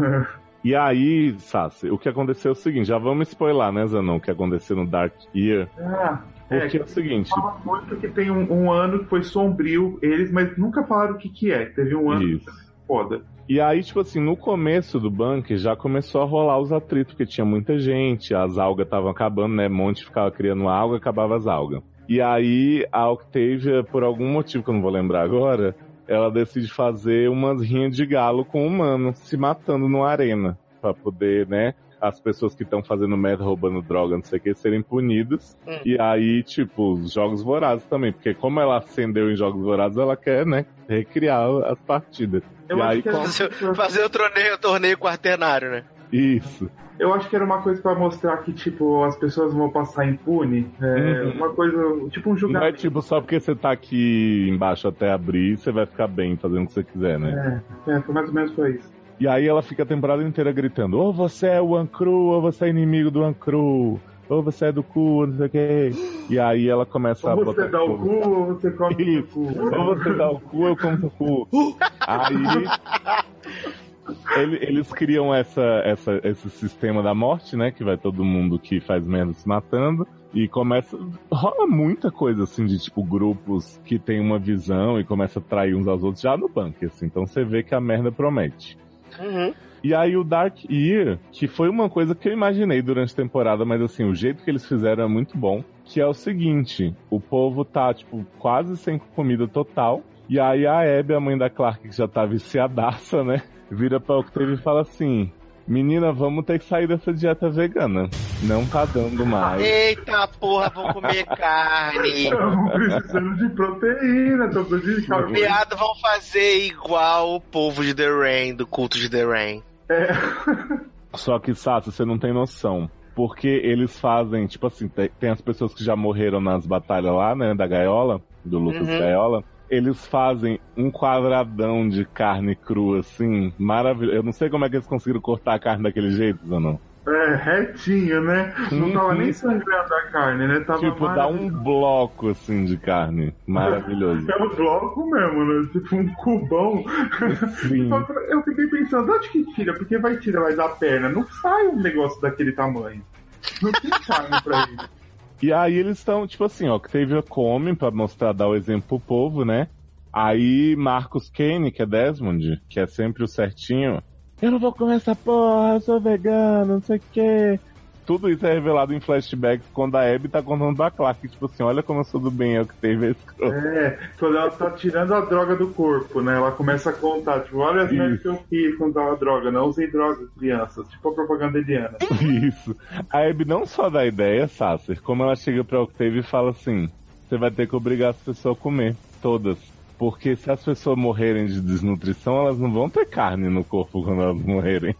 E aí, Sassi, o que aconteceu é o seguinte, já vamos spoiler, né, Zanon, o que aconteceu no Dark Year. Porque é o seguinte... Fala muito que tem um ano que foi sombrio, mas nunca falaram o que é. Teve um ano que foda. E aí, tipo assim, no começo do bunker já começou a rolar os atritos, porque tinha muita gente, as algas estavam acabando, né, monte ficava criando alga, acabava as algas. E aí, a Octavia, por algum motivo que eu não vou lembrar agora... ela decide fazer umas rinhas de galo com o humano se matando numa arena. Pra poder, né, as pessoas que estão fazendo merda, roubando droga, não sei o que, serem punidas. E aí, tipo, os Jogos Vorazes também. Porque como ela ascendeu em Jogos Vorazes, ela quer, né, recriar as partidas. E aí, fazer o torneio quaternário, né? Isso. Eu acho que era uma coisa pra mostrar que, tipo, as pessoas vão passar impune. Uma coisa, tipo um julgamento. Não é tipo só porque você tá aqui embaixo até abrir, você vai ficar bem fazendo o que você quiser, né? Foi mais ou menos por isso. E aí ela fica a temporada inteira gritando, ou você é o One Crew, ou você é inimigo do One Crew, ou você é do cu, não sei o que. E aí ela começa a botar... Ou você dá o cu, ou você come o cu. Ou você dá o cu, eu como o cu. Aí... Eles criam esse sistema da morte, né? Que vai todo mundo que faz merda se matando. E rola muita coisa, assim, de tipo grupos que tem uma visão e começa a trair uns aos outros já no bunker, assim. Então você vê que a merda promete. E aí o Dark Year, que foi uma coisa que eu imaginei durante a temporada, mas assim, o jeito que eles fizeram é muito bom. Que é o seguinte, o povo tá, tipo, quase sem comida total. E aí a Abby, a mãe da Clark, que já tá viciadaça, né? Vira pra Octavia e fala assim, menina, vamos ter que sair dessa dieta vegana. Não tá dando mais. Eita porra, vão comer carne. Estamos precisando de proteína, tô precisando de carne. Viado, vão fazer igual o povo de The Rain, do culto de The Rain. Só que, Sassi, você não tem noção. Porque eles fazem, tipo assim, tem as pessoas que já morreram nas batalhas lá, né, da gaiola, do Lucas Gaiola. Eles fazem um quadradão de carne crua, assim, maravilhoso. Eu não sei como é que eles conseguiram cortar a carne daquele jeito, Zanon. Retinho, né? Não tava nem sangrando a carne, né? Tava tipo, dá um bloco, assim, de carne. Maravilhoso. É um bloco mesmo, né? Tipo, um cubão. Sim. Eu fiquei pensando, onde que tira? Porque vai tirar mais a perna. Não sai um negócio daquele tamanho. Não tem carne pra isso. E aí eles estão, tipo assim, ó, Octavia come pra mostrar, dar o exemplo pro povo, né? Aí Marcus Kane, que é Desmond, que é sempre o certinho... Eu não vou comer essa porra, eu sou vegano, não sei o quê. Tudo isso é revelado em flashbacks quando a Abby tá contando pra Clark, tipo assim, olha como eu sou do bem, é o que teve esse corpo. Quando ela tá tirando a droga do corpo, né? Ela começa a contar, tipo, olha as merdas que eu fiz quando tava droga, não usei drogas, crianças, tipo a propaganda eliana. Isso. A Abby não só dá ideia, Sasser, como ela chega pra Octavia e fala assim, você vai ter que obrigar as pessoas a comer, todas. Porque se as pessoas morrerem de desnutrição, elas não vão ter carne no corpo quando elas morrerem.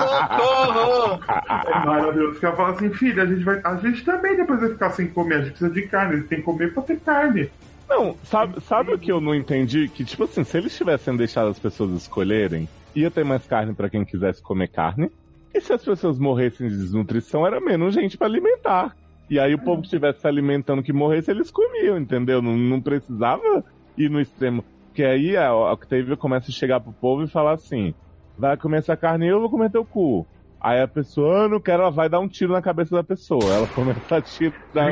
Socorro! É maravilhoso. Porque ela fala assim, filha, a gente também depois vai ficar sem comer, a gente precisa de carne, a gente tem que comer pra ter carne. Não, sabe o que eu não entendi? Que, tipo assim, se eles tivessem deixado as pessoas escolherem, ia ter mais carne pra quem quisesse comer carne. E se as pessoas morressem de desnutrição, era menos gente pra alimentar. E aí o povo que estivesse se alimentando que morresse, eles comiam, entendeu? Não precisava ir no extremo. Porque aí a Octavia começa a chegar pro povo e falar assim, vai comer essa carne e eu vou comer teu cu. Aí a pessoa, não quero, ela vai dar um tiro na cabeça da pessoa. Ela começa a tirar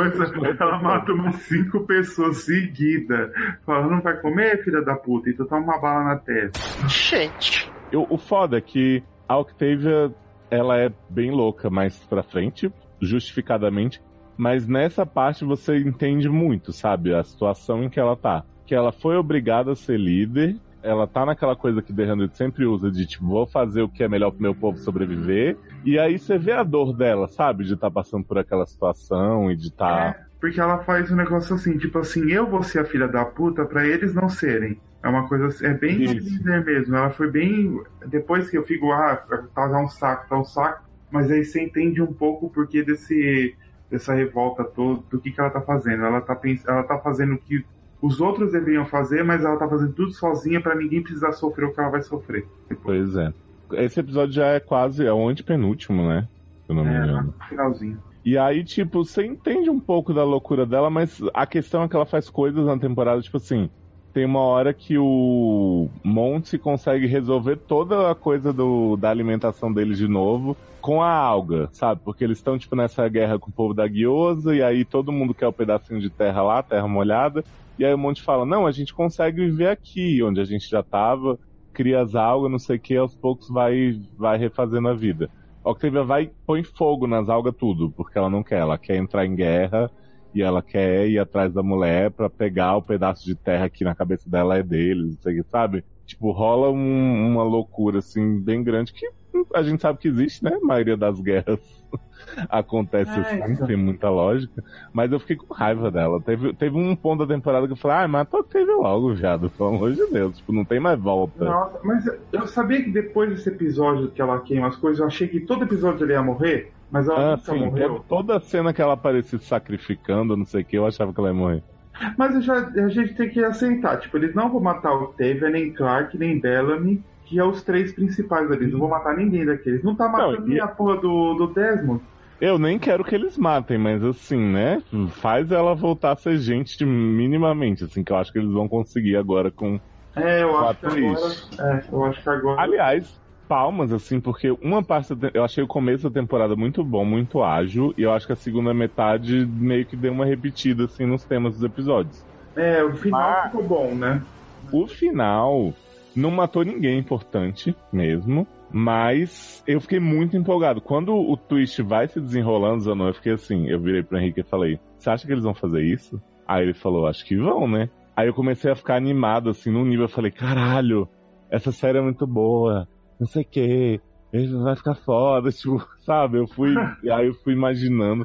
ela mata umas 5 pessoas seguidas. Fala, não vai comer, filha da puta? Então toma uma bala na testa. Gente. O foda é que a Octavia, ela é bem louca mais pra frente, justificadamente. Mas nessa parte você entende muito, sabe? A situação em que ela tá. Que ela foi obrigada a ser líder. Ela tá naquela coisa que The 100 sempre usa de, tipo, vou fazer o que é melhor pro meu povo sobreviver. E aí você vê a dor dela, sabe? De estar passando por aquela situação e de estar... porque ela faz um negócio assim, tipo assim, eu vou ser a filha da puta pra eles não serem. É uma coisa assim, é bem líder mesmo. Ela foi bem... Depois que eu fico, tá um saco. Mas aí você entende um pouco o porquê dessa revolta toda, do que ela tá fazendo. Ela tá fazendo o que os outros deveriam fazer, mas ela tá fazendo tudo sozinha pra ninguém precisar sofrer o que ela vai sofrer. Pois é. Esse episódio já é quase, é o antepenúltimo, né? Se eu não me engano. Finalzinho. E aí, tipo, você entende um pouco da loucura dela, mas a questão é que ela faz coisas na temporada, tipo assim, tem uma hora que o Monty consegue resolver toda a coisa da alimentação deles de novo com a alga, sabe? Porque eles estão, tipo, nessa guerra com o povo da Guiosa, e aí todo mundo quer um pedacinho de terra lá, terra molhada, e aí o Monty fala, não, a gente consegue viver aqui, onde a gente já tava, cria as algas, não sei o que, aos poucos vai refazendo a vida. A Octavia vai e põe fogo nas algas tudo, porque ela não quer, ela quer entrar em guerra, e ela quer ir atrás da mulher pra pegar o pedaço de terra que na cabeça dela é deles, não sei o que, sabe? Tipo, rola uma loucura, assim, bem grande, que a gente sabe que existe, né? A maioria das guerras acontece assim, tem muita lógica. Mas eu fiquei com raiva dela. Teve um ponto da temporada que eu falei, mata a Octavia logo, viado, pelo amor de Deus. Tipo, não tem mais volta. Nossa, mas eu sabia que depois desse episódio que ela queima as coisas, eu achei que todo episódio ela ia morrer, mas ela nunca morreu. Toda cena que ela aparecia se sacrificando, não sei o que, eu achava que ela ia morrer. Mas a gente tem que aceitar, tipo, eles não vão matar o Octavia, nem Clark, nem Bellamy, que é os 3 principais ali. Não vão matar ninguém daqueles. Não tá matando nem a porra do Desmond. Eu nem quero que eles matem, mas assim, né? Faz ela voltar a ser gente minimamente, assim, que eu acho que eles vão conseguir agora com eu acho que agora... Aliás, palmas, assim, porque uma parte eu achei o começo da temporada muito bom, muito ágil, e eu acho que a segunda metade meio que deu uma repetida, assim, nos temas dos episódios. O final ficou bom, né? O final não matou ninguém importante mesmo, mas eu fiquei muito empolgado. Quando o twist vai se desenrolando, Zanon, eu fiquei assim, eu virei pro Henrique e falei, você acha que eles vão fazer isso? Aí ele falou, acho que vão, né? Aí eu comecei a ficar animado, assim, num nível, eu falei, caralho, essa série é muito boa, não sei o que, vai ficar foda, tipo, sabe? Aí eu fui imaginando.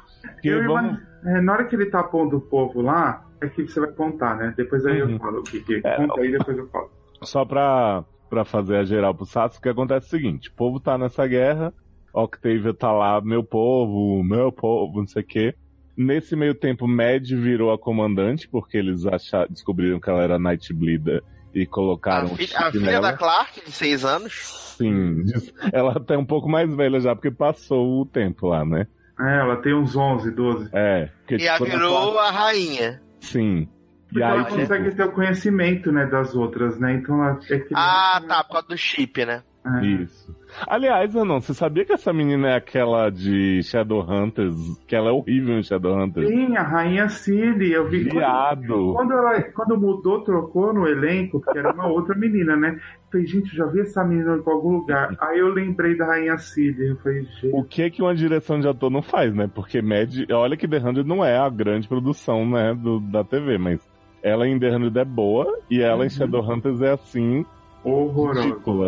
Na hora que ele tá pondo o povo lá, é que você vai contar, né? Depois aí eu falo o que conta aí, depois eu falo. Só pra fazer a geral pro Sassi, o que acontece é o seguinte, o povo tá nessa guerra, Octavia tá lá, meu povo, não sei o quê. Nesse meio tempo, Mad virou a comandante, porque eles descobriram que ela era Nightbleeder e colocaram a filha da Clark, de 6 anos? Sim, ela até um pouco mais velha já, porque passou o tempo lá, né? Ela tem uns 11, 12. Porque, e a virou a rainha. Sim. Porque ela consegue ter o conhecimento, né, das outras, né? Então ela tá, por causa do chip, né? Isso. Aliás, Anon, você sabia que essa menina é aquela de Shadowhunters, que ela é horrível em Shadowhunters? Sim, a Rainha Cilly, eu vi. Viado! Quando mudou, trocou no elenco, porque era uma outra menina, né? Eu falei, gente, eu já vi essa menina em algum lugar. Aí eu lembrei da Rainha Cilly. Eu falei, gente. O que uma direção de ator não faz, né? Porque olha que The 100 não é a grande produção, né, da TV, mas ela em The 100 é boa e ela em Shadowhunters é assim, horrorosa. Ridícula.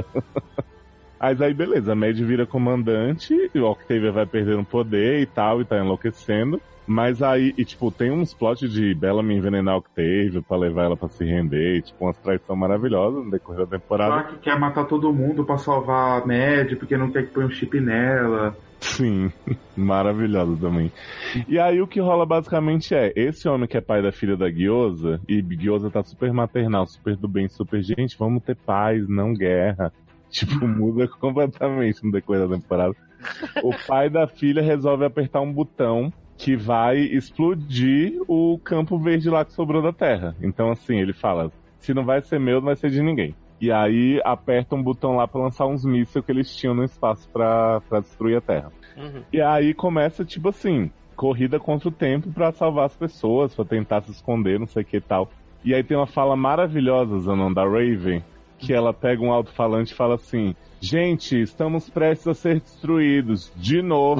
Mas aí beleza, a Mad vira comandante, e o Octavia vai perdendo poder e tal, e tá enlouquecendo. Mas aí, tem uns plots de Bellamy envenenar a Octavia pra levar ela pra se render, e, umas traições maravilosas no decorrer da temporada. Claro que quer matar todo mundo pra salvar a Mad, porque não quer que põe um chip nela. Sim, maravilhosa também. E aí o que rola basicamente esse homem que é pai da filha da Gyoza, e Gyoza tá super maternal, super do bem, super, gente, vamos ter paz, não guerra. Muda completamente no decorrer da temporada. O pai da filha resolve apertar um botão que vai explodir o campo verde lá que sobrou da Terra. Então, assim, ele fala, se não vai ser meu, não vai ser de ninguém. E aí aperta um botão lá pra lançar uns mísseis que eles tinham no espaço pra destruir a Terra. E aí começa, corrida contra o tempo pra salvar as pessoas, pra tentar se esconder, não sei o que e tal. E aí tem uma fala maravilhosa, Zanon, da Raven, que ela pega um alto-falante e fala assim, gente, estamos prestes a ser destruídos, de novo.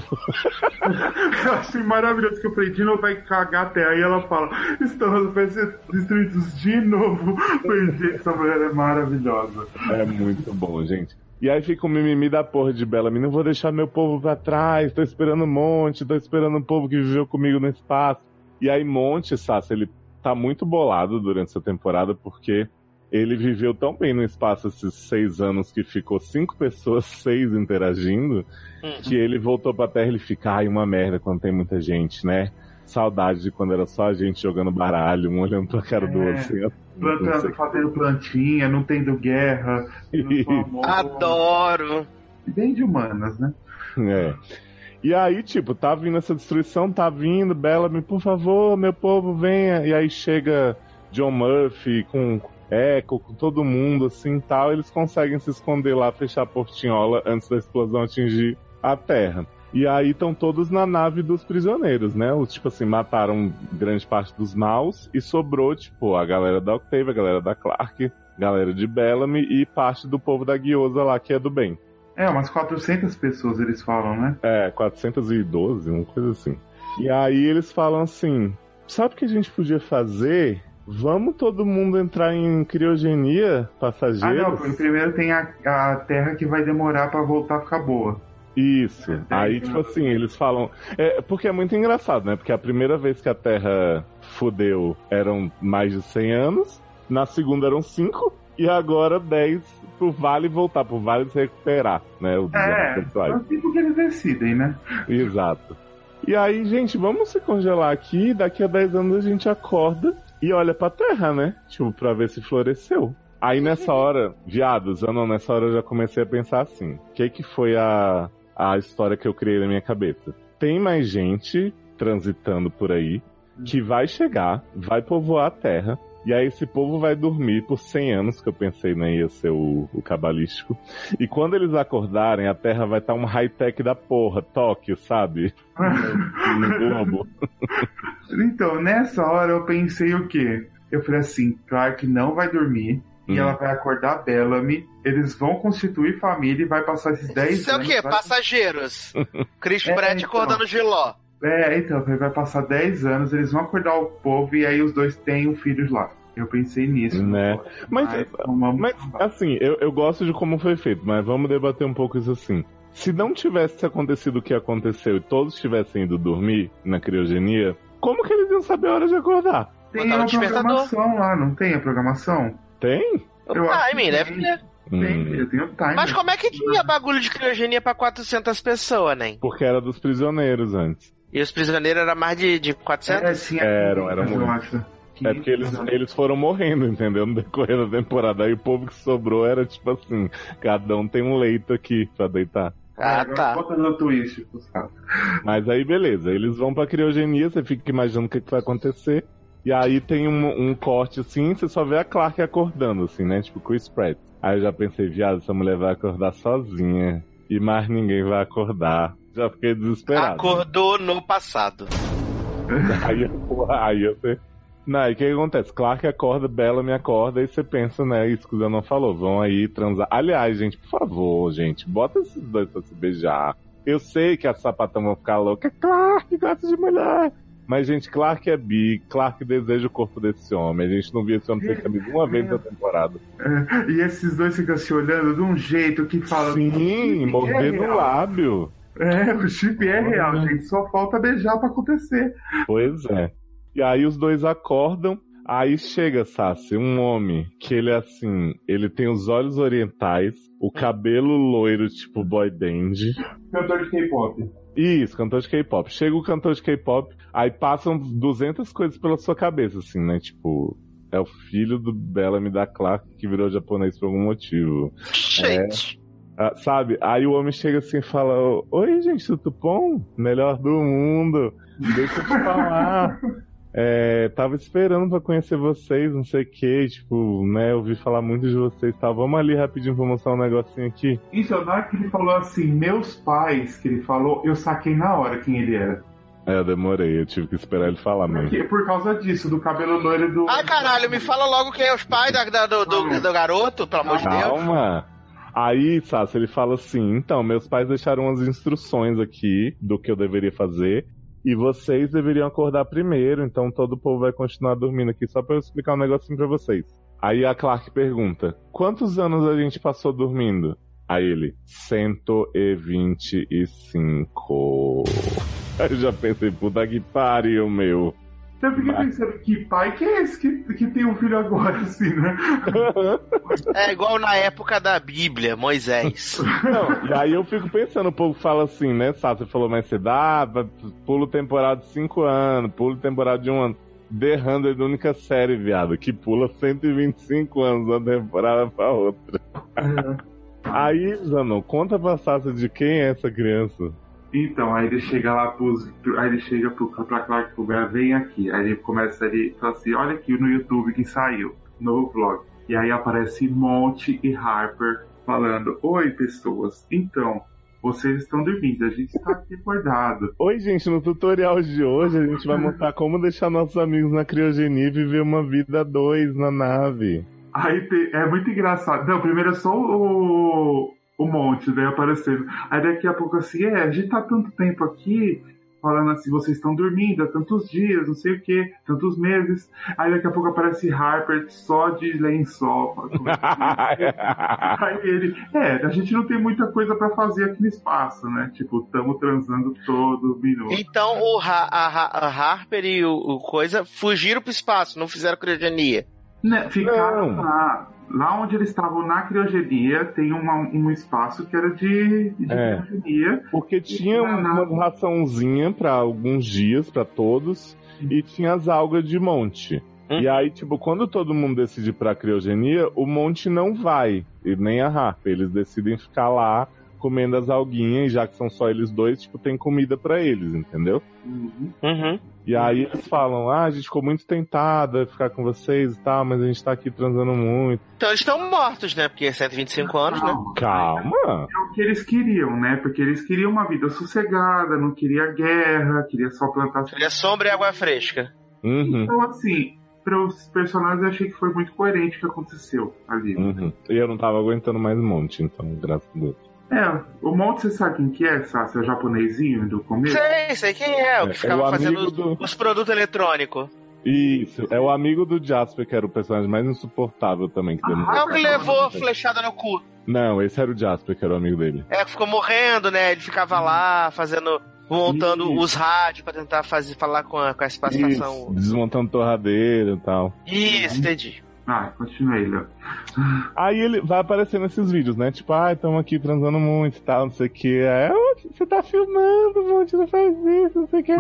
Eu achei maravilhoso que eu falei, de novo vai cagar a Terra. Aí ela fala, estamos prestes a ser destruídos de novo. Gente, essa mulher é maravilhosa. É muito bom, gente. E aí fica o mimimi da porra de Bellamy, não vou deixar meu povo pra trás, tô esperando um monte, tô esperando um povo que viveu comigo no espaço. E aí Monte, Sassi, ele tá muito bolado durante essa temporada, porque ele viveu tão bem no espaço esses 6 anos que ficou 5 pessoas, 6 interagindo, que ele voltou pra Terra e ele fica, ai, uma merda quando tem muita gente, né? Saudade de quando era só a gente jogando baralho, um olhando pra cara do outro, assim. Plantando, fazendo plantinha, não tendo guerra. Não adoro! Bem de humanas, né? E aí, tá vindo essa destruição, tá vindo, Bellamy, por favor, meu povo, venha. E aí chega John Murphy com Echo, com todo mundo, assim, tal, eles conseguem se esconder lá, fechar a portinhola antes da explosão atingir a Terra. E aí estão todos na nave dos prisioneiros, né? Mataram grande parte dos maus e sobrou, a galera da Octavia, a galera da Clark, a galera de Bellamy e parte do povo da Gyoza lá, que é do bem. Umas 400 pessoas eles falam, né? 412, uma coisa assim. E aí eles falam assim, sabe o que a gente podia fazer? Vamos todo mundo entrar em criogenia passageira? Primeiro tem a Terra que vai demorar pra voltar a ficar boa. Isso. Aí, eles falam... porque é muito engraçado, né? Porque a primeira vez que a Terra fudeu eram mais de 100 anos, na segunda eram 5, e agora 10 pro Vale voltar, pro Vale se recuperar, né? Assim porque eles decidem, né? Exato. E aí, gente, vamos se congelar aqui, daqui a 10 anos a gente acorda e olha pra Terra, né? Pra ver se floresceu. Aí nessa hora, nessa hora eu já comecei a pensar assim, o que foi a história que eu criei na minha cabeça? Tem mais gente transitando por aí que vai chegar, vai povoar a Terra, e aí esse povo vai dormir por 100 anos, que eu pensei, né, ia ser o cabalístico. E quando eles acordarem, a Terra vai estar um high-tech da porra, Tóquio, sabe? No globo. Então, nessa hora eu pensei o quê? Eu falei assim, Clark não vai dormir, e ela vai acordar a Bellamy, eles vão constituir família e vai passar esses 10 anos... Isso é o quê? Passageiros. Chris Pratt acordando Giló. Então, vai passar 10 anos, eles vão acordar o povo e aí os dois têm um filho lá. Eu pensei nisso. Né? Mas assim, eu gosto de como foi feito, mas vamos debater um pouco isso assim. Se não tivesse acontecido o que aconteceu e todos tivessem ido dormir na criogenia, como que eles iam saber a hora de acordar? Tem uma programação lá, não tem a programação? Tem? Deve ter. Eu tenho time. Mas como é que tinha bagulho de criogenia pra 400 pessoas, né? Porque era dos prisioneiros antes. E os prisioneiros eram mais de 400? Era muito. É porque eles foram morrendo, entendeu? No decorrer da temporada. Aí o povo que sobrou era tipo assim, cada um tem um leito aqui pra deitar. Tá. Bota no twist, Mas aí beleza, eles vão pra criogenia, você fica imaginando o que vai acontecer. E aí tem um corte assim, você só vê a Clark acordando, assim, né? Tipo, com o Pratt. Aí eu já pensei, viado, essa mulher vai acordar sozinha. E mais ninguém vai acordar. Já fiquei desesperado. Acordou no passado. Aí eu sei. Não, aí o que acontece? Clark acorda, Bella me acorda, e você pensa, né? Isso que o Zé não falou, vão aí transar. Aliás, gente, por favor, gente, bota esses dois pra se beijar. Eu sei que as sapatão vão ficar loucas. Clark gosta de mulher. Mas, gente, Clark é bi, Clark deseja o corpo desse homem. A gente não via esse homem sem camisa uma vez na temporada. E esses dois ficam se olhando de um jeito que fala... Sim, mordendo o lábio. O chip é real, gente. Só falta beijar pra acontecer. Pois é. E aí os dois acordam, aí chega, Sassi, um homem que ele é assim, ele tem os olhos orientais, o cabelo loiro tipo boy band. Cantor de K-pop. Isso, cantor de K-pop. Chega o cantor de K-pop, aí passam 200 coisas pela sua cabeça, assim, né? Tipo, é o filho do Bellamy da Clark que virou japonês por algum motivo. Gente... sabe? Aí o homem chega assim e fala: oi, gente, tudo bom? Melhor do mundo. Deixa eu te falar. Tava esperando pra conhecer vocês, não sei o que, tipo, né, eu ouvi falar muito de vocês e tal. Vamos ali rapidinho pra mostrar um negocinho aqui. Isso, na hora que ele falou assim, meus pais, que ele falou, eu saquei na hora quem ele era. Eu demorei, eu tive que esperar ele falar mesmo. Por causa disso, do cabelo loiro do... Ai, caralho, me fala logo quem é os pais do garoto, pelo amor de Deus. Calma. Aí, Sassi, ele fala assim, então, meus pais deixaram umas instruções aqui do que eu deveria fazer. E vocês deveriam acordar primeiro, então todo o povo vai continuar dormindo aqui, só pra eu explicar um negocinho pra vocês. Aí a Clark pergunta, quantos anos a gente passou dormindo? Aí ele, 125. Aí eu já pensei, puta que pariu, meu. Eu fiquei pensando, que pai que é esse que tem um filho agora, assim, né? É igual na época da Bíblia, Moisés. Não, e aí eu fico pensando, o povo fala assim, né, Sá, você falou mais cedo, pulo temporada de 5 anos, pulo temporada de 1 ano. The 100 é a única série, viado, que pula 125 anos uma temporada pra outra. Aí, Zanon, conta pra Sasha de quem é essa criança. Então, aí ele chega lá aí ele chega pra Clark pro Bella, vem aqui. Aí ele começa, ele fala assim, olha aqui no YouTube que saiu, novo vlog. E aí aparece Monty e Harper falando, oi pessoas, então, vocês estão dormindo, a gente está aqui acordado. Oi gente, no tutorial de hoje a gente vai mostrar como deixar nossos amigos na criogenia e viver uma vida 2 na nave. Aí é muito engraçado. Não, primeiro é só o Monte, daí aparecendo. Aí daqui a pouco assim, a gente tá tanto tempo aqui, falando assim, vocês estão dormindo há tantos dias, não sei o que, tantos meses. Aí daqui a pouco aparece Harper só de lençol. Aí ele, a gente não tem muita coisa pra fazer aqui no espaço, né? Tipo, tamo transando todo minuto. Então a Harper e o Coisa fugiram pro espaço, não fizeram criogenia. Né, ficaram lá onde eles estavam na criogenia, tem um espaço que era de criogenia. Porque tinha uma raçãozinha pra alguns dias, pra todos, e tinha as algas de Monte. E aí, tipo, quando todo mundo decide ir pra criogenia, o Monte não vai, e nem a Harper. Eles decidem ficar lá comendo as alguinhas, e já que são só eles dois, tipo, tem comida pra eles, entendeu? E aí eles falam, a gente ficou muito tentada a ficar com vocês e tal, mas a gente tá aqui transando muito. Então eles estão mortos, né? Porque é 125 anos, né? Calma! É o que eles queriam, né? Porque eles queriam uma vida sossegada, não queria guerra, queria só plantar... Queria sombra e água fresca. Então, assim, para os personagens eu achei que foi muito coerente o que aconteceu ali. E eu não tava aguentando mais um monte, então, graças a Deus. O Monte, você sabe quem que é, Sassi? É o japonesinho do começo? Sei quem é. O que ficava fazendo os produtos eletrônicos. Isso, é o amigo do Jasper, que era o personagem mais insuportável também. Que é o que levou flechada no cu. Não, esse era o Jasper, que era o amigo dele. Que ficou morrendo, né? Ele ficava lá, montando os rádios pra tentar falar com a espaço-estação. Desmontando torradeira e tal. Isso, entendi. Continuei, Léo. Aí ele vai aparecer nesses vídeos, né? Tipo, estamos aqui transando muito e tal, não sei o que. Aí, você tá filmando, Monte, não faz isso, não sei o que.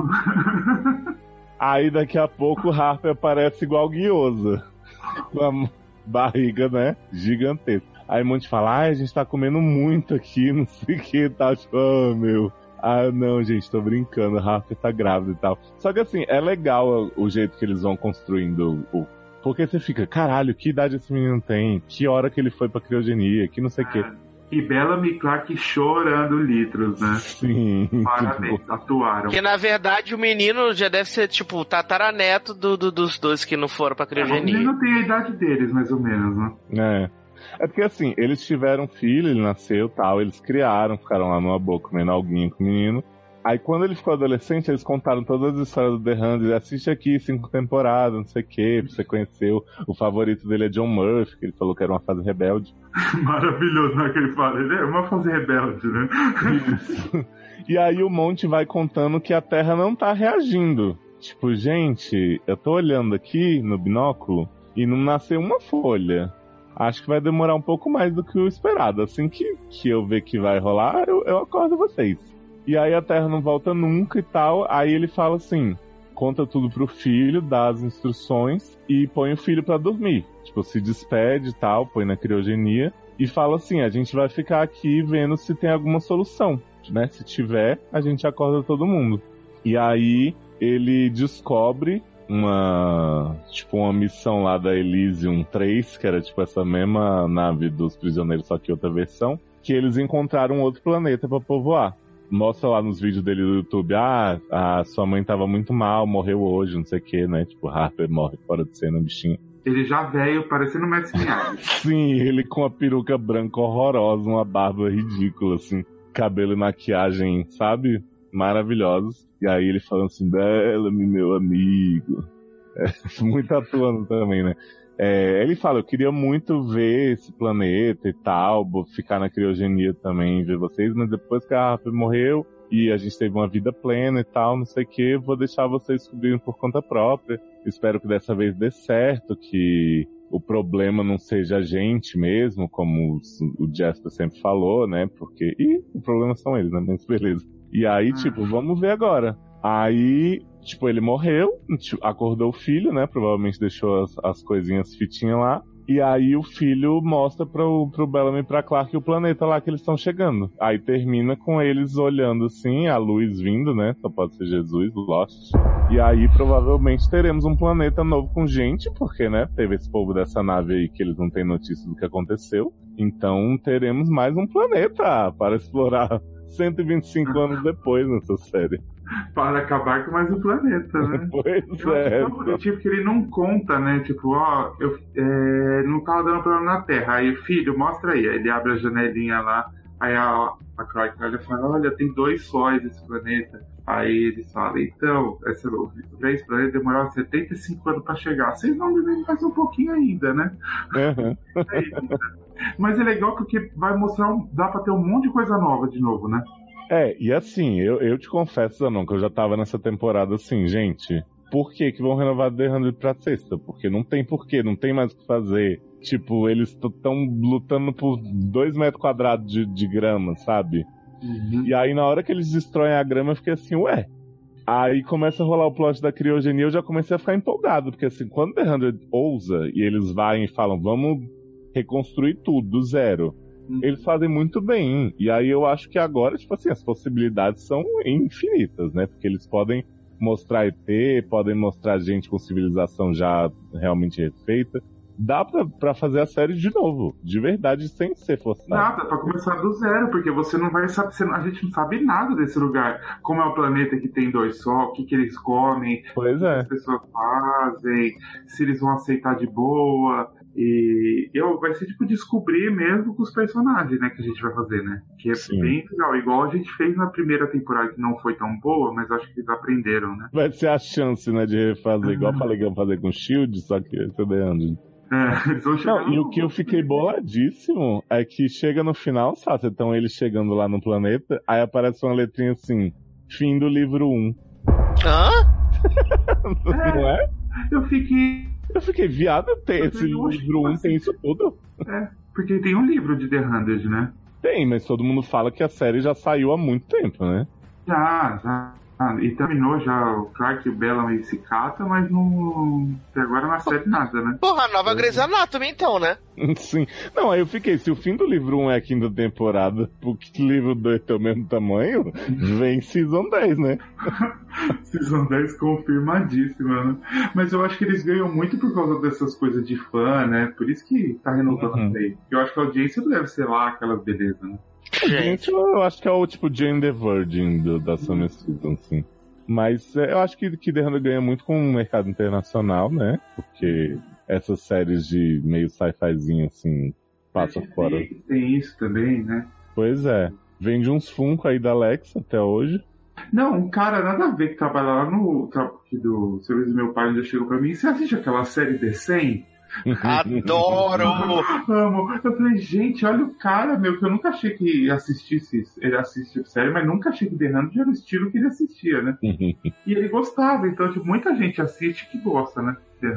Aí daqui a pouco o Harper aparece igual Guiosa. Com a barriga, né? Gigantesca. Aí Monte fala, a gente tá comendo muito aqui, não sei o que, tá? Tipo, meu... não, gente, tô brincando, a Harper tá grávida e tal. Só que assim, é legal o jeito que eles vão construindo porque você fica, caralho, que idade esse menino tem? Que hora que ele foi pra criogenia? Que não sei o quê. E Bellamy Clark chorando litros, né? Sim. Parabéns, atuaram. Porque na verdade o menino já deve ser tipo tataraneto dos dois que não foram pra criogenia. O menino tem a idade deles, mais ou menos, né? É porque assim, eles tiveram um filho, ele nasceu tal, eles criaram, ficaram lá numa boa comendo alguinho com o menino. Aí quando ele ficou adolescente, eles contaram todas as histórias do The 100, assiste aqui 5 temporadas, não sei o que, pra você conhecer. O favorito dele é John Murphy, que ele falou que era uma fase rebelde. Maravilhoso, né, que ele fala, ele é uma fase rebelde, né? Isso. E aí o Monte vai contando que a Terra não tá reagindo. Tipo, gente, eu tô olhando aqui no binóculo e não nasceu uma folha. Acho que vai demorar um pouco mais do que o esperado. Assim que eu ver que vai rolar, eu acordo vocês. E aí a Terra não volta nunca e tal. Aí ele fala assim, conta tudo pro filho, dá as instruções e põe o filho pra dormir. Tipo, se despede e tal, põe na criogenia. E fala assim, a gente vai ficar aqui vendo se tem alguma solução, né? Se tiver, a gente acorda todo mundo. E aí ele descobre uma missão lá da Elysium 3, que era tipo essa mesma nave dos prisioneiros, só que outra versão, que eles encontraram outro planeta pra povoar. Mostra lá nos vídeos dele do YouTube, a sua mãe tava muito mal, morreu hoje, não sei o que, né? Tipo, Harper morre fora de cena, bichinho. Ele já veio parecendo o Matt Miyagi. Sim, ele com a peruca branca horrorosa, uma barba ridícula, assim, cabelo e maquiagem, sabe? Maravilhosos. E aí ele falando assim, Bellamy, meu amigo. Muito atuando também, né? Ele fala, eu queria muito ver esse planeta e tal, ficar na criogenia também, ver vocês, mas depois que a Harper morreu e a gente teve uma vida plena e tal, não sei o que, vou deixar vocês descobrirem por conta própria. Espero que dessa vez dê certo, que o problema não seja a gente mesmo, como o Jasper sempre falou, né? Porque... o problema são eles, né? Mas beleza. E aí, vamos ver agora. Aí, ele morreu, acordou o filho, né? Provavelmente deixou as coisinhas fitinhas lá. E aí o filho mostra pro Bellamy e pra Clark o planeta lá que eles estão chegando. Aí termina com eles olhando assim, a luz vindo, né? Só pode ser Jesus, Lost. E aí provavelmente teremos um planeta novo com gente, porque, né? Teve esse povo dessa nave aí que eles não têm notícia do que aconteceu. Então teremos mais um planeta para explorar 125 anos depois nessa série. Para acabar com mais um planeta, né? Pois é. Que ele não conta, né? Tipo, não tava dando problema na Terra. Aí, filho, mostra aí. Aí ele abre a janelinha lá. Aí a Clark fala, olha, tem 2 sóis esse planeta. Aí eles falam, então, esse planeta demorava 75 anos pra chegar. Vocês vão viver mais um pouquinho ainda, né? Uhum. Mas é legal porque vai mostrar, dá pra ter um monte de coisa nova de novo, né? E assim, eu te confesso, Zanon, que eu já tava nessa temporada assim, gente, por que vão renovar The 100 pra sexta? Porque não tem porquê, não tem mais o que fazer. Tipo, eles estão lutando por 2 metros quadrados de grama, sabe? Uhum. E aí na hora que eles destroem a grama, eu fiquei assim, Aí começa a rolar o plot da criogenia, eu já comecei a ficar empolgado, porque assim, quando The 100 ousa e eles vão e falam, vamos reconstruir tudo do zero, eles fazem muito bem. E aí eu acho que agora, as possibilidades são infinitas, né? Porque eles podem mostrar ET, podem mostrar gente com civilização já realmente refeita. Dá pra fazer a série de novo, de verdade, sem ser forçado. Dá pra começar do zero, porque você não vai saber, a gente não sabe nada desse lugar. Como é um planeta que tem 2 sóis, o que eles comem, o que as pessoas fazem, se eles vão aceitar de boa. E vai ser descobrir mesmo com os personagens, né, que a gente vai fazer, né? Que é bem legal, igual a gente fez na primeira temporada, que não foi tão boa, mas acho que eles aprenderam, né? Vai ser a chance, né, de refazer, igual eu falei que ia fazer com o Shield, só que esse é The 100. Eles vão chegar e o que eu fiquei boladíssimo é que chega no final, sabe? Então eles chegando lá no planeta, aí aparece uma letrinha assim, fim do livro 1. Hã? Não é? Eu fiquei Eu fiquei, viado, esse livro 1 tem isso tudo? É, porque tem um livro de The 100, né? Tem, mas todo mundo fala que a série já saiu há muito tempo, né? Já. E terminou já, o Clark e o Bellamy se catam, mas não... até agora não acerta nada, né? Porra, a nova Grey's Anatomy então, né? Sim. Não, aí eu fiquei, se o fim do livro 1 é a quinta temporada, porque o livro 2 tem o mesmo tamanho, vem Season 10, né? Season 10 confirmadíssima, né? Mas eu acho que eles ganham muito por causa dessas coisas de fã, né? Por isso que tá renovando a lei. Eu acho que a audiência não deve ser lá aquelas belezas, né? Gente, eu acho que é o tipo Jane the Virgin da Summer Season, assim. Mas eu acho que The 100 ganha muito com o mercado internacional, né? Porque essas séries de meio sci-fizinho, assim, passam fora. Tem isso também, né? Pois é. Vende uns Funko aí da Alexa até hoje. Não, um cara nada a ver que trabalha lá no do serviço do meu pai ainda chegou pra mim. Você assiste aquela série The 100? Adoro! Amo. Eu falei, gente, olha o cara, meu, que eu nunca achei que ele assistisse série, mas nunca achei que The 100 era o estilo que ele assistia, né? E ele gostava, então, tipo, muita gente assiste que gosta, né? The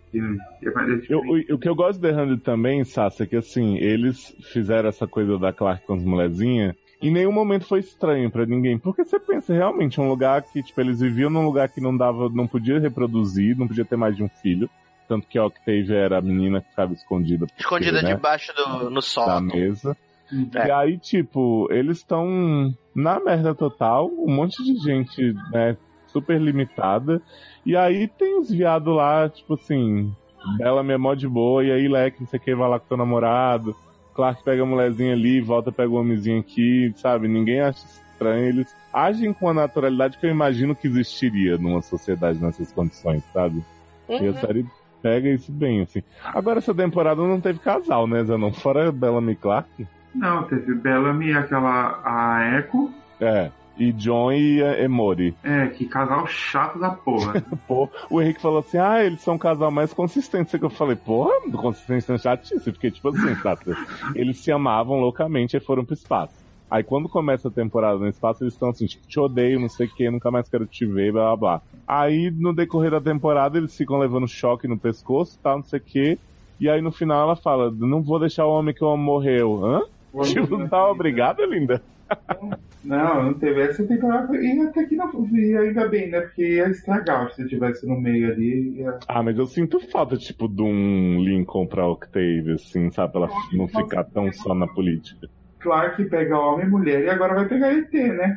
100. O que eu gosto de The 100 também, Sasha, é que assim, eles fizeram essa coisa da Clark com as molezinhas. Em nenhum momento foi estranho pra ninguém, porque você pensa realmente um lugar que, tipo, eles viviam num lugar que não podia reproduzir, não podia ter mais de um filho. Tanto que a Octavia era a menina que ficava escondida. Escondida debaixo no sol. Da mesa. E aí, tipo, eles estão na merda total, um monte de gente, né, super limitada. E aí tem os viados lá, tipo assim, Bellamy é mó de boa, e aí Leque, não sei o que, vai lá com teu namorado. Clark pega a mulherzinha ali, volta, pega o homenzinho aqui, sabe? Ninguém acha estranho, eles agem com a naturalidade que eu imagino que existiria numa sociedade nessas condições, sabe? E a série pega isso bem, assim. Agora, essa temporada não teve casal, né, Zanon? Fora Bellamy e Clark. Não, teve Bellamy, a Echo. E John e Emory. Que casal chato da porra. Pô, o Henrique falou assim, eles são um casal mais consistente. Que eu falei, porra, consistência chatice. Porque, tipo assim, sabe? Eles se amavam loucamente e foram pro espaço. Aí quando começa a temporada no espaço, eles estão assim, tipo, te odeio, não sei o que, nunca mais quero te ver, blá blá blá. Aí no decorrer da temporada eles ficam levando choque no pescoço, tal, não sei o que. E aí no final ela fala, não vou deixar o homem que eu amo morreu. Hã? Tipo, não tava obrigada, linda? Não teve essa temporada. E até que não ia ainda bem, né? Porque ia estragar se eu estivesse no meio ali. Mas eu sinto falta, tipo, de um Lincoln pra Octavia, assim, sabe? Pra ela não ficar tão só na política. Clark pega homem e mulher e agora vai pegar ET, né?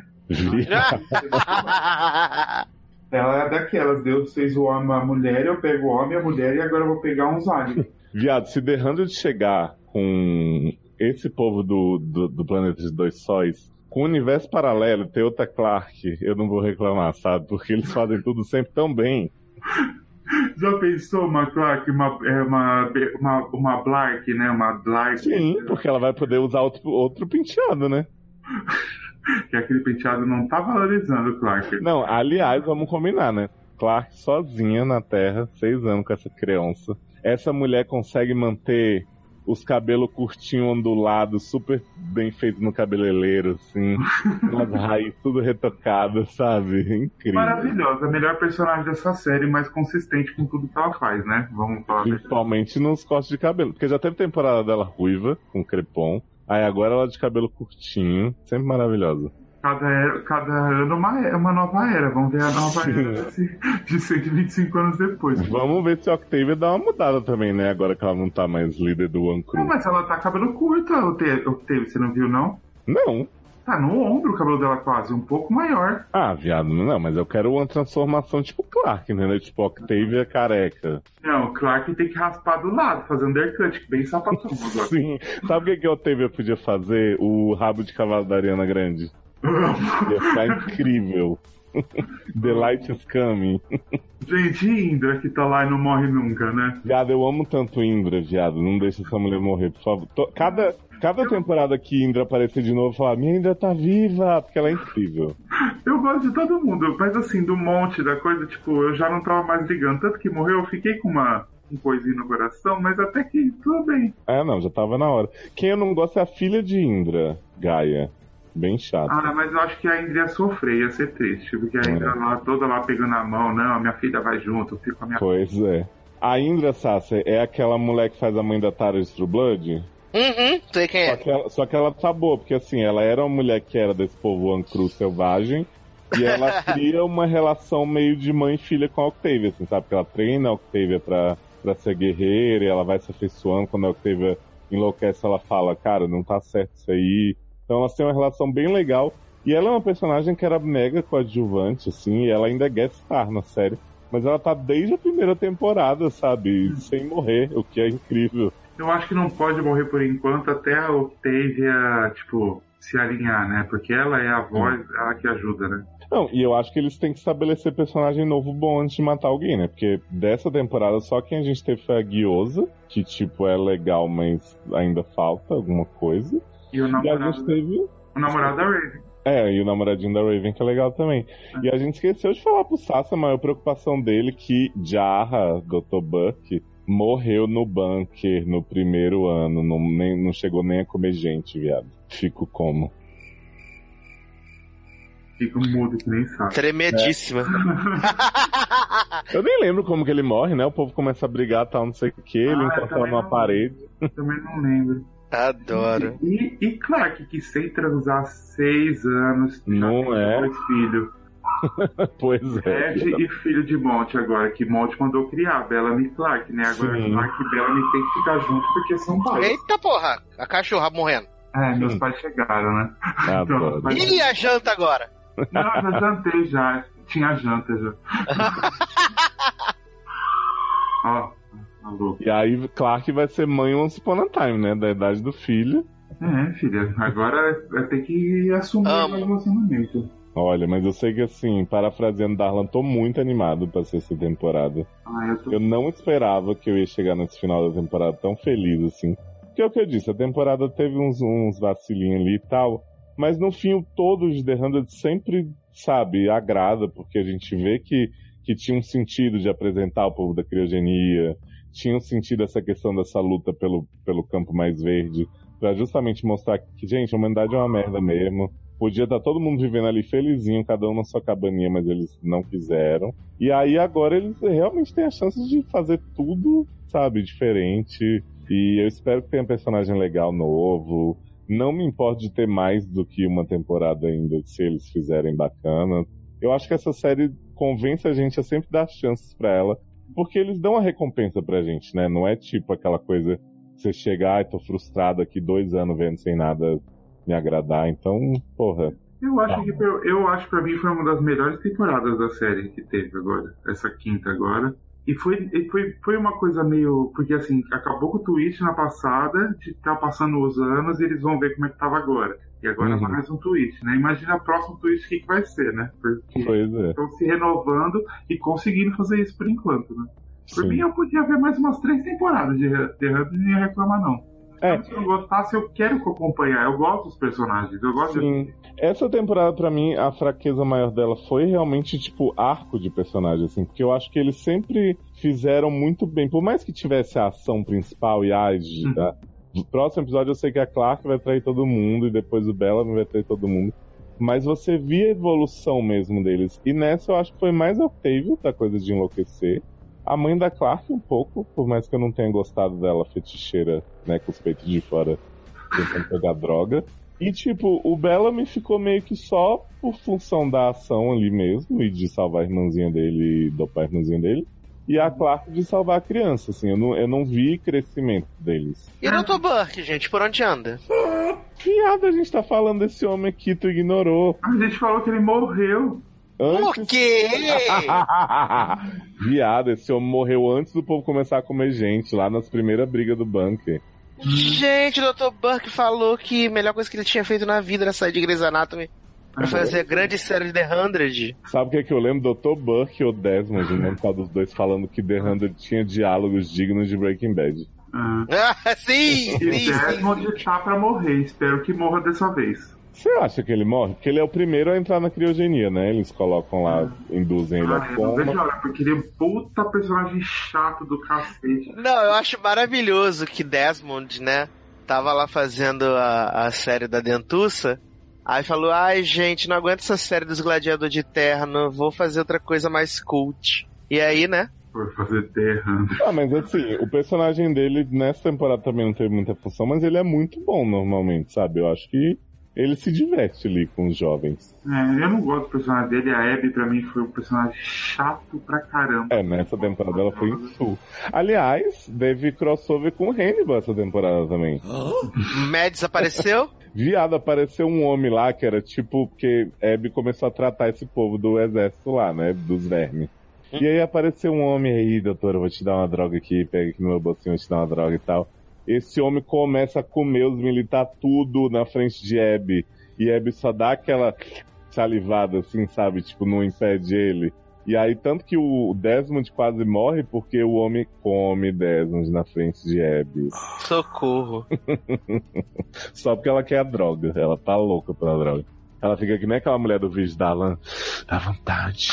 Ela é daquelas, Deus fez o homem a mulher, eu pego o homem e a mulher e agora eu vou pegar uns aliens. Viado, se The 100 chegar com esse povo do planeta de dois sóis, com o universo paralelo, ter outra Clark, eu não vou reclamar, sabe? Porque eles fazem tudo sempre tão bem. Já pensou uma Clark, uma Blark, né? Uma Blark. Sim, porque ela vai poder usar outro penteado, né? Que aquele penteado não tá valorizando o Clark. Não, aliás, vamos combinar, né? Clark sozinha na Terra, 6 anos com essa criança. Essa mulher consegue manter os cabelos curtinhos, ondulados, super bem feitos no cabeleireiro, assim. Umas raízes tudo retocadas, sabe? Incrível. Maravilhosa. A melhor personagem dessa série, mais consistente com tudo que ela faz, né? Vamos falar. Principalmente nos cortes de cabelo. Porque já teve temporada dela ruiva, com crepom. Aí agora ela de cabelo curtinho. Sempre maravilhosa. Cada ano uma nova era. Vamos ver a nova era de 125 anos depois. Vamos ver se a Octavia dá uma mudada também, né? Agora que ela não tá mais líder do One Crew. Não, mas ela tá cabelo curto, Octavia. Você não viu, não? Não. Tá no ombro o cabelo dela quase, um pouco maior. Viado, não, mas eu quero uma transformação tipo Clark, né? Tipo Octavia careca. Não, Clark tem que raspar do lado, fazer undercut, bem sapatão agora. Sim. Sabe o que a Octavia podia fazer? O rabo de cavalo da Ariana Grande. Ia ficar incrível. The Light is Coming. Gente, e Indra que tá lá e não morre nunca, né? Viado, eu amo tanto Indra, viado. Não deixa essa mulher morrer, por favor. Cada temporada que Indra aparecer de novo, eu falo, minha Indra tá viva, porque ela é incrível. Eu gosto de todo mundo, mas assim, do monte da coisa, tipo, eu já não tava mais ligando. Tanto que morreu, eu fiquei com uma coisinha no coração, mas até que tudo bem. Não, já tava na hora. Quem eu não gosto é a filha de Indra, Gaia. Bem chato. Mas eu acho que a Indra ia sofrer, ia ser triste. Porque a Indra lá, toda lá pegando a mão, não, a minha filha vai junto, eu fico com a minha Pois é. A Indra Sasser é aquela mulher que faz a mãe da Tara de True Blood? Sei quem é. Só que ela tá boa, porque assim, ela era uma mulher que era desse povo ancru selvagem, e ela cria uma relação meio de mãe e filha com a Octavia, assim, sabe? Porque ela treina a Octavia pra ser guerreira, e ela vai se afeiçoando. Quando a Octavia enlouquece, ela fala, cara, não tá certo isso aí. Então elas têm uma relação bem legal. E ela é uma personagem que era mega coadjuvante, assim, e ela ainda é guest star na série. Mas ela tá desde a primeira temporada, sabe? Sem morrer, o que é incrível. Eu acho que não pode morrer por enquanto até a Octavia, tipo, se alinhar, né? Porque ela é a voz, ela que ajuda, né? Não, e eu acho que eles têm que estabelecer personagem novo bom antes de matar alguém, né? Porque dessa temporada só quem a gente teve foi a Guiosa, que, tipo, é legal, mas ainda falta alguma coisa. E o namorado, a gente teve o namorado da Raven. E o namoradinho da Raven, que é legal também. E a gente esqueceu de falar pro Sasha a maior preocupação dele, que Jarrah, Dr. Buck, morreu no bunker no primeiro ano. Não chegou nem a comer gente, viado. Fico como? Fico mudo que nem sabe. Tremedíssima. Eu nem lembro como que ele morre, né? O povo começa a brigar, tal, não sei o que, ele encontra numa parede. Também não lembro. Adoro. E Clark, que sem transar 6 anos, não já é? 2 filhos. Pois é. Ed e filho de Monte agora, que Monte mandou criar, Bellamy e Clark, né? Agora Clark e Bellamy tem que ficar juntos porque são pais. Eita porra, a cachorra morrendo. Meus pais chegaram, né? Então, e a janta agora? Não, já jantei já. Tinha janta já. Ó. E aí, Clark vai ser mãe once upon a time, né? Da idade do filho. Filha. Agora vai ter que assumir o relacionamento. Olha, mas eu sei que, assim, parafraseando Darlan, tô muito animado pra ser essa temporada. Eu não esperava que eu ia chegar nesse final da temporada tão feliz, assim. Porque é o que eu disse, a temporada teve uns vacilinhos ali e tal, mas no fim o todo de The 100 sempre, sabe, agrada, porque a gente vê que tinha um sentido de apresentar o povo da criogenia, tinha um sentido essa questão dessa luta pelo campo mais verde, pra justamente mostrar que, gente, a humanidade é uma merda mesmo. Podia estar todo mundo vivendo ali felizinho, cada um na sua cabaninha, mas eles não quiseram. E aí agora eles realmente têm a chance de fazer tudo, sabe, diferente. E eu espero que tenha um personagem legal novo. Não me importo de ter mais do que uma temporada ainda, se eles fizerem bacana. Eu acho que essa série convence a gente a sempre dar chances pra ela, porque eles dão a recompensa pra gente, né? Não é tipo aquela coisa que você chega, tô frustrado aqui 2 anos vendo sem nada me agradar, então, porra. Eu acho que pra mim foi uma das melhores temporadas da série que teve agora, essa quinta agora. E foi uma coisa meio... Porque, assim, acabou com o twist na passada, de tá passando os anos e eles vão ver como é que tava agora. E agora mais um twist, né? Imagina o próximo twist, o que vai ser, né? Porque estão se renovando e conseguindo fazer isso por enquanto, né? Por mim, eu podia ver mais umas 3 temporadas de The 100 e não ia reclamar, não. Se eu não gostasse, eu quero acompanhar. Eu gosto dos personagens. Eu gosto Essa temporada, pra mim, a fraqueza maior dela foi realmente, tipo, arco de personagem, assim. Porque eu acho que eles sempre fizeram muito bem. Por mais que tivesse a ação principal e no próximo episódio eu sei que a Clark vai trair todo mundo e depois o Bellamy vai trair todo mundo. Mas você via a evolução mesmo deles. E nessa eu acho que foi mais a Octavia, da coisa de enlouquecer. A mãe da Clark um pouco, por mais que eu não tenha gostado dela feticheira, né, com os peitos de fora, tentando pegar droga. E, tipo, o Bellamy ficou meio que só por função da ação ali mesmo, e de salvar a irmãzinha dele e dopar a irmãzinha dele. E a Clark de salvar a criança, assim, eu não vi crescimento deles. E o Dr. Burke, gente, por onde anda? Piada, a gente tá falando desse homem aqui, tu ignorou. A gente falou que ele morreu. Por quê? Viado, esse homem morreu antes do povo começar a comer gente, lá nas primeiras brigas do bunker. Gente, o Dr. Burke falou que a melhor coisa que ele tinha feito na vida era sair de Grey's Anatomy pra fazer a grande série de The 100. Sabe o que eu lembro? Dr. Burke ou Desmond, o nome dos dois, falando que The 100 tinha diálogos dignos de Breaking Bad. Sim! Desmond tá pra morrer, espero que morra dessa vez. Você acha que ele morre? Porque ele é o primeiro a entrar na criogenia, né? Eles colocam lá, induzem ele a coma. Eu não vejo, porque ele é um puta personagem chato do cacete. Não, eu acho maravilhoso que Desmond, né, tava lá fazendo a série da Dentuça, aí falou, gente, não aguento essa série dos gladiadores de terno, vou fazer outra coisa mais cult. E aí, né, Por fazer terra. Mas assim, o personagem dele nessa temporada também não teve muita função, mas ele é muito bom normalmente, sabe? Eu acho que ele se diverte ali com os jovens. Eu não gosto do personagem dele. A Abby, pra mim, foi um personagem chato pra caramba. Nessa temporada ela foi em sul. Aliás, teve crossover com Hannibal essa temporada também. Mads apareceu? Viado, apareceu um homem lá que era tipo... Porque Abby começou a tratar esse povo do exército lá, né? Dos vermes. E aí apareceu um homem aí, doutora, vou te dar uma droga aqui, pega aqui no meu bolsinho, vou te dar uma droga e tal. Esse homem começa a comer os militares tudo na frente de Abby. E Abby só dá aquela salivada assim, sabe? Tipo, não impede ele. E aí, tanto que o Desmond quase morre porque o homem come Desmond na frente de Abby. Socorro. Só porque ela quer a droga. Ela tá louca pela droga. Ela fica que nem aquela mulher do vídeo da Alan. Dá vontade.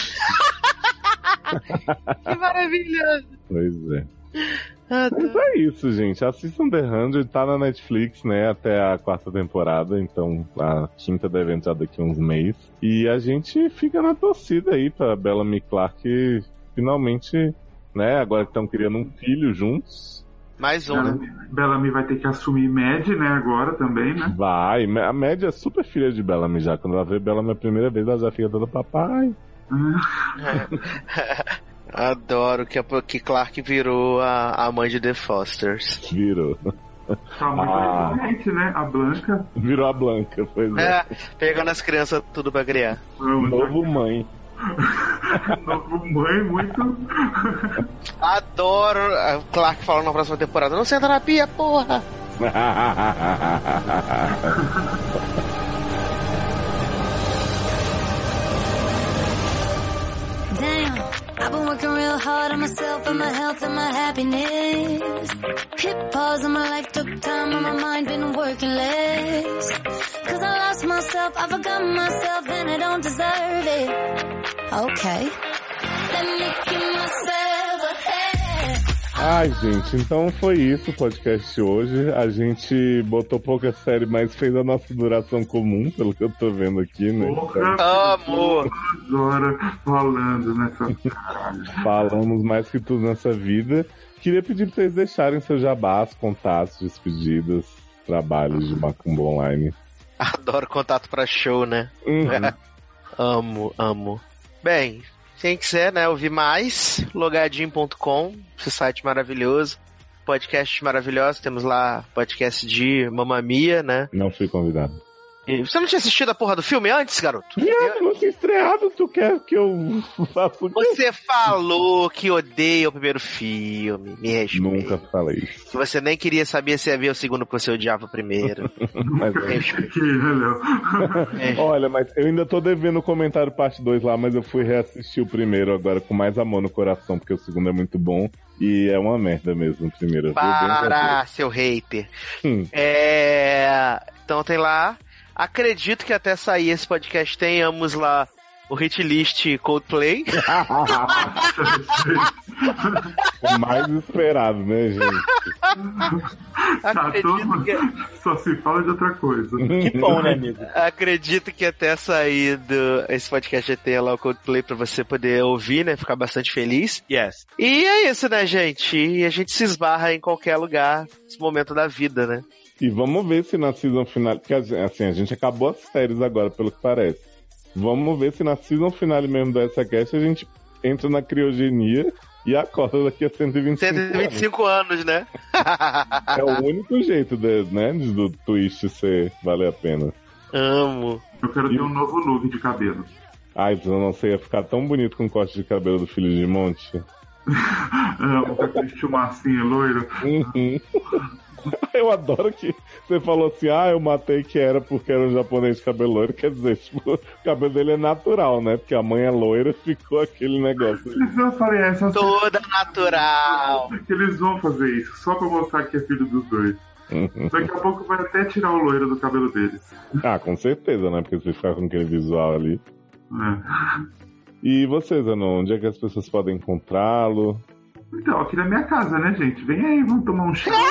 Que maravilhoso. Pois é. Mas é isso, gente. Assistam The 100, tá na Netflix, né? Até a 4ª temporada. Então a 5ª deve entrar daqui a uns meses. E a gente fica na torcida aí pra Bellamy Clark finalmente, né? Agora que estão criando um filho juntos. Mais um, né? Bellamy vai ter que assumir Mad, né? Agora também, né? Vai. A Mad é super filha de Bellamy já. Quando ela vê Bellamy a primeira vez, ela já fica toda papai. Adoro que Clark virou a mãe de The Fosters. Virou. Tá muito diferente, né? A Blanca. Virou a Blanca, pois é. Pegando as crianças tudo pra criar. Novo mãe. Novo mãe, muito. Adoro Clark falando na próxima temporada. Não senta na pia, porra! Damn, I've been working real hard on myself and my health and my happiness. Hit pause on my life, took time on my mind, been working less. Cause I lost myself, I forgot myself and I don't deserve it. Okay, let me give myself a head. Ai, gente, então foi isso o podcast de hoje. A gente botou pouca série, mas fez a nossa duração comum, pelo que eu tô vendo aqui, né? Amor! Agora falando nessa caralho. Falamos mais que tudo nessa vida. Queria pedir pra vocês deixarem seus jabás, contatos, despedidas, trabalhos de Macumba Online. Adoro contato pra show, né? Amo. Bem, quem quiser, né, ouvir mais, logadinho.com, esse site maravilhoso, podcast maravilhoso, temos lá podcast de Mamma Mia, né? Não fui convidado. E você não tinha assistido a porra do filme antes, garoto? Não tinha estreado, tu quer que eu faça o quê? Você falou que odeia o primeiro filme, me respeita. Nunca falei isso. Você nem queria saber se ia ver o segundo porque você odiava o primeiro. Mas olha, mas eu ainda tô devendo o comentário parte 2 lá, mas eu fui reassistir o primeiro agora com mais amor no coração, porque o segundo é muito bom e é uma merda mesmo o primeiro. Para, seu hater. Então tem lá. Acredito que até sair esse podcast tenhamos lá o hit list Coldplay. O mais esperado, né, gente? Só se fala de outra coisa. Que bom, né, amigo? Acredito que até sair esse podcast ter lá o Coldplay pra você poder ouvir, né? Ficar bastante feliz. Yes. E é isso, né, gente? E a gente se esbarra em qualquer lugar nesse momento da vida, né? E vamos ver se na season final... Porque assim, a gente acabou as séries agora, pelo que parece. Vamos ver se na season final mesmo do SACast a gente entra na criogenia e acorda daqui a 125 anos, né? É o único jeito do twist ser valer a pena. Amo. Eu quero ter um novo look de cabelo. Ai, eu não sei, ia ficar tão bonito com o corte de cabelo do Filho de Monte. Amo, com aquele chumacinho loiro. Eu adoro que você falou assim, eu matei que era porque era um japonês de cabelo loiro. Quer dizer, tipo, o cabelo dele é natural, né? Porque a mãe é loira, ficou aquele negócio. Eles vão fazer essa... Toda natural. Eles vão fazer isso, só pra mostrar que é filho dos dois. Daqui a pouco vai até tirar o loiro do cabelo deles. Com certeza, né? Porque você ficar com aquele visual ali. E você, Zanon, onde é que as pessoas podem encontrá-lo? Então, aqui na minha casa, né, gente? Vem aí, vamos tomar um chá.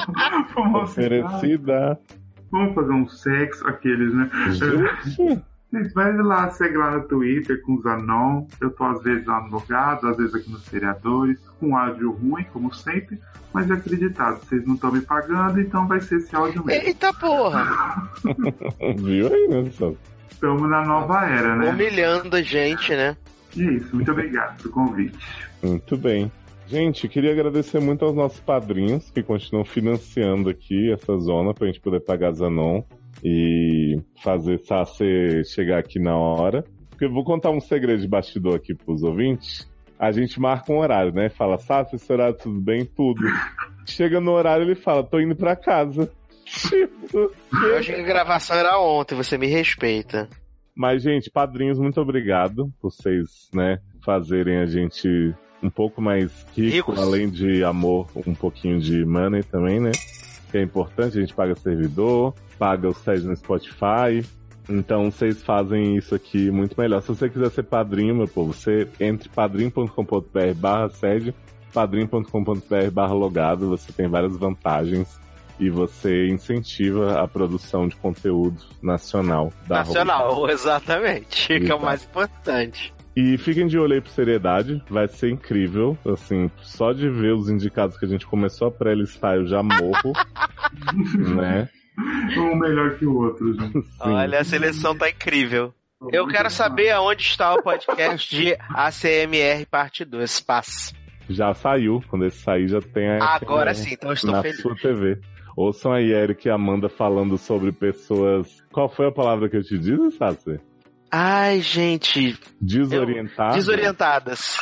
Oferecida. Vamos fazer um sexo, aqueles, né? Gente. Gente, vai lá, segue lá no Twitter com os Anon. Eu tô às vezes lá no Logado, às vezes aqui nos Seriadores, com áudio ruim, como sempre, mas acreditado, vocês não estão me pagando, então vai ser esse áudio mesmo. Eita porra! Viu aí, né, só? Estamos na nova era, né? Humilhando a gente, né? E é isso, muito obrigado pelo convite. Muito bem. Gente, queria agradecer muito aos nossos padrinhos que continuam financiando aqui essa zona pra gente poder pagar Zanon e fazer Sassi chegar aqui na hora. Porque eu vou contar um segredo de bastidor aqui pros ouvintes. A gente marca um horário, né? Fala, Sassi, esse horário tudo bem? Tudo. Chega no horário, ele fala, tô indo pra casa. Tipo, eu achei que a gravação era ontem, você me respeita. Mas, gente, padrinhos, muito obrigado por vocês, né, fazerem a gente um pouco mais rico, além de amor, um pouquinho de money também, né? Que é importante, a gente paga servidor, paga os SED no Spotify. Então vocês fazem isso aqui muito melhor. Se você quiser ser padrinho, meu povo, você entre padrim.com.br/sede, padrim.com.br/logado, você tem várias vantagens e você incentiva a produção de conteúdo nacional da Nacional, exatamente, que é o mais importante. E fiquem de olho aí pro Seriedade, vai ser incrível, assim, só de ver os indicados que a gente começou a pré-listar eu já morro, né? Um melhor que o outro, gente. Olha, a seleção tá incrível. Eu quero saber aonde está o podcast de ACMR Parte 2, Paz. Já saiu, quando esse sair já tem agora sim, então eu estou na feliz. Sua TV. Ouçam aí Eric e Amanda falando sobre pessoas... Qual foi a palavra que eu te disse, Sassi? Ai, gente... Desorientadas? Desorientadas.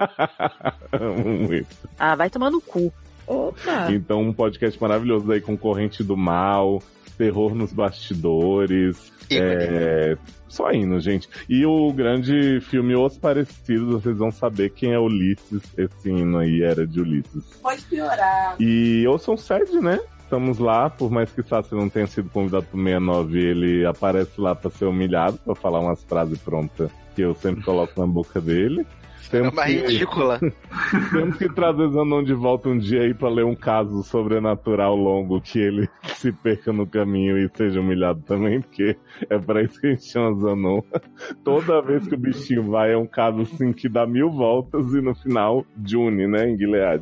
Ah, vai tomar no cu. Opa! Então, um podcast maravilhoso aí com Corrente do Mal, terror nos bastidores, só indo, gente. E o grande filme Os Parecidos, vocês vão saber quem é Ulisses, esse hino aí era de Ulisses. Pode piorar. E ouçam Sede, né? Estamos lá, por mais que Sassi não tenha sido convidado pro 69, ele aparece lá pra ser humilhado, pra falar umas frases prontas que eu sempre coloco na boca dele. É uma ridícula. Temos que trazer Zanon de volta um dia aí pra ler um caso sobrenatural longo que ele se perca no caminho e seja humilhado também, porque é pra isso que a gente chama Zanon. Toda vez que o bichinho vai é um caso assim que dá 1000 voltas e no final, June, né, em Gilead.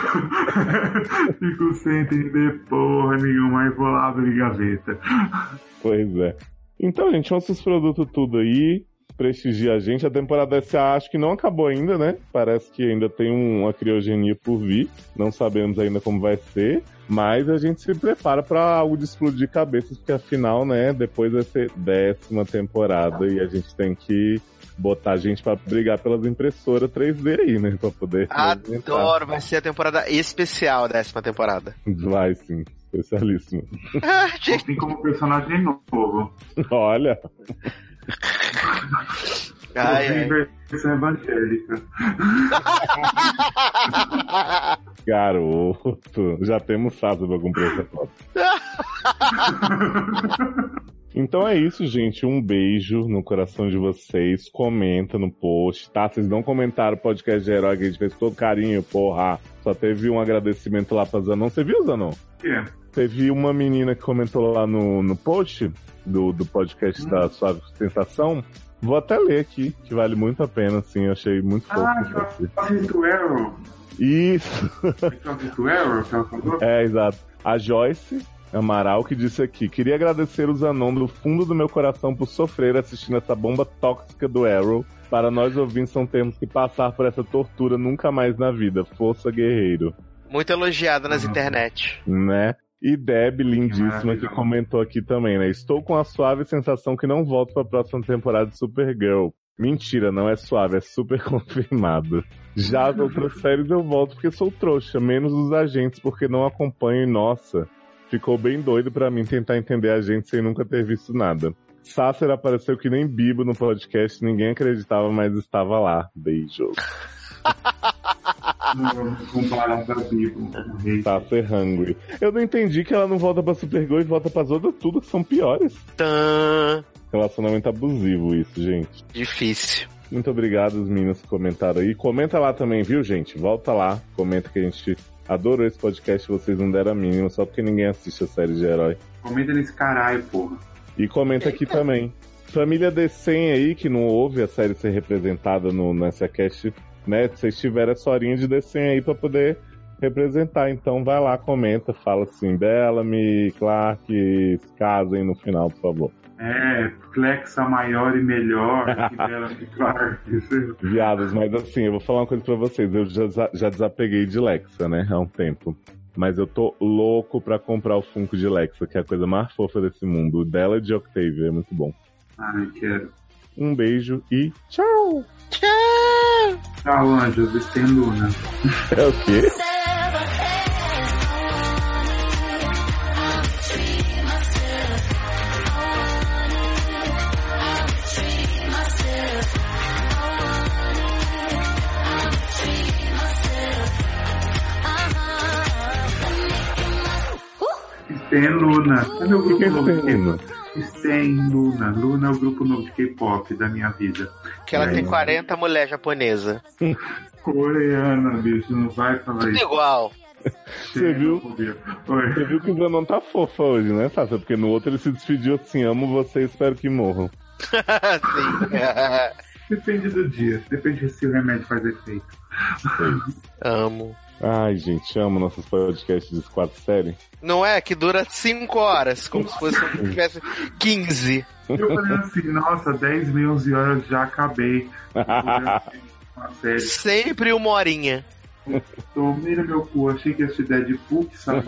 Fico sem entender porra nenhuma, aí vou lá abrir gaveta. Pois é. Então, gente, ouça os produtos tudo aí. Prestigia a gente. A temporada SA acho que não acabou ainda, né? Parece que ainda tem uma criogenia por vir. Não sabemos ainda como vai ser. Mas a gente se prepara pra algo de explodir cabeças, porque afinal, né? Depois vai ser 10ª temporada e a gente tem que botar a gente pra brigar pelas impressoras 3D aí, né? Pra poder... Adoro! Vai ser a temporada especial, 10ª temporada. Vai sim. Especialíssimo. Assim como personagem novo. Olha... Versão evangélica. Garoto, já temos sábado pra cumprir essa foto. Então é isso, gente. Um beijo no coração de vocês. Comenta no post, tá? Vocês não comentaram o podcast de herói que a gente fez com todo carinho, porra. Só teve um agradecimento lá pra Zanon. Você viu, Zanon? É. Teve uma menina que comentou lá no post do podcast da Suave Sensação. Vou até ler aqui, que vale muito a pena, assim. Eu achei muito fofo. Do Arrow. Isso. Do Arrow, que ela falou? É, exato. A Joyce Amaral que disse aqui: queria agradecer o Zanon do fundo do meu coração por sofrer assistindo essa bomba tóxica do Arrow. Para nós ouvintes não temos que passar por essa tortura nunca mais na vida. Força, guerreiro. Muito elogiado nas internet. Né? E Deb, lindíssima, que comentou aqui também, né? Estou com a suave sensação que não volto para a próxima temporada de Supergirl. Mentira, não é suave, é super confirmado. Já as outras séries eu volto porque sou trouxa, menos os agentes porque não acompanho e, nossa, ficou bem doido pra mim tentar entender a gente sem nunca ter visto nada. Sasser apareceu que nem Bibo no podcast, ninguém acreditava, mas estava lá. Beijos. Sasser hungry. Eu não entendi que ela não volta pra Supergirl e volta pras outras tudo que são piores. Relacionamento abusivo isso, gente. Difícil. Muito obrigado, os meninos que comentaram aí. Comenta lá também, viu, gente? Volta lá, comenta que a gente adorou esse podcast, vocês não deram a mínima, só porque ninguém assiste a série de herói. Comenta nesse caralho, porra. E comenta aqui também. Família Decem aí, que não ouve a série ser representada no SciCast, né? Se vocês tiverem essa horinha de Decem aí pra poder representar, então vai lá, comenta, fala assim, Bellamy, Clark, se casem no final, por favor. Flexa maior e melhor que Bellamy Clark. Viados, mas assim, eu vou falar uma coisa pra vocês, eu já desapeguei de Lexa, né, há um tempo. Mas eu tô louco pra comprar o Funko de Lexa, que é a coisa mais fofa desse mundo. O dela de Octavia, é muito bom. Ai, quero. Um beijo e tchau! Tchau! Tchau, anjos, Decem Luna. É o quê? Decem Luna. É meu grupo novo de Luna? K-pop. Decem Luna. Luna é o grupo novo de K-pop da minha vida. Que ela tem 40 mulher japonesa. Coreana, bicho, não vai falar Tudo isso. igual. Você viu que o Zanon tá fofa hoje, né, Sasha? Porque no outro ele se despediu assim, amo você e espero que morram. Sim. Depende do dia. Depende se o remédio faz efeito. Amo. Ai, gente, amo nossos podcasts de 4 séries. Não é? Que dura 5 horas, como se fosse 15. Eu falei assim, nossa, 10 mil, 11 horas, já acabei. Sempre 1 horinha. Tomei meu cu, achei que ia ser Deadpool, que sabe?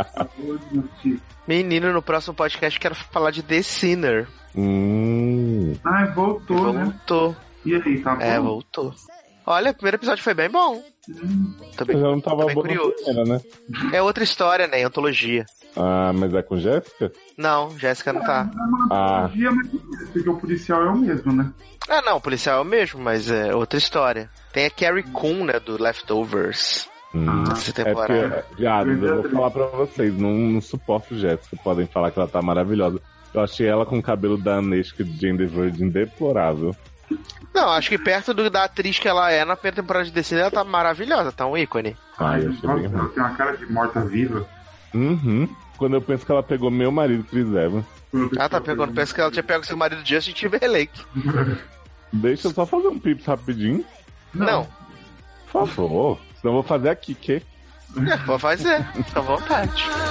Menino, no próximo podcast quero falar de The Sinner. Ai, voltou, né? Voltou. E aí, tá bom? Voltou. Olha, o primeiro episódio foi bem bom. Eu já não tava bom curioso. Primeira, né? É outra história, né? Antologia. Ah, mas é com Jéssica? Não, Jéssica não tá. Porque o policial é o mesmo, né? Ah, não, o policial é o mesmo, mas é outra história. Tem a Carrie Coon, né, do Leftovers. Essa temporada. Viados, eu vou falar pra vocês, não suporto Jéssica, podem falar que ela tá maravilhosa. Eu achei ela com o cabelo da Anesca de Jane the Virgin deplorável. Não, acho que perto da atriz que ela é na primeira temporada de The Sinner, ela tá maravilhosa, tá um ícone. Ai, eu achei bem ruim. Ela tem uma cara de morta-viva. Quando eu penso que ela pegou meu marido, Chris Evans. Ah, tá pegando. Penso que ela tinha pego seu marido Justin Timberlake. Deixa eu só fazer um pips rapidinho. Não. Por favor. Senão eu vou fazer aqui, que? Vou fazer. Fica à vontade.